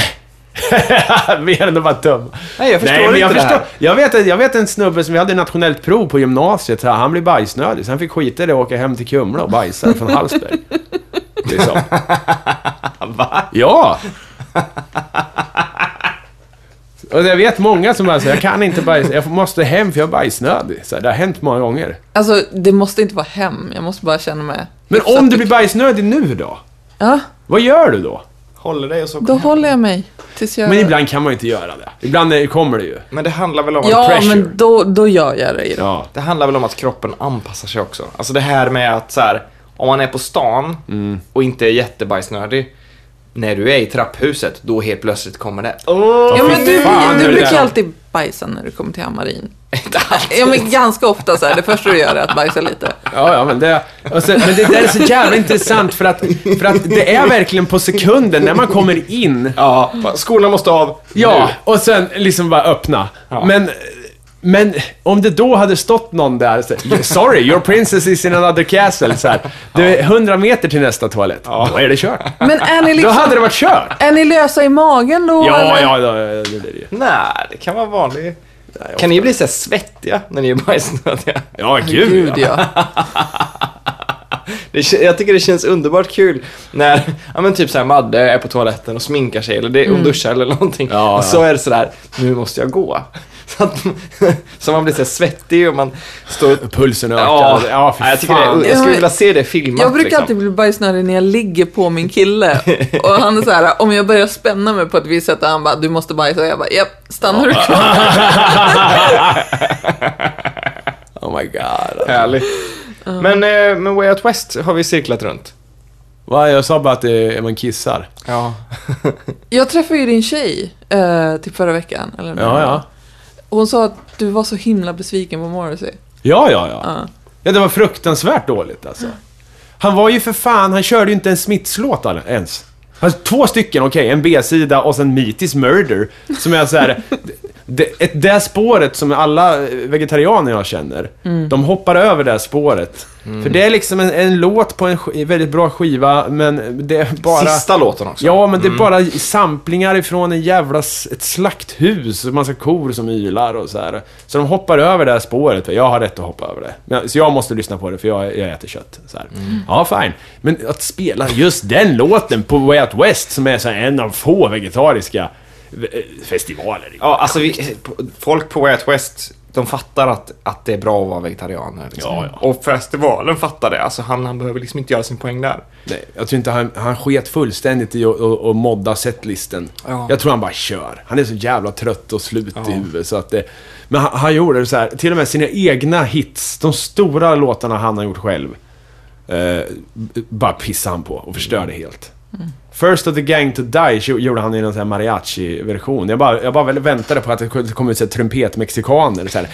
Mer än att bara tömma. Nej, jag förstår Nej, men inte jag det förstår. här. Jag vet, jag vet en snubbe som vi hade nationellt prov på gymnasiet. Så han blev bajsnödig. Så han fick skita i det och åka hem till Kumla och bajsa från Hallsberg. Liksom. Va? Ja! Och jag vet många som bara säger, jag kan inte bajsa, jag måste hem för jag är bajsnödig. Så här, det har hänt många gånger. Alltså, det måste inte vara hem. Jag måste bara känna mig... Men om du blir bajsnödig nu då? Ja, Vad gör du då? Håller dig och så... då håller jag mig tills jag... Men ibland kan man ju inte göra det. Ibland är- kommer det ju. Men det handlar väl om... Ja, pressure. men då, då gör jag det. Ja. Det handlar väl om att kroppen anpassar sig också. Alltså det här med att så här, om man är på stan Mm. och inte är jättebajsnödig, när du är i trapphuset, då helt plötsligt kommer det. Ja, men du, fan, du det brukar där. alltid bajsa när du kommer till Hammarin. Inte alltid. Ja, men ganska ofta så här, det första du gör är att bajsa lite. Ja, ja, men det, och sen, men det där är så jävla intressant för att, för att det är verkligen på sekunden när man kommer in. Ja, skorna måste av. Ja, nu. och sen liksom bara öppna. Ja. Men, men om det då hade stått någon där så, sorry, your princess is in another castle så här. Det är hundra meter till nästa toalett. Ja. Då är det kört. Men är ni Då liksom, hade det varit kört. är ni lösa i magen då? Ja, eller? ja, då, det är det ju. Nej, det kan vara vanligt. Kan ni bli så här svettiga när ni är bajsnödiga? Ja, gud, Gud, ja. Det, jag tycker det känns underbart kul när, ja men typ så här, Madde är på toaletten och sminkar sig eller det, mm. och duschar eller någonting. Ja, och så ja. är det sådär, nu måste jag gå. Så, att, så man blir så här svettig och man står... Pulsen ökar. Ja, ja för jag, tycker fan. det, jag skulle vilja se det filmat. Jag brukar liksom. alltid bli bajsnödig när jag ligger på min kille. Och han är så här, om jag börjar spänna mig på ett visst sätt, han bara, du måste bajsa. Och jag bara, japp, stannar du kvar? Oh my god. Alltså. Härligt. Uh. Men eh, med Way Out West har vi cirklat runt. Va, jag sa bara att det är, man kissar. Ja. Jag träffade ju din tjej eh, typ förra veckan. Eller Ja, ja. Hon sa att du var så himla besviken på Morrissey. Ja, ja, ja. Ja. Ja, det var fruktansvärt dåligt alltså. Han var ju för fan, han körde ju inte en Smiths-låt ens. Han två stycken, okej, okay, en B-sida och sen Meat is Murder. Som är så här, det, ett, det spåret som alla vegetarianer jag känner, mm. de hoppar över det spåret. Mm. För det är liksom en, en låt på en sk- väldigt bra skiva, men det är bara... Sista låten också. Ja, men det är mm. bara samplingar ifrån en jävla ett slakthus, en massa kor som ylar och så här. Så de hoppar över det här spåret, jag har rätt att hoppa över det. Så jag måste lyssna på det, för jag, jag äter kött. Så här. Mm. Ja, fine. Men att spela just den låten på Way Out West, som är så här en av få vegetariska festivaler. Ja, alltså vi, folk på Way Out West, de fattar att, att det är bra att vara vegetarianer liksom. Ja, ja. Och festivalen fattar det. Alltså han, han behöver liksom inte göra sin poäng där. Nej, jag tror inte han, han sket fullständigt i att, att, att modda setlisten. Ja. Jag tror han bara kör. Han är så jävla trött och slut Ja. i huvudet så att det, men han, han gjorde det så här, till och med sina egna hits, de stora låtarna han har gjort själv, eh, bara pissade han på och förstörde helt. Mm. First of the Gang to Die gjorde han i någon sån här mariachi-version. Jag bara, jag bara väl väntade på att det kom ut så här trumpet-mexikaner så här.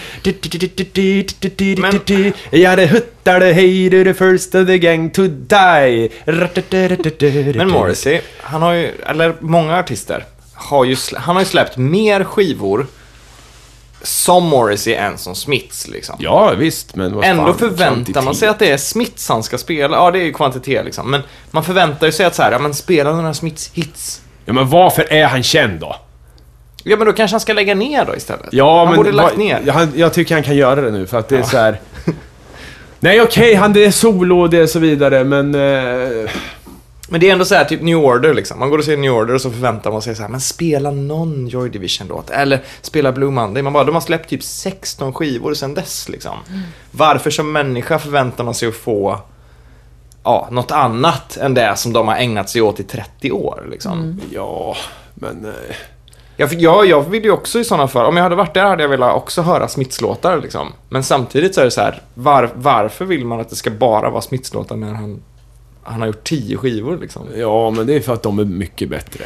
Men jag hade huttade hej du First of the Gang to Die. Men Morrissey, han har ju, eller många artister har ju, han har ju släppt mer skivor som Morrissey än som Smiths liksom. Ja, visst, men vad ändå fan, förväntar kvantitet. man sig att det är Smiths han ska spela. Ja, det är ju kvantitet liksom. Men man förväntar sig att så här, ja men spela några Smiths hits. Ja, men varför är han känd då? Ja, men då kanske han ska lägga ner då istället. Ja, han men borde lagt va, ner. Jag, jag tycker han kan göra det nu, för att det är så här. Nej, okej, okay, han det är solo och det är så vidare, men... Uh... Men det är ändå så här, typ New Order liksom. Man går och ser New Order och så förväntar man sig så här, men spela någon Joy Division-låt. Eller spela Blue Monday. Man bara, de har släppt typ sexton skivor sedan dess liksom. Mm. Varför som människa förväntar man sig att få ja, något annat än det som de har ägnat sig åt i trettio år liksom. Mm. Ja, men... Uh... Ja, för jag, jag vill ju också i sådana fall, om jag hade varit där hade jag velat också höra Smiths-låtar liksom. Men samtidigt så är det så här, var, varför vill man att det ska bara vara Smiths-låtar när han Han har gjort tio skivor liksom. Ja, men det är för att de är mycket bättre.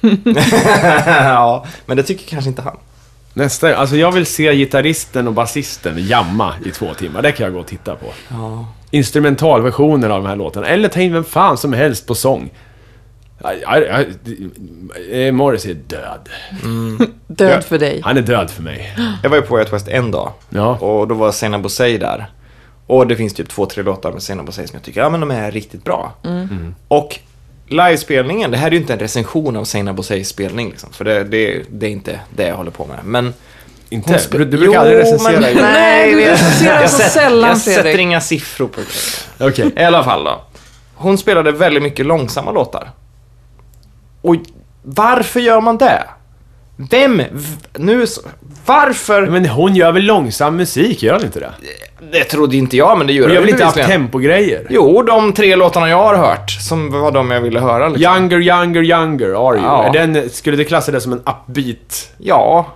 Ja, men det tycker kanske inte han. Nästa, alltså jag vill se gitarristen och basisten jamma i två timmar. Det kan jag gå och titta på. Ja. Instrumentalversioner av de här låtarna. Eller ta in vem fan som helst på sång. I, I, I, Morrissey är död. Mm. Död ja. för dig. Han är död för mig. Jag var ju på Way Out West en dag. Ja. Och då var Sena Bosei där. Och det finns typ två, tre låtar med Sena Bosei som jag tycker, ja men de är riktigt bra. Mm. Mm. Och livespelningen, det här är ju inte en recension av Sena Boseis spelning liksom, för det, det, det är inte det jag håller på med. Men inte? Spe- du, du brukar aldrig recensera. Men, nej, du recenserar jag, så sätt, sällan, jag Fredrik. sätter inga siffror på det. Okej. I alla fall då. Hon spelade väldigt mycket långsamma låtar. Och varför gör man det? Vem? V- nu varför? Men hon gör väl långsam musik, gör hon inte det? Det trodde inte jag, men det gör hon det gör väl inte bevisligen. up-tempo-grejer? Jo, de tre låtarna jag har hört som var de jag ville höra liksom. Younger, younger, younger, are you? Ja. Är den, skulle du klassa det som en upbeat? Ja.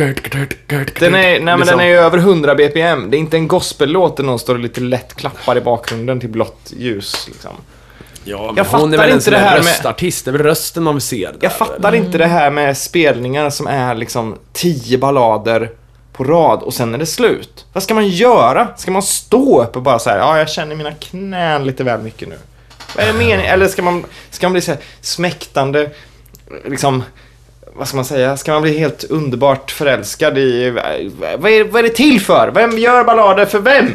Den är, nej, men den är ju över hundra B P M. Det är inte en gospellåt där någon står och lite lätt klappar i bakgrunden till blått ljus liksom. Ja, men jag hon är fattar väl inte en det här med röstartist, det är väl rösten man vill se där, Jag fattar eller? inte det här med spelningar som är liksom tio ballader på rad och sen är det slut. Vad ska man göra? Ska man stå upp och bara så här, ja, jag känner mina knän lite väl mycket nu. Vad är det meningen? Eller ska man, ska man bli så här smäktande, liksom, vad ska man säga? Ska man bli helt underbart förälskad i, vad är, vad är det till för? Vem gör ballader för vem?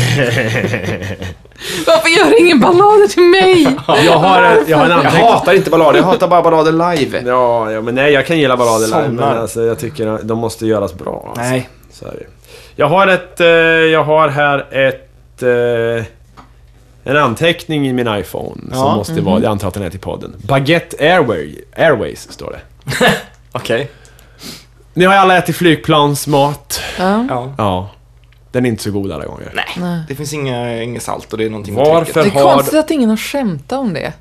Varför gör ingen ballader till mig? Jag har, jag har en Jag anteckning. hatar inte ballader, jag hatar bara ballader live. Ja, ja, men nej, jag kan gilla ballader live, Somnar. men alltså, jag tycker att de måste göras bra. Alltså. Nej. Så är det. Jag har ett, eh, jag har här ett, eh, en anteckning i min iPhone som Ja. måste vara, jag antar att den är till podden. Baguette Airway, Airways står det. Okej. Okay. Ni har alla ätit flygplansmat. Ja. Ja. Ja. Den är inte så god alla gånger. Nej, Nej. det finns inga, inga salt och det är någonting Varför Det är har... konstigt att ingen har skämtat om det.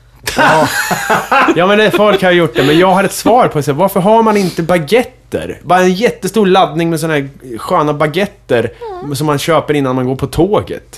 Ja, men det, folk har gjort det, men jag har ett svar på det. Varför har man inte baguetter? Bara en jättestor laddning med såna här sköna baguetter mm. som man köper innan man går på tåget.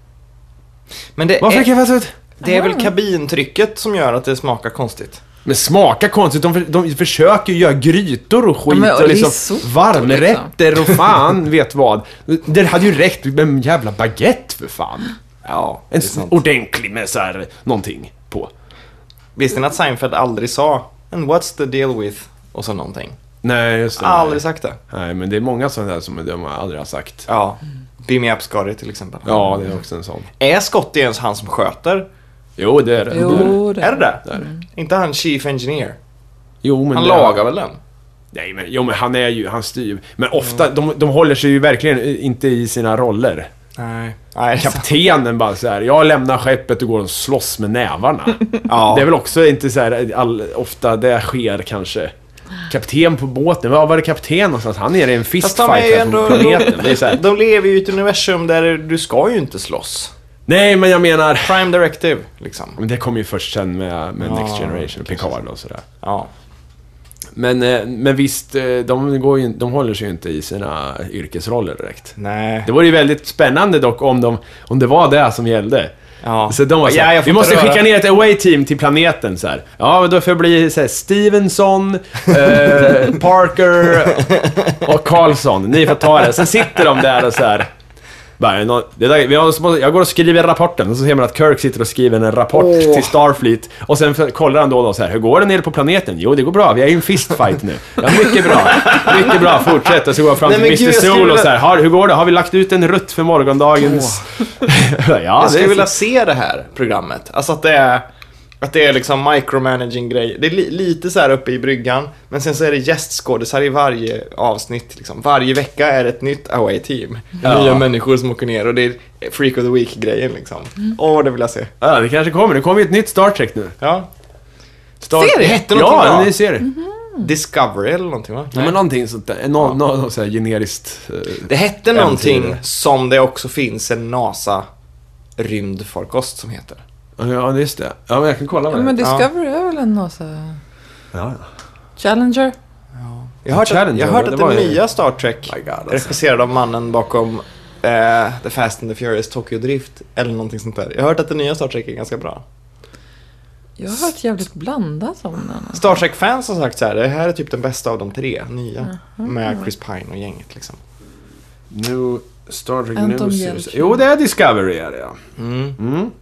Men det Varför är, kan jag fast ut? det är väl kabintrycket som gör att det smakar konstigt. Men smaka konstigt, de, för, de försöker ju göra grytor och skit Ja, men, och och liksom risotto, varmrätter och fan vet vad. Det hade ju räckt med en jävla baguette för fan. Ja, En ordentlig med så här någonting på. Visste ni att Seinfeld aldrig sa and what's the deal with och så någonting? Nej, just det. Aldrig sagt det. Nej, men det är många sådana där som de aldrig har sagt. Ja, Beam Me Up Scotty till exempel. Ja, det är också en sån. Är Scotty ens han som sköter? Jo, det är det. Jo, det Är det det? Det är det. Inte han Chief Engineer? Jo, men Han det, lagar väl den? Nej, men, jo, men han är ju, han styr. Men ofta, mm. de, de håller sig ju verkligen inte i sina roller. Nej. Nej. Kaptenen bara så här, jag lämnar skeppet och går och slåss med nävarna. Ja. Det är väl också inte så här, all, ofta det sker kanske. Kapten på båten, vad var det kapten någonstans? Han är i en fistfight här på planeten. Det är så här. De lever ju i ett universum där du ska ju inte slåss. Nej, men jag menar... Prime Directive, liksom. Men det kommer ju först sen med, med Ja, Next Generation, Picard och sådär. Ja. Men, eh, men visst, eh, de, går ju, de håller sig ju inte i sina yrkesroller direkt. Nej. Det var ju väldigt spännande dock om, de, om det var det som gällde. Ja. Så de var så här, Ja, jag får vi måste inte skicka röra. ner ett away-team till planeten så här. Ja, då får det bli så här, Stevenson, eh, Parker och Carlson. Ni får ta det. Sen sitter de där och så här. Bara, nå- det där, vi har, jag går och skriver rapporten och så ser man att Kirk sitter och skriver en rapport Åh. till Starfleet och sen för, kollar han då och då så här, hur går det nere på planeten? Jo, det går bra, vi är i en fistfight nu. Ja, mycket bra, mycket bra, fortsätt. Och så går jag fram Nej, till men mister gud, jag skulle Sol och vilja- så här, har, hur går det? Har vi lagt ut en rutt för morgondagens... ja, Jag det skulle är vilja så... se det här programmet. Alltså att det är att det är liksom micromanaging grej. Det är li- lite så här uppe i bryggan, men sen så är det gästskådisar i varje avsnitt liksom. Varje vecka är det ett nytt away team. Ja. Nya människor som åker ner och det är Freak of the Week grejen liksom. Åh, det vill jag se. Ja, det kanske kommer. Det kommer ju ett nytt Star Trek nu. Ja. Star... Serie? Det hette någonting Ja, bra. en ny serie. Discovery eller någonting, va? Ja, men någonting sånt där. Nå, nå, nå, så här generiskt... eh, Det hette någonting äventyr. som det också finns en NASA rymdfarkost som heter. Ja, just det. Ja, men jag kan kolla Ja, med men det. Discovery är väl en NASA... Ja, Challenger? Jag har hört att, Challenger, jag har hört det att var den ju- nya Star Trek My God, alltså. regisserad av mannen bakom eh, The Fast and the Furious Tokyo Drift eller någonting sånt där. Jag har hört att den nya Star Trek är ganska bra. Jag har hört jävligt blandat om den. Star Trek-fans har sagt så här, det här är typ den bästa av de tre nya. Med Chris Pine och gänget liksom. New Star Trek Anton New Yelchin. Series. Jo, det är Discovery, är det, ja. Mm. Mm.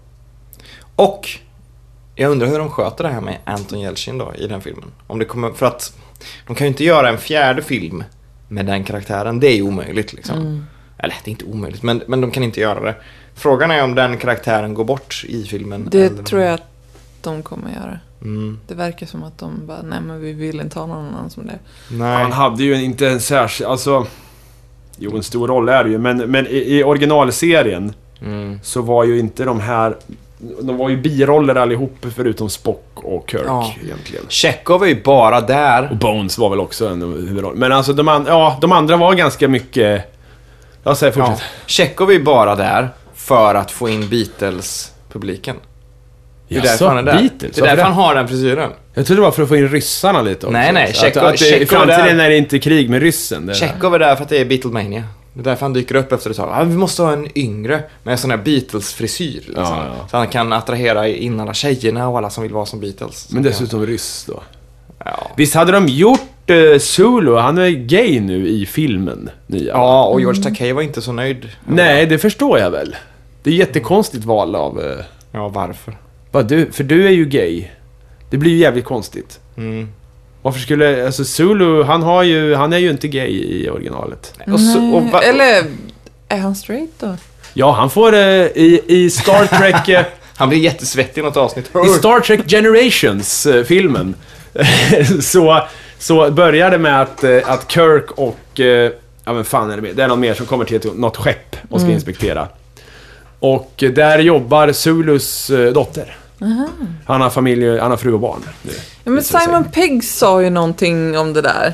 Och jag undrar hur de sköter det här med Anton Yelchin då i den filmen. Om det kommer, för att de kan ju inte göra en fjärde film med den karaktären. Det är ju omöjligt liksom. Mm. Eller det är inte omöjligt, men, men de kan inte göra det. Frågan är om den karaktären går bort i filmen. Det eller- tror jag att de kommer göra. Mm. Det verkar som att de bara, nej men vi vill inte ha någon annan som det. Nej. Han hade ju inte en särskild... Alltså... Jo, en stor roll är det ju. Men, men i, i originalserien Mm. så var ju inte de här... De var ju biroller allihop förutom Spock och Kirk Ja. egentligen. Chekhov är ju bara där. Och Bones var väl också en huvudroll. Men alltså de, an- ja, de andra var ganska mycket... Jag säger Ja. fortsätt. Chekhov är ju bara där för att få in Beatles-publiken. Det är därför han är där. Beatles? Det är Varför därför det? han har den frisyren. Jag trodde det var för att få in ryssarna lite också. Nej, nej, Så att, Chekhov- att det, I Chekhov är framtiden där. är det inte krig med ryssen. Det är Chekhov är där för att det är Beatlemania. Det är därför han dyker upp efter ett tag. Ah, vi måste ha en yngre med en sån här Beatles-frisyr. Liksom. Ja, ja. Så han kan attrahera in alla tjejerna och alla som vill vara som Beatles. Men dessutom ryss då. Ja. Visst hade de gjort uh, Sulu, han är gay nu i filmen. Nya. Ja, och George Takei var inte så nöjd. Nej, det förstår jag väl. Det är jättekonstigt val av... Uh, Ja, varför? vad du, för du är ju gay. Det blir ju jävligt konstigt. Mm. Varför skulle... Alltså Sulu, han, har ju, han är ju inte gay i originalet. Och så, och va- Eller är han straight då? Ja, han får uh, i, i Star Trek... Uh, Han blir jättesvettig i något avsnitt. I Star Trek Generations-filmen så, så börjar det med att, eh, att Kirk och... eh, Ja, men fan är det med? Det är någon mer som kommer till ett, något skepp och ska Mm. inspektera. Och eh, där jobbar Zulus eh, dotter. Han har familj, han har fru och barn. Nu, Ja, men visar det sig. Simon Pegg sa ju någonting om det där.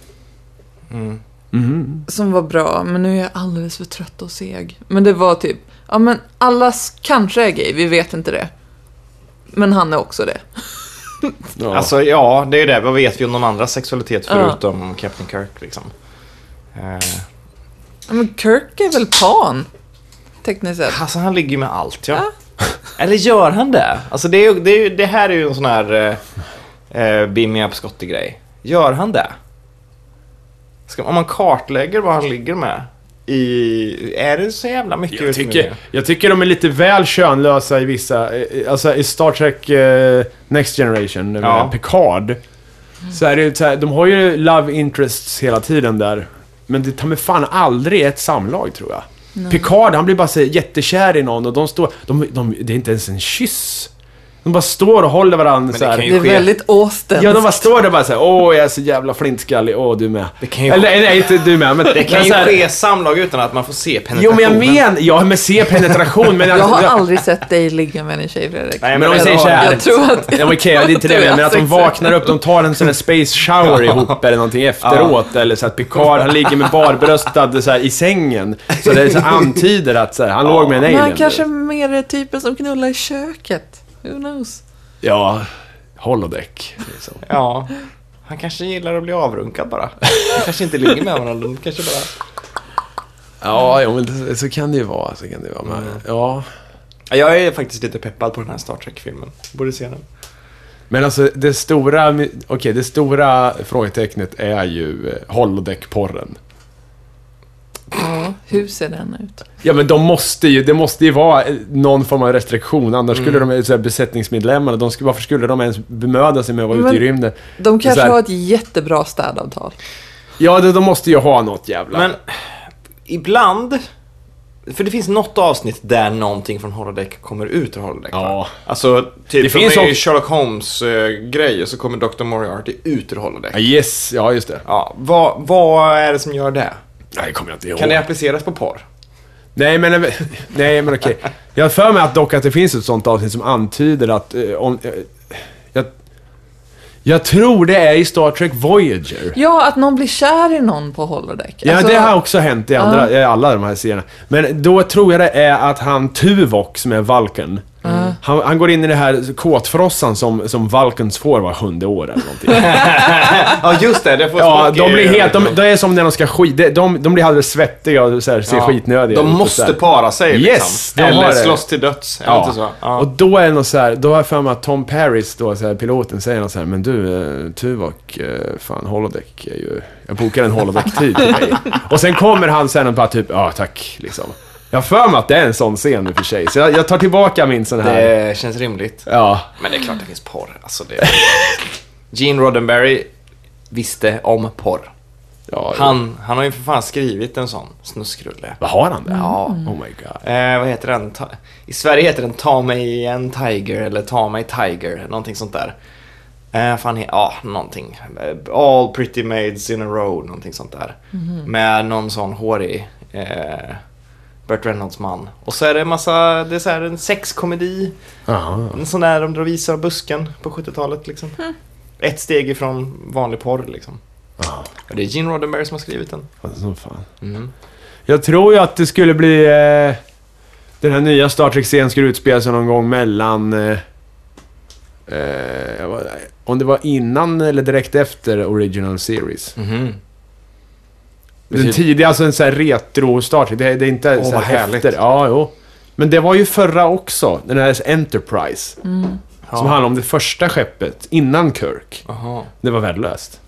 Mhm. Som var bra, men nu är jag alldeles för trött och seg. Men det var typ, ja men alla s- kanske är gay, vi vet inte det. Men han är också det. Ja. Alltså, ja, det är ju det. Vad vet vi om någon andra sexualitet Ja. förutom Captain Kirk, liksom? Eh, Ja, men Kirk är väl pan? Tekniskt sett. alltså, han ligger ju med allt, ja. Eller gör han det? Alltså, det, är, ju- det, är, ju- det här är ju en sån här eh, eh, beam me up Scotty-grej. Gör han det? Ska, om man kartlägger vad han ligger med i, är det så jävla mycket? Jag tycker, jag tycker de är lite väl könlösa i vissa... eh, Alltså i Star Trek eh, Next Generation, med Ja. Picard, så är det ju så här, de har ju love interests hela tiden där. Men det tar med fan aldrig ett samlag, tror jag. Picard, han blir bara så jättekär i någon och de står... De, de, det är inte ens en kyss. De bara står och håller varandra det så här. kan ju Det är ske. väldigt Austin. Ja, de bara står där och bara så här, åh, jag är så jävla flintskallig, åh, du med. Det kan ju- Eller nej, inte du med, men Det kan men ju så här- ske samlag utan att man får se Jo, penetrationen. men jag men, ja, men se penetration, men Jag har jag- aldrig sett dig ligga med en tjej, Fredrik. Nej, Men om vi säger så här, Jag tror att... ja, men okej, det är inte det, men att de vaknar upp, de tar en sån här space shower ihop eller någonting efteråt, eller så att Picard, han ligger med barbröstad så här, i sängen, så det så antyder att så här, han låg med en Men alien. han kanske mer är typen som knullar i köket. Who knows? Ja, holodeck. Liksom. Ja, han kanske gillar att bli avrunkad bara. Han kanske inte ligger med varandra, de kanske bara... Ja, jo, men det, så kan det ju vara, så kan det ju vara. Men, ja. Jag är faktiskt lite peppad på den här Star Trek-filmen. Borde se den. Men alltså, det stora, okej, det stora frågetecknet är ju eh, holodeck-porren. Ja, hur ser den ut? Ja, men de måste ju, det måste ju vara någon form av restriktion, annars skulle de, så här, besättningsmedlemmarna, de skulle, varför skulle de ens bemöda sig med att vara ute i Men- rymden? De kanske Så här- har ett jättebra städavtal. Ja, de, de måste ju ha något jävla... Men ibland... För det finns något avsnitt där någonting från Holodeck kommer ut ur Holodeck. Ja. va? Alltså, typ Det som finns i också- Sherlock Holmes-grejer så kommer doktor Moriarty ut ur Holodeck. Ja, yes, ja just det. Ja, vad, vad är det som gör det? Nej, det kommer jag inte ihåg. Kan det appliceras på porr? Nej, men, nej, men okej. Jag har för mig att dock att det finns ett sånt avsnitt som antyder att... Eh, om, eh, jag, jag tror det är i Star Trek Voyager. Ja, att någon blir kär i någon på holodeck. Ja, Alltså, det har också hänt i, andra, i alla de här serierna. Men då tror jag det är att han Tuvok, som är Vulcan, han, han går in i det här kåtfrossan som, som Vulcans får var sjunde år eller någonting. Ja, just det. det får Ja, Spock de i- blir helt... De, det är som när de ska skit... De, de, de blir alldeles svettiga och så här, ser Ja, skitnödiga de ut och måste så här. para sig Yes, liksom. de har Eller det. slåss till döds. Eller Ja. inte så. Ja. Och då är det något så här, då har jag för mig att Tom Paris då, så här, piloten, säger något så här, men du, eh, Tuvok, eh, fan, holodeck är ju... Jag bokar en holodeck-tid till dig. Och sen kommer han sen och bara typ, ja tack, liksom. Jag har för mig att det är en sån scen i och för sig. Så jag, jag tar tillbaka min sån här... Det känns rimligt. Ja. Men det är klart det finns porr. Alltså det... Gene Roddenberry visste om porr. ja Han, han har ju för fan skrivit en sån snuskrulle. Vad har han det? Ja. Oh my god. Eh, vad heter den? Ta... I Sverige heter den Ta mig en tiger eller Ta mig tiger. Någonting sånt där. Eh, fan, he... ja, någonting. Eh, All pretty maids in a row. Någonting sånt där. Med någon sån hårig... Eh... Burt Reynolds man. Och så är det en massa, det är så här en sexkomedi. Aha. En sån där de drar visar busken på sjuttiotalet liksom. Ett steg ifrån vanlig porr liksom. Ja. Och det är Gene Roddenberry som har skrivit den. Alltså, fan. Mm. Jag tror ju att det skulle bli... Eh, den här nya Star Trek-serien skulle utspela sig någon gång mellan... Eh, eh, vad- om det var innan eller direkt efter Original Series. Mhm. Den tidiga, alltså en sån här retro Star Trek. Det, det är inte Åh, så vad här härligt. efter. Ja, jo. Men det var ju förra också. Den här Enterprise. Som handlar om det första skeppet innan Kirk. Aha. Det var värdelöst.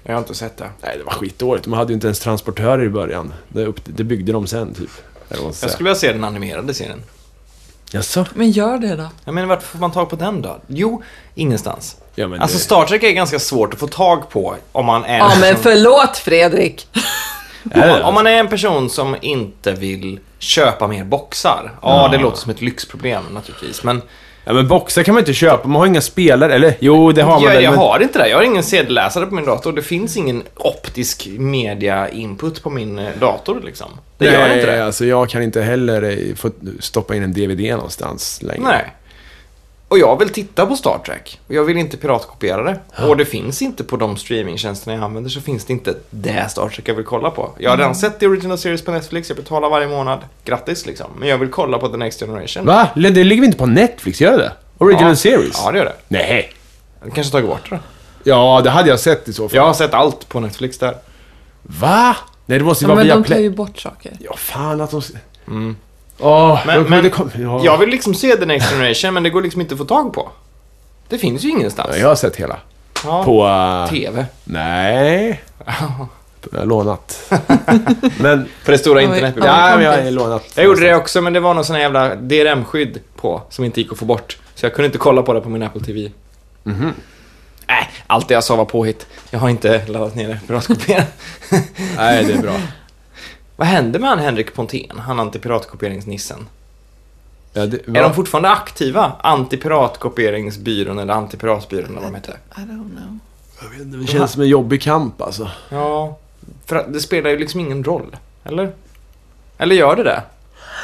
Jag har inte sett det. Nej, det var skitdåligt. De hade ju inte ens transportörer i början. Det, upp, det byggde de sen, typ. Jag skulle vilja se den animerade serien. Jaså? Men gör det då. Jag menar, vart får man tag på den då? Jo, ingenstans. Ja, men Alltså det... Star Trek är ganska svårt att få tag på om man är... Ja, men förlåt Fredrik. Om man, om man är en person som inte vill köpa mer boxar. Ja, det låter som ett lyxproblem naturligtvis. Men Ja, men boxar kan man inte köpa. Man har inga spelare, eller? Jo, det har man jag, väl. jag men... har inte det. Jag har ingen C D-läsare på min dator. Det finns ingen optisk media-input på min eh, dator liksom. Det Nej, gör inte det. alltså jag kan inte heller eh, få stoppa in en D V D någonstans längre. Nej. Och jag vill titta på Star Trek. Och jag vill inte piratkopiera det. Ja. Och det finns inte på de streamingtjänsterna jag använder, så finns det inte det Star Trek jag vill kolla på. Jag har redan sett The Original Series på Netflix. Jag betalar varje månad. Grattis liksom. Men jag vill kolla på The Next Generation. Va? Det ligger inte på Netflix, gör det? Original Ja. Series? Ja, det gör det. Nej. Jag kanske tagit bort det. Ja, det hade jag sett i så fall. Jag har sett allt på Netflix där. Va? Nej, det måste ju Ja, vara men via de tar Play. ju bort saker. Ja, fan att de... Mm. Åh, Men, då- men det kom... ja. jag vill liksom se The Next Generation, men det går liksom inte att få tag på. Det finns ju ingenstans. Jag har sett hela. Ja. På... Uh... T V. Nej. Jag har lånat. Men... För det stora Ja, men- internet. ja, Ja, men men jag kompis. har lånat. Jag gjorde det också, men det var någon sån här jävla D R M-skydd på som inte gick att få bort. Så jag kunde inte kolla på det på min Apple T V. Mhm. Nej, allt det jag sa var påhitt. Jag har inte laddat ner det för att kopiera. Nej, det är bra. Vad hände med han Henrik Pontén, han antipiratkopieringsnissen? Ja, det, Är de fortfarande aktiva? Antipiratkopieringsbyrån eller antipiratbyrån eller vad de heter? I don't know. Jag vet inte, det känns som en jobbig kamp, alltså. Ja, för att det spelar ju liksom ingen roll. Eller? Eller gör det det?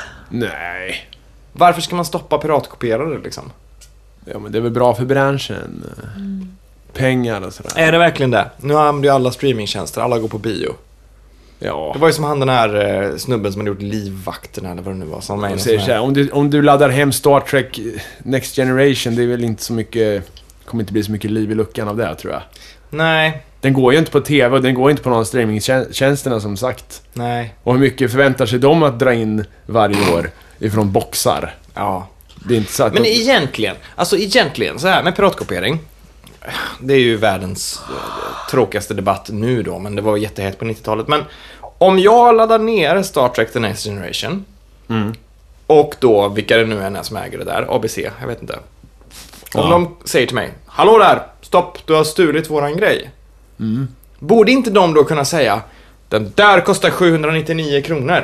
Nej. Varför ska man stoppa piratkopierare liksom? Ja, men det är väl bra för branschen. Mm. Pengar och sådär. Är det verkligen det? Nu använder ju alla streamingtjänster, alla går på bio. Ja. Det var ju som han den här eh, snubben som hade gjort Livvakterna eller vad det nu var. Som var en Jag sån säger här- så här, om, du, om du laddar hem Star Trek Next Generation, det är väl inte så mycket... kommer inte bli så mycket liv i luckan av det, tror jag. Nej, Den går ju inte på tv och den går inte på någon streamingtjänsterna, som sagt. nej, Och hur mycket förväntar sig de att dra in varje år ifrån boxar? ja. Det är inte så att... Men de... egentligen, alltså egentligen, så här med piratkopiering. Det är ju världens eh, tråkigaste debatt nu då, men det var jättehett på nittiotalet. Men om jag laddar ner Star Trek The Next Generation Mm. och då, vilka det nu än är som äger det där, A B C, jag vet inte. Om Ja. de säger till mig, hallå där, stopp, du har stulit våran grej. Mm. Borde inte de då kunna säga, den där kostar sjuhundranittionio kronor?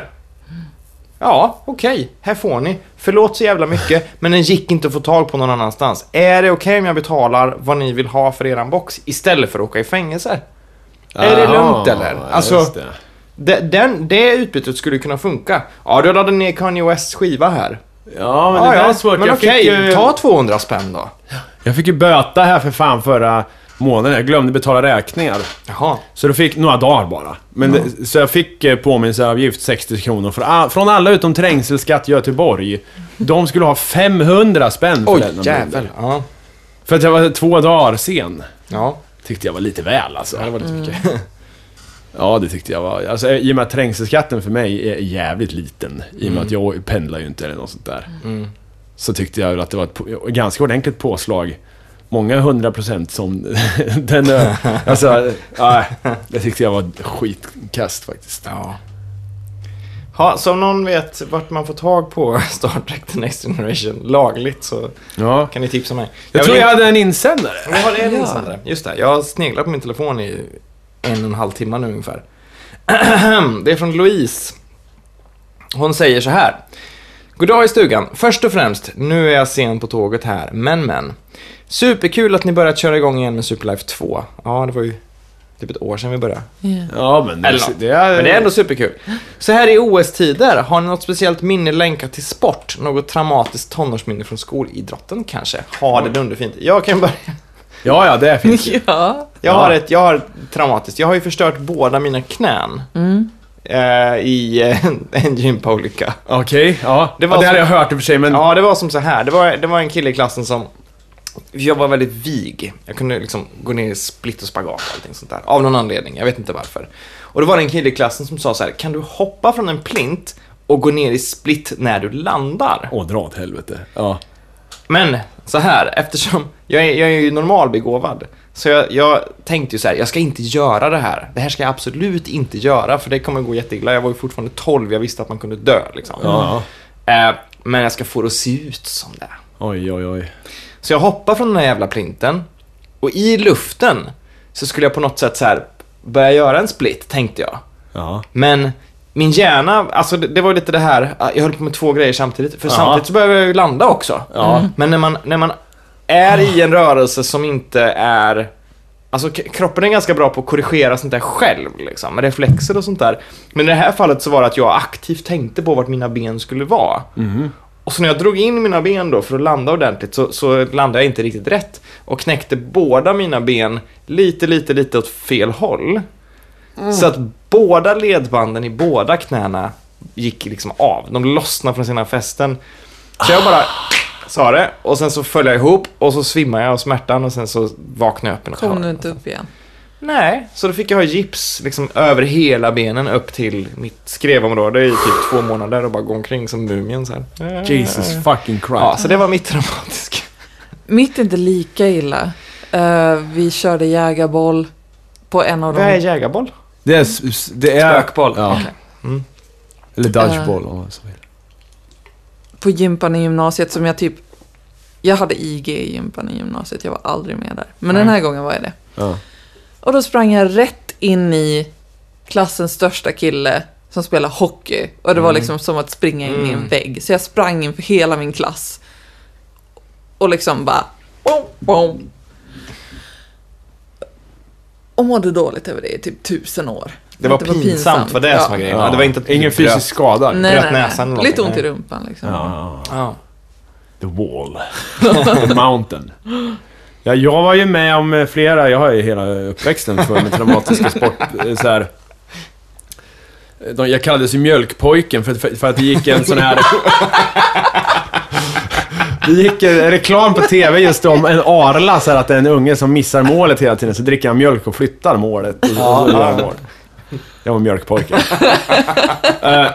Ja, okej, här får ni. Förlåt så jävla mycket, men den gick inte att få tag på någon annanstans. Är det okej om jag betalar vad ni vill ha för eran box istället för att åka i fängelse? Är det lugnt eller? Ja, Alltså, just det. det, den, det utbytet skulle kunna funka. Ja, du laddade ner Kanye Wests skiva här. Ja, men Ja, det där ja, är svårt. men jag, okej, fick ju, ta tvåhundra spänn då. jag fick ju böta här för fan förra månaden. Jag glömde betala räkningar. Jaha. Så då fick några dagar bara. Men det, så jag fick eh, påminnelseavgift sextio kronor för, all, från alla utom trängselskatt Göteborg. De skulle ha femhundra spänn för Oj, den. jävel. Ja. För att jag var två dagar sen. Ja, Tyckte jag var lite väl, alltså. det var lite mycket. Ja, det tyckte jag var. Alltså, i och med att trängselskatten för mig är jävligt liten. I och med att jag pendlar ju inte eller något sånt där. Mm. Så tyckte jag att det var ett på, ganska ordentligt påslag. Många hundra procent som den... ö- Alltså, ja, det tyckte jag var skitkast faktiskt. Ja. Ha, så om någon vet vart man får tag på Star Trek The Next Generation lagligt så Ja. kan ni tipsa mig. Jag, vill tror jag inte- hade en insändare. Jag har en Ja. insändare. Just det, jag har sneglat på min telefon i en och en halv timme nu ungefär. Det är från Louise. Hon säger så här. God dag i stugan. Först och främst, nu är jag sen på tåget här, men men. Superkul att ni börjat köra igång igen med Superlife två. Ja, det var ju typ ett år sedan vi började. Yeah. Ja, men det, Eller något. det är... Men det är ändå superkul. Så här i O S-tider, har ni något speciellt minne länkat till sport? Något traumatiskt tonårsminne från skolidrotten kanske? Ha det dunderfint. Jag kan börja. Ja, ja, det finns ju. Ja. Jag Ja. har ett, jag har ett traumatiskt. Jag har ju förstört båda mina knän Mm. eh, i eh, en gympaolycka. Okej, ja. Det Det, var ja, det så- hade jag hört i och för sig, men... Ja, det var som så här. Det var, det var en kille i klassen som... Jag var väldigt vig. Jag kunde liksom gå ner i split och spagat och allting sånt där. Av någon anledning, jag vet inte varför. Och det var en kille i klassen som sa så här: kan du hoppa från en plint och gå ner i split när du landar? Åh, dra åt helvete. Ja. Men så här, eftersom jag är, jag är ju normalbegåvad, så jag, jag tänkte ju så här, jag ska inte göra det här. Det här ska jag absolut inte göra, för det kommer gå jätteilla. Jag var ju fortfarande tolv, jag visste att man kunde dö liksom. Ja. Eh, men jag ska få det att se ut som det. Oj, oj, oj. Så jag hoppar från den här jävla plinten, och i luften så skulle jag på något sätt så här börja göra en split, tänkte jag. Ja. Men min hjärna, alltså det, det var ju lite det här, jag höll på med två grejer samtidigt. För Ja. samtidigt så behöver jag ju landa också. Ja. Men när man, när man är i en rörelse som inte är... Alltså k- kroppen är ganska bra på att korrigera sånt där själv liksom, med reflexer och sånt där. Men i det här fallet så var det att jag aktivt tänkte på vart mina ben skulle vara. Mm. Och så när jag drog in mina ben då för att landa ordentligt, så, så landade jag inte riktigt rätt. Och knäckte båda mina ben lite, lite, lite åt fel håll. Mm. Så att båda ledbanden i båda knäna gick liksom av. De lossnade från sina fästen. Så jag bara sa det, och sen så föll jag ihop, och så svimmade jag av smärtan, och sen så vaknade jag upp. Kom du inte upp igen? Nej, så då fick jag ha gips liksom över hela benen upp till mitt skrevområde i typ två månader och bara gå omkring som mumien så här. Jesus fucking Christ. Ja, så det var mitt traumatiska. Mitt är inte lika illa. Uh, vi körde jägarboll på en av Vad är de... jägarboll? Det är... s- Det är Spökboll. Ja. Okej. Mm. Eller dodgeball. och så vidare. På gympan i gymnasiet som jag typ... Jag hade I G i gympan i gymnasiet. Jag var aldrig med där. Men Nej. den här gången var jag det. Ja. Och då sprang jag rätt in i klassens största kille som spelar hockey. Och det var liksom som att springa in i en Mm. vägg. Så jag sprang in för hela min klass. Och liksom bara... Boom, boom. Och mådde dåligt över det i typ tusen år. Det var Att pinsamt, för det är Ja. som var grejen. Ja. Det var inte att Ingen du bröt- fysisk skada. Nej, bröt nej, nej. näsan eller Lite ont någonting. i rumpan liksom. Ja. Ja. The wall. The mountain. Ja, jag var ju med om flera, jag har ju hela uppväxten för med traumatiska sport så här. De, jag kallades ju mjölkpojken för, för, för att det gick en sån här det gick en reklam på tv just om en Arla, så här att det är en unge som missar målet hela tiden, så dricker han mjölk och flyttar målet och, och så gör han mål. Jag var mjölkpojken. uh,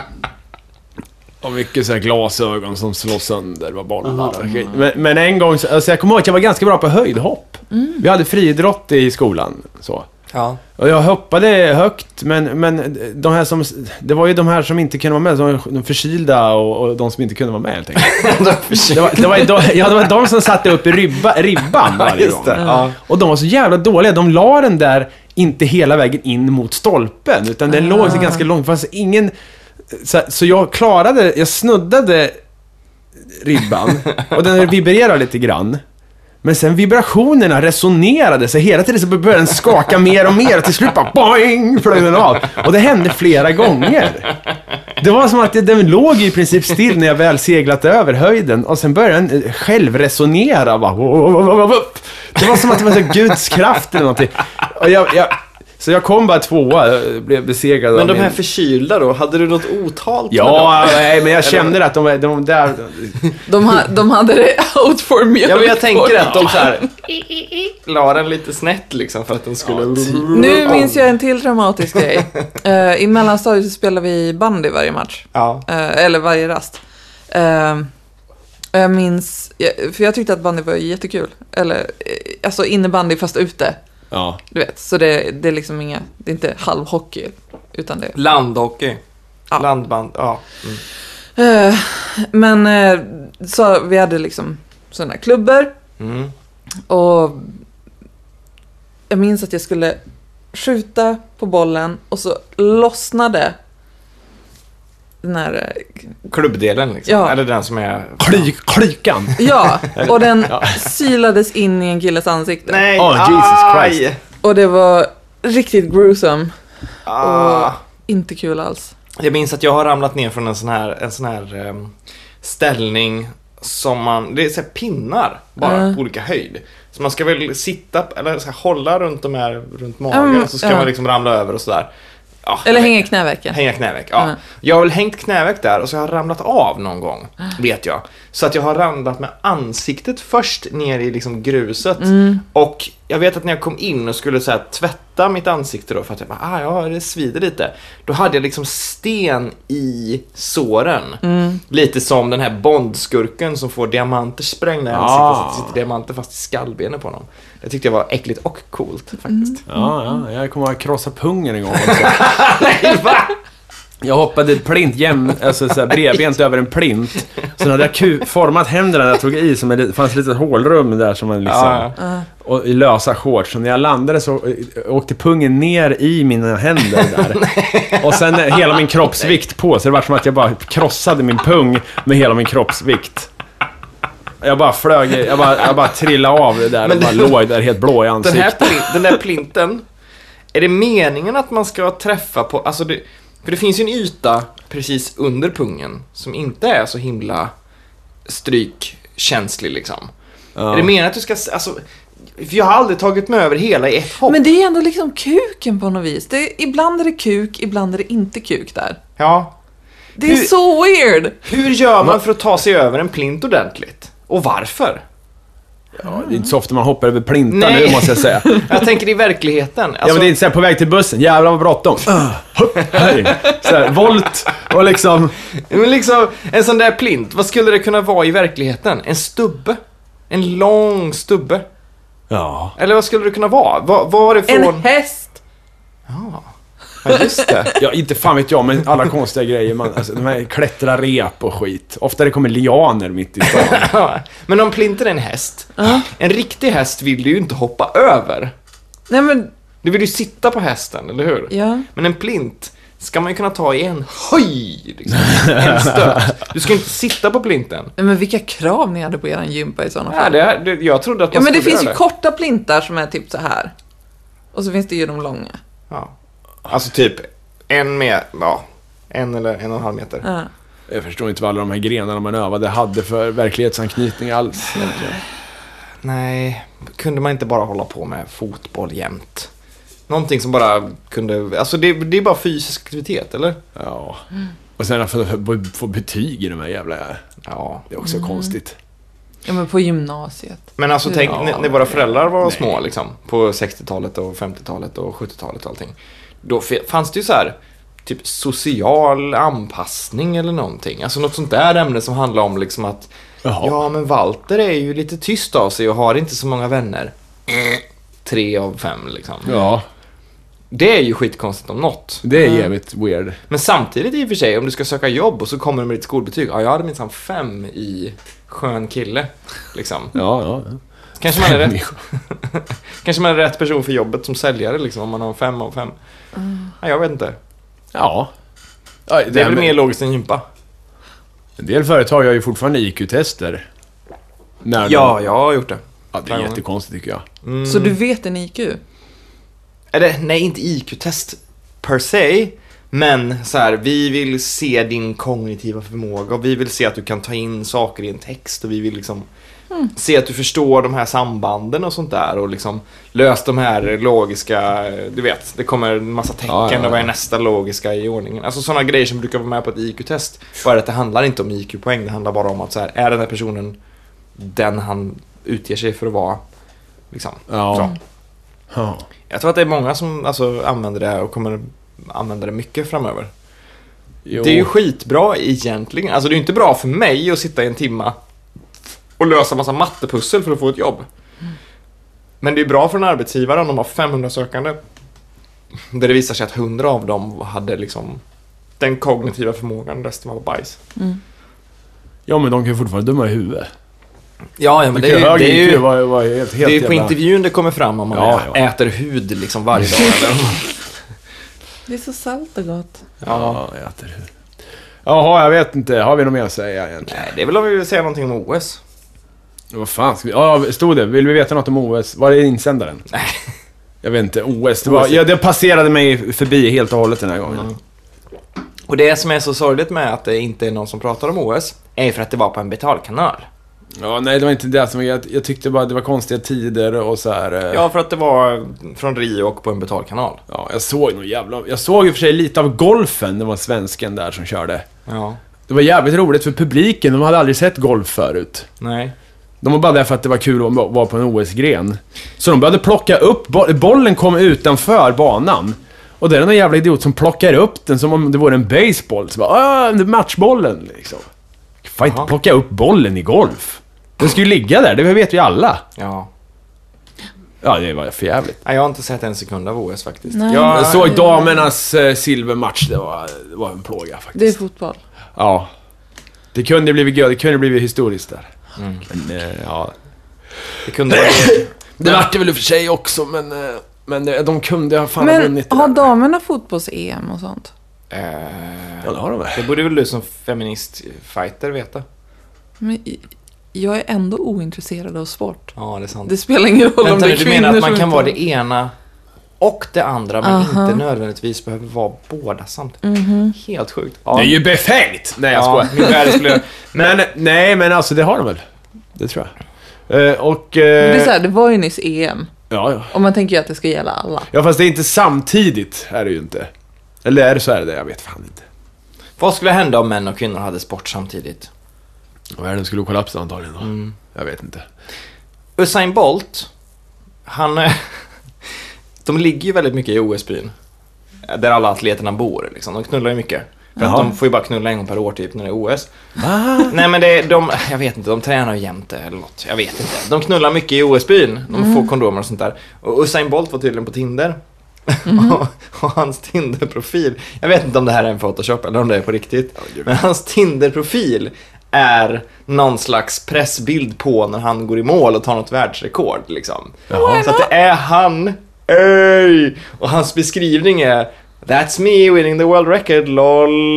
Och mycket så här glasögon som slår sönder var barnen. Mm. Men, men en gång, alltså jag kommer ihåg att jag var ganska bra på höjdhopp. Mm. Vi hade friidrott i skolan. Så. Ja. Och jag hoppade högt, men, men de här som, det var ju de här som inte kunde vara med, som de förkylda och, och de som inte kunde vara med helt enkelt. det, var, det, var, de, ja, det var de som satte upp i ribba, ribban varje gång. det. Ja. Och de var så jävla dåliga. De la den där inte hela vägen in mot stolpen, utan den låg så ganska långt. Fast ingen... Så, så jag klarade, jag snuddade ribban och den vibrerade lite grann. Men sen vibrationerna resonerade, så hela tiden så började den skaka mer och mer och till slut bara boing, flög den av. Och det hände flera gånger. Det var som att det, den låg i princip still när jag väl seglat över höjden, och sen började den själv resonera. Bara, det var som att det var så Guds kraft eller någonting. Och jag... jag Så jag kom bara tvåa, blev besegrad. Men de av här min... förkylda då, hade du något otalt med Ja, dem? nej, men jag kände att de, de där... De, ha, de hade det out for mjölk. Ja, men jag tänker att de så här la den lite snett liksom för att den skulle... Nu minns jag en till traumatisk grej. Uh, I mellanstadiet så spelade vi bandy varje match. Ja. Uh, eller varje rast. Uh, jag minns... För jag tyckte att bandy var jättekul. Eller, uh, alltså innebandy fast ute. Ja. Du vet, så det, det är liksom inga... Det är inte halvhockey, utan det... Landhockey. Ja. Landband, ja. Mm. Uh, men uh, så vi hade liksom sådana klubbor. Mm. Och jag minns att jag skulle skjuta på bollen och så lossnade den här... Klubbdelen liksom. Ja. Eller den som är... Kly, klykan. Ja, och den silades in i en killes ansikte. Nej, Oh, Jesus Christ. Och det var riktigt gruesome. Ah. Och inte kul alls. Jag minns att jag har ramlat ner från en sån här, en sån här um, ställning som man... Det är så här pinnar bara Mm. på olika höjd. Så man ska väl sitta, eller så här, hålla runt de här, runt magen, Mm, så ska ja. man liksom ramla över och sådär. Ja, Eller hänga i knävecken. Hänga knäveck, ja. Mm. Jag har väl hängt knäveck där och så har jag ramlat av någon gång, vet jag. Så att jag har ramlat med ansiktet först ner i liksom gruset. Mm. Och jag vet att när jag kom in och skulle så här tvätta tvätta mitt ansikte då för att jag bara, ah, ja, det svider lite. Då hade jag liksom sten i såren. Mm. Lite som den här Bond-skurken som får diamanter sprängda i ansiktet. Ah. Så att det sitter diamanter fast i skallbenet på honom. Det tyckte jag var äckligt och coolt faktiskt. Mm. Ja, ja, jag kommer att krossa pungen en gång också. Nej, va? Jag hoppade plint jäm, alltså så här bredbent över en plint. Sen hade jag ku- format händerna när jag tog i, som det fanns ett litet hålrum där som man liksom, ja, ja. Och i lösa shorts. Så när jag landade så åkte pungen ner i mina händer där. Och sen hela min kroppsvikt på, så det var som att jag bara krossade min pung med hela min kroppsvikt. Jag bara flög, jag bara, jag bara trillade av det där. Men och bara det, låg där helt blå i ansiktet. Den, här plint, den där plinten, är det meningen att man ska träffa på, alltså det, för det finns ju en yta precis under pungen som inte är så himla strykkänslig liksom. Ja. Är det meningen att du ska, alltså, för jag har aldrig tagit mig över hela i ett hopp. Men det är ändå liksom kuken på något vis. Det, ibland är det kuk, ibland är det inte kuk där. Ja. Det är hur, så weird. Hur gör man för att ta sig över en plint ordentligt? Och varför? Ja, det är inte så ofta man hoppar över plintar nu, måste jag säga. Jag tänker i verkligheten. Alltså... Ja, men det är inte så här på väg till bussen. Jävlar vad bråttom. Uh, så här, volt och liksom... Men liksom, en sån där plint, vad skulle det kunna vara i verkligheten? En stubbe? En lång stubbe? Ja. Eller vad skulle det kunna vara? Vad var det från... En häst? Ja. Ja, just det. Ja, inte fan vet jag, men alla konstiga grejer. Man, alltså, de här klättra rep och skit. Ofta det kommer lianer mitt i stan. Men om plinten är en häst, uh. en riktig häst vill du ju inte hoppa över. Nej, men... Du vill ju sitta på hästen, eller hur? Ja. Men en plint ska man ju kunna ta i en höj, liksom. En stöt. Du ska inte sitta på plinten. Nej, men vilka krav ni hade på er gympa i sådana fall? Ja, det är, det, jag trodde att man ja, men det finns ju det. korta plintar som är typ så här. Och så finns det ju de långa. Ja. Alltså typ en med, ja, en eller en och en halv meter. Ja. Jag förstår inte vad alla de här grenarna man övade hade för verklighetsanknytning alls. Nej, kunde man inte bara hålla på med fotboll jämt? Någonting som bara kunde, alltså det, det är bara fysisk aktivitet, eller? Ja. Och sen att få, få betyg i de här jävla, ja, det är också mm. konstigt. Ja, men på gymnasiet. Men alltså tänk, ja, när, när våra föräldrar var nej. små liksom, på sextiotalet och femtiotalet och sjuttiotalet och allting. Då fanns det ju så här typ social anpassning eller någonting. Alltså något sånt där ämne som handlar om liksom att Jaha. ja, men Walter är ju lite tyst av sig och har inte så många vänner. Tre av fem liksom. Ja. Det är ju skitkonstigt om något. Det är jävligt mm. weird. Men samtidigt i och för sig, om du ska söka jobb och så kommer du med ditt skolbetyg. Ja, jag hade minsann fem i skön kille liksom. Ja, ja, ja. Kanske man är rätt. Kanske man är rätt person för jobbet som säljare liksom, om man har fem av fem. Mm. Ja, jag vet inte. Ja. ja det, det är väl mer logiskt än gympa. En del företag gör ju fortfarande I Q-tester. När ja, de... jag har gjort det. Ja, det är jättekonstigt tycker jag. Mm. Så du vet en I Q? Eller, nej, inte I Q-test per se. Men så här, vi vill se din kognitiva förmåga. Och vi vill se att du kan ta in saker i en text. Och vi vill liksom mm. se att du förstår de här sambanden och sånt där. Och liksom lös de här logiska, du vet, det kommer en massa tecken ja, ja, ja. och vad är nästa logiska i ordningen. Alltså sådana grejer som brukar vara med på ett I Q-test. Bara att det handlar inte om I Q-poäng. Det handlar bara om att så här, är den här personen den han utger sig för att vara liksom. Ja. Så. Ja. Jag tror att det är många som alltså, använder det och kommer använda det mycket framöver. Jo. Det är ju skitbra egentligen. Alltså det är ju inte bra för mig att sitta i en timma och lösa massa mattepussel för att få ett jobb. Mm. Men det är bra för en arbetsgivare om de har femhundra sökande. Där det visar sig att hundra av dem hade liksom den kognitiva förmågan, resten var bajs. Mm. Ja, men de kan ju fortfarande döma i huvudet. Ja, ja men det är, ju, det är ju var, var helt, helt det är på jävla... intervjun det kommer fram om man ja, ja. äter hud liksom varje dag. Det är så salt och gott. Ja, jag äter hud. Jaha, jag vet inte. Har vi något mer att säga egentligen? Nej, det är väl om vi vill säga någonting om O S. Vad fan ska vi... Ja, stod det. Vill vi veta något om O S? Var det insändaren? Nej. Jag vet inte. O S. Det, var... ja, det passerade mig förbi helt och hållet den här gången. Mm. Och det som är så sorgligt med att det inte är någon som pratar om O S är för att det var på en betalkanal. Ja, nej, det var inte det som jag, jag tyckte bara det var konstiga tider och så här. Eh. Ja, för att det var från Rio och på en betalkanal. Ja, jag såg nog jävla... Jag såg ju för sig lite av golfen, det var svensken där som körde. Ja. Det var jävligt roligt för publiken, de hade aldrig sett golf förut. Nej. De var bara där för att det var kul att vara på en O S-gren. Så de började plocka upp, bollen kom utanför banan. Och det är någon jävla idiot som plockar upp den som om det vore en baseball. Så bara, ah, det är matchbollen liksom. Fan, inte plocka upp bollen i golf. Den ska ju ligga där, det vet vi alla. Ja. Ja, det var för jävligt. Jag har inte sett en sekund av O S faktiskt. Nej. Jag, Jag såg damernas eh, silvermatch, det var, det var en plåga faktiskt. Det är fotboll. Ja. Det kunde blivit gött, det kunde blivit historiskt där. Mm. Men, eh, ja. Det kunde vara det. Det vart det väl för sig också, men, eh, men eh, de kunde ha fan Men vunnit det har där. damerna fotbolls-E M och sånt? Eh, Ja, det har de väl. det borde väl du som feministfighter veta. Men jag är ändå ointresserad av sport. Ja, det är sant. Det spelar ingen roll om Vänta det nu, är du kvinnor menar att man som kan inte- vara det ena och det andra, men Aha. inte nödvändigtvis behöver vara båda samtidigt. Mhm. Helt sjukt. Ja. Det är ju befängt! Nej, jag Ja, skojar. min värld skulle... Men, nej, men alltså det har de väl. Det tror jag. Eh, och... Eh, Det är så här, det var ju nyss E M. ja, ja. Och man tänker ju att det ska gälla alla. Ja, fast det är inte samtidigt, är det ju inte. Eller är det så är det, jag vet fan inte. Vad skulle hända om män och kvinnor hade sport samtidigt? Världen skulle kollapsa antagligen då. Mm. Jag vet inte. Usain Bolt, han... eh, de ligger ju väldigt mycket i O S-byn. Där alla atleterna bor, liksom. De knullar ju mycket. För att Jaha. de får ju bara knulla en gång per år typ när det är O S. Va? Nej men det, de, jag vet inte, de tränar ju jämte eller något. Jag vet inte. De knullar mycket i O S-byn. De får kondomer och sånt där. Och Usain Bolt var tydligen på Tinder. och, och hans Tinder-profil, jag vet inte om det här är en Photoshop eller om det är på riktigt. Men hans Tinder-profil är någon slags pressbild på när han går i mål och tar något världsrekord liksom. Så att det är han. Ey! Och hans beskrivning är "That's me winning the world record, lol."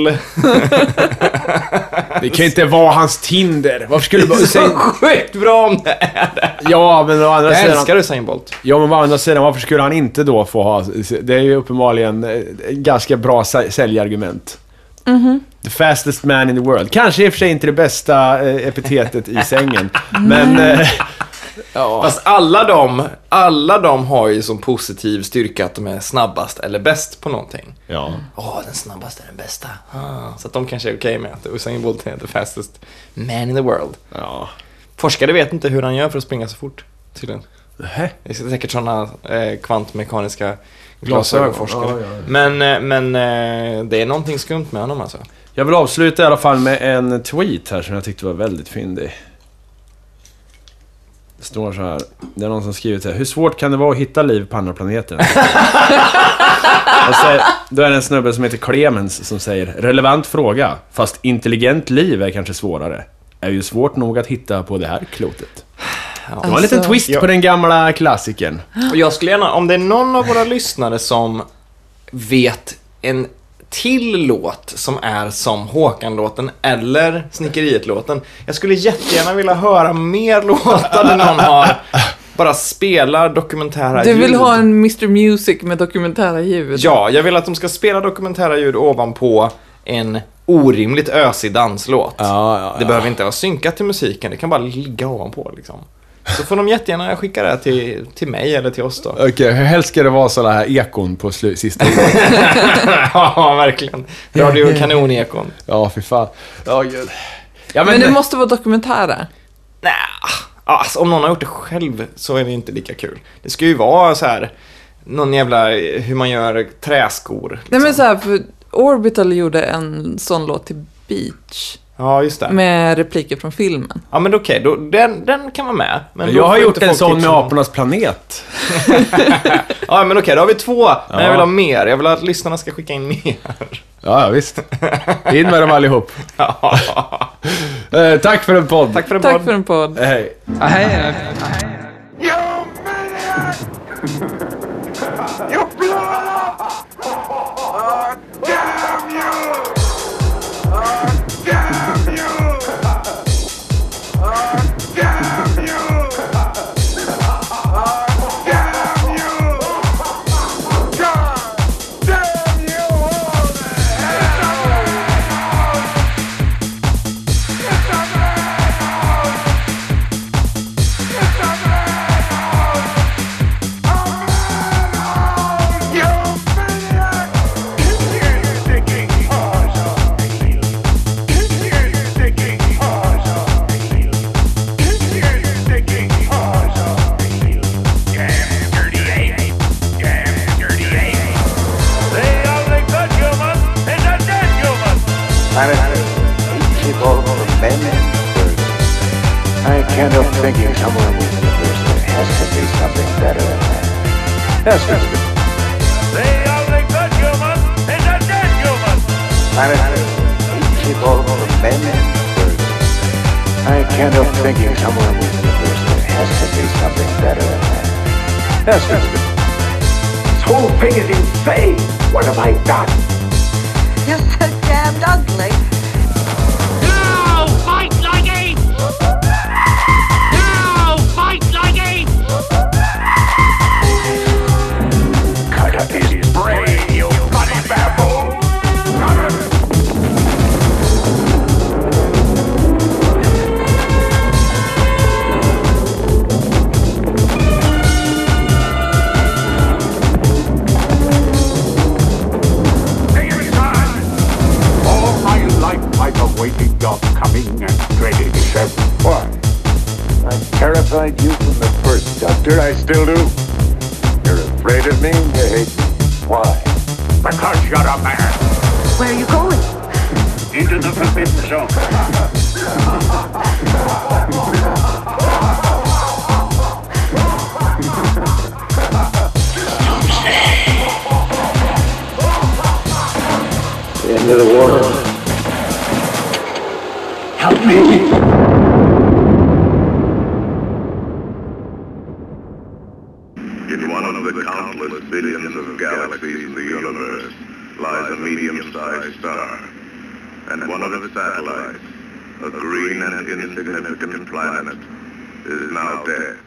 Det kan ju inte vara hans Tinder. Varför skulle du bara Så säga... sjukt bra om det är det. Ja, men å andra Jag sidan... älskar Usain Bolt. Ja, men å andra sidan, varför skulle han inte då få ha... Det är ju uppenbarligen ett ganska bra sä- säljargument. Mhm. The fastest man in the world. Kanske i och för sig inte det bästa eh, epitetet i sängen. Men... Eh, ja. Fast alla de, alla de har ju som positiv styrka att de är snabbast eller bäst på någonting. Ja. Åh, den snabbaste är den bästa. Ah, så att de kanske är okej med att Usain Bolt är the fastest man in the world. Ja. Forskare vet inte hur han gör för att springa så fort, tydligen. Nähä. Det är säkert sådana eh, kvantmekaniska Glasögon. glasögonforskare. Ja, ja, ja. Men, eh, men eh, det är någonting skumt med honom alltså. Jag vill avsluta i alla fall med en tweet här som jag tyckte var väldigt fyndig. Det står så här. Det är någon som skrivit så här: hur svårt kan det vara att hitta liv på andra planeter? Och så, då är det en snubbe som heter Clemens som säger: relevant fråga, fast intelligent liv är kanske svårare. Är ju svårt nog att hitta på det här klotet. Det var en liten Alltså, twist ja. på den gamla klassikern. Och jag skulle gärna, om det är någon av våra lyssnare som vet en till låt som är som Håkan-låten eller Snickeriet-låten, jag skulle jättegärna vilja höra mer låtar där någon har bara spelar dokumentära Du vill ljud. ha en mister Music med dokumentära ljud. Ja, jag vill att de ska spela dokumentära ljud ovanpå en orimligt ösig danslåt. Ja, ja, Det ja. behöver inte vara synkat till musiken, det kan bara ligga ovanpå liksom. Så får de jättegärna skicka det här till, till mig eller till oss då. Okej, okay, hur helst ska det vara sådana här ekon på slu- sista ordet? Ja, verkligen. Radio kanon-ekon. Ja, fy fan. Ja, gud. Ja, Men det måste vara dokumentära. Nej, alltså, om någon har gjort det själv så är det inte lika kul. Det ska ju vara så här någon jävla hur man gör träskor. Liksom. Nej men så här, för Orbital gjorde en sån låt till Beach. Ja, just det. Med repliker från filmen. Ja, men okej, då, den, den kan vara med. Men då jag har får gjort inte en folk sån med tipsa om- Apornas planet. Ja, men okej, då har vi två. Men Ja. jag vill ha mer. Jag vill att lyssnarna ska skicka in mer. Ja, ja, visst. In med dem allihop. Ja. Eh, tack för en podd. Tack för en Tack podd. för en podd. Eh, Hej. You can't help thinking somewhere in the universe there has to be something better than that. Has to be. The only good human is a dead human. Planet equal to men and birds. I can't help thinking somewhere in the universe there has to be something better than that. Has to be. This whole thing is insane. What have I done? You're so damned ugly. Now fight like apes! Now fight like apes! Cut up his brain, you bloody baboon! All my life I've awaited your coming and dreaded it. Why? I terrified you from the first, Doctor. I still do. You're afraid of me and you hate me. Why? Because you're a man. Where are you going? Into the forbidden zone. The end of the world. Help me! In one of the countless billions of galaxies in the universe lies a medium-sized star, and one of its satellites, a green and insignificant planet, is now dead.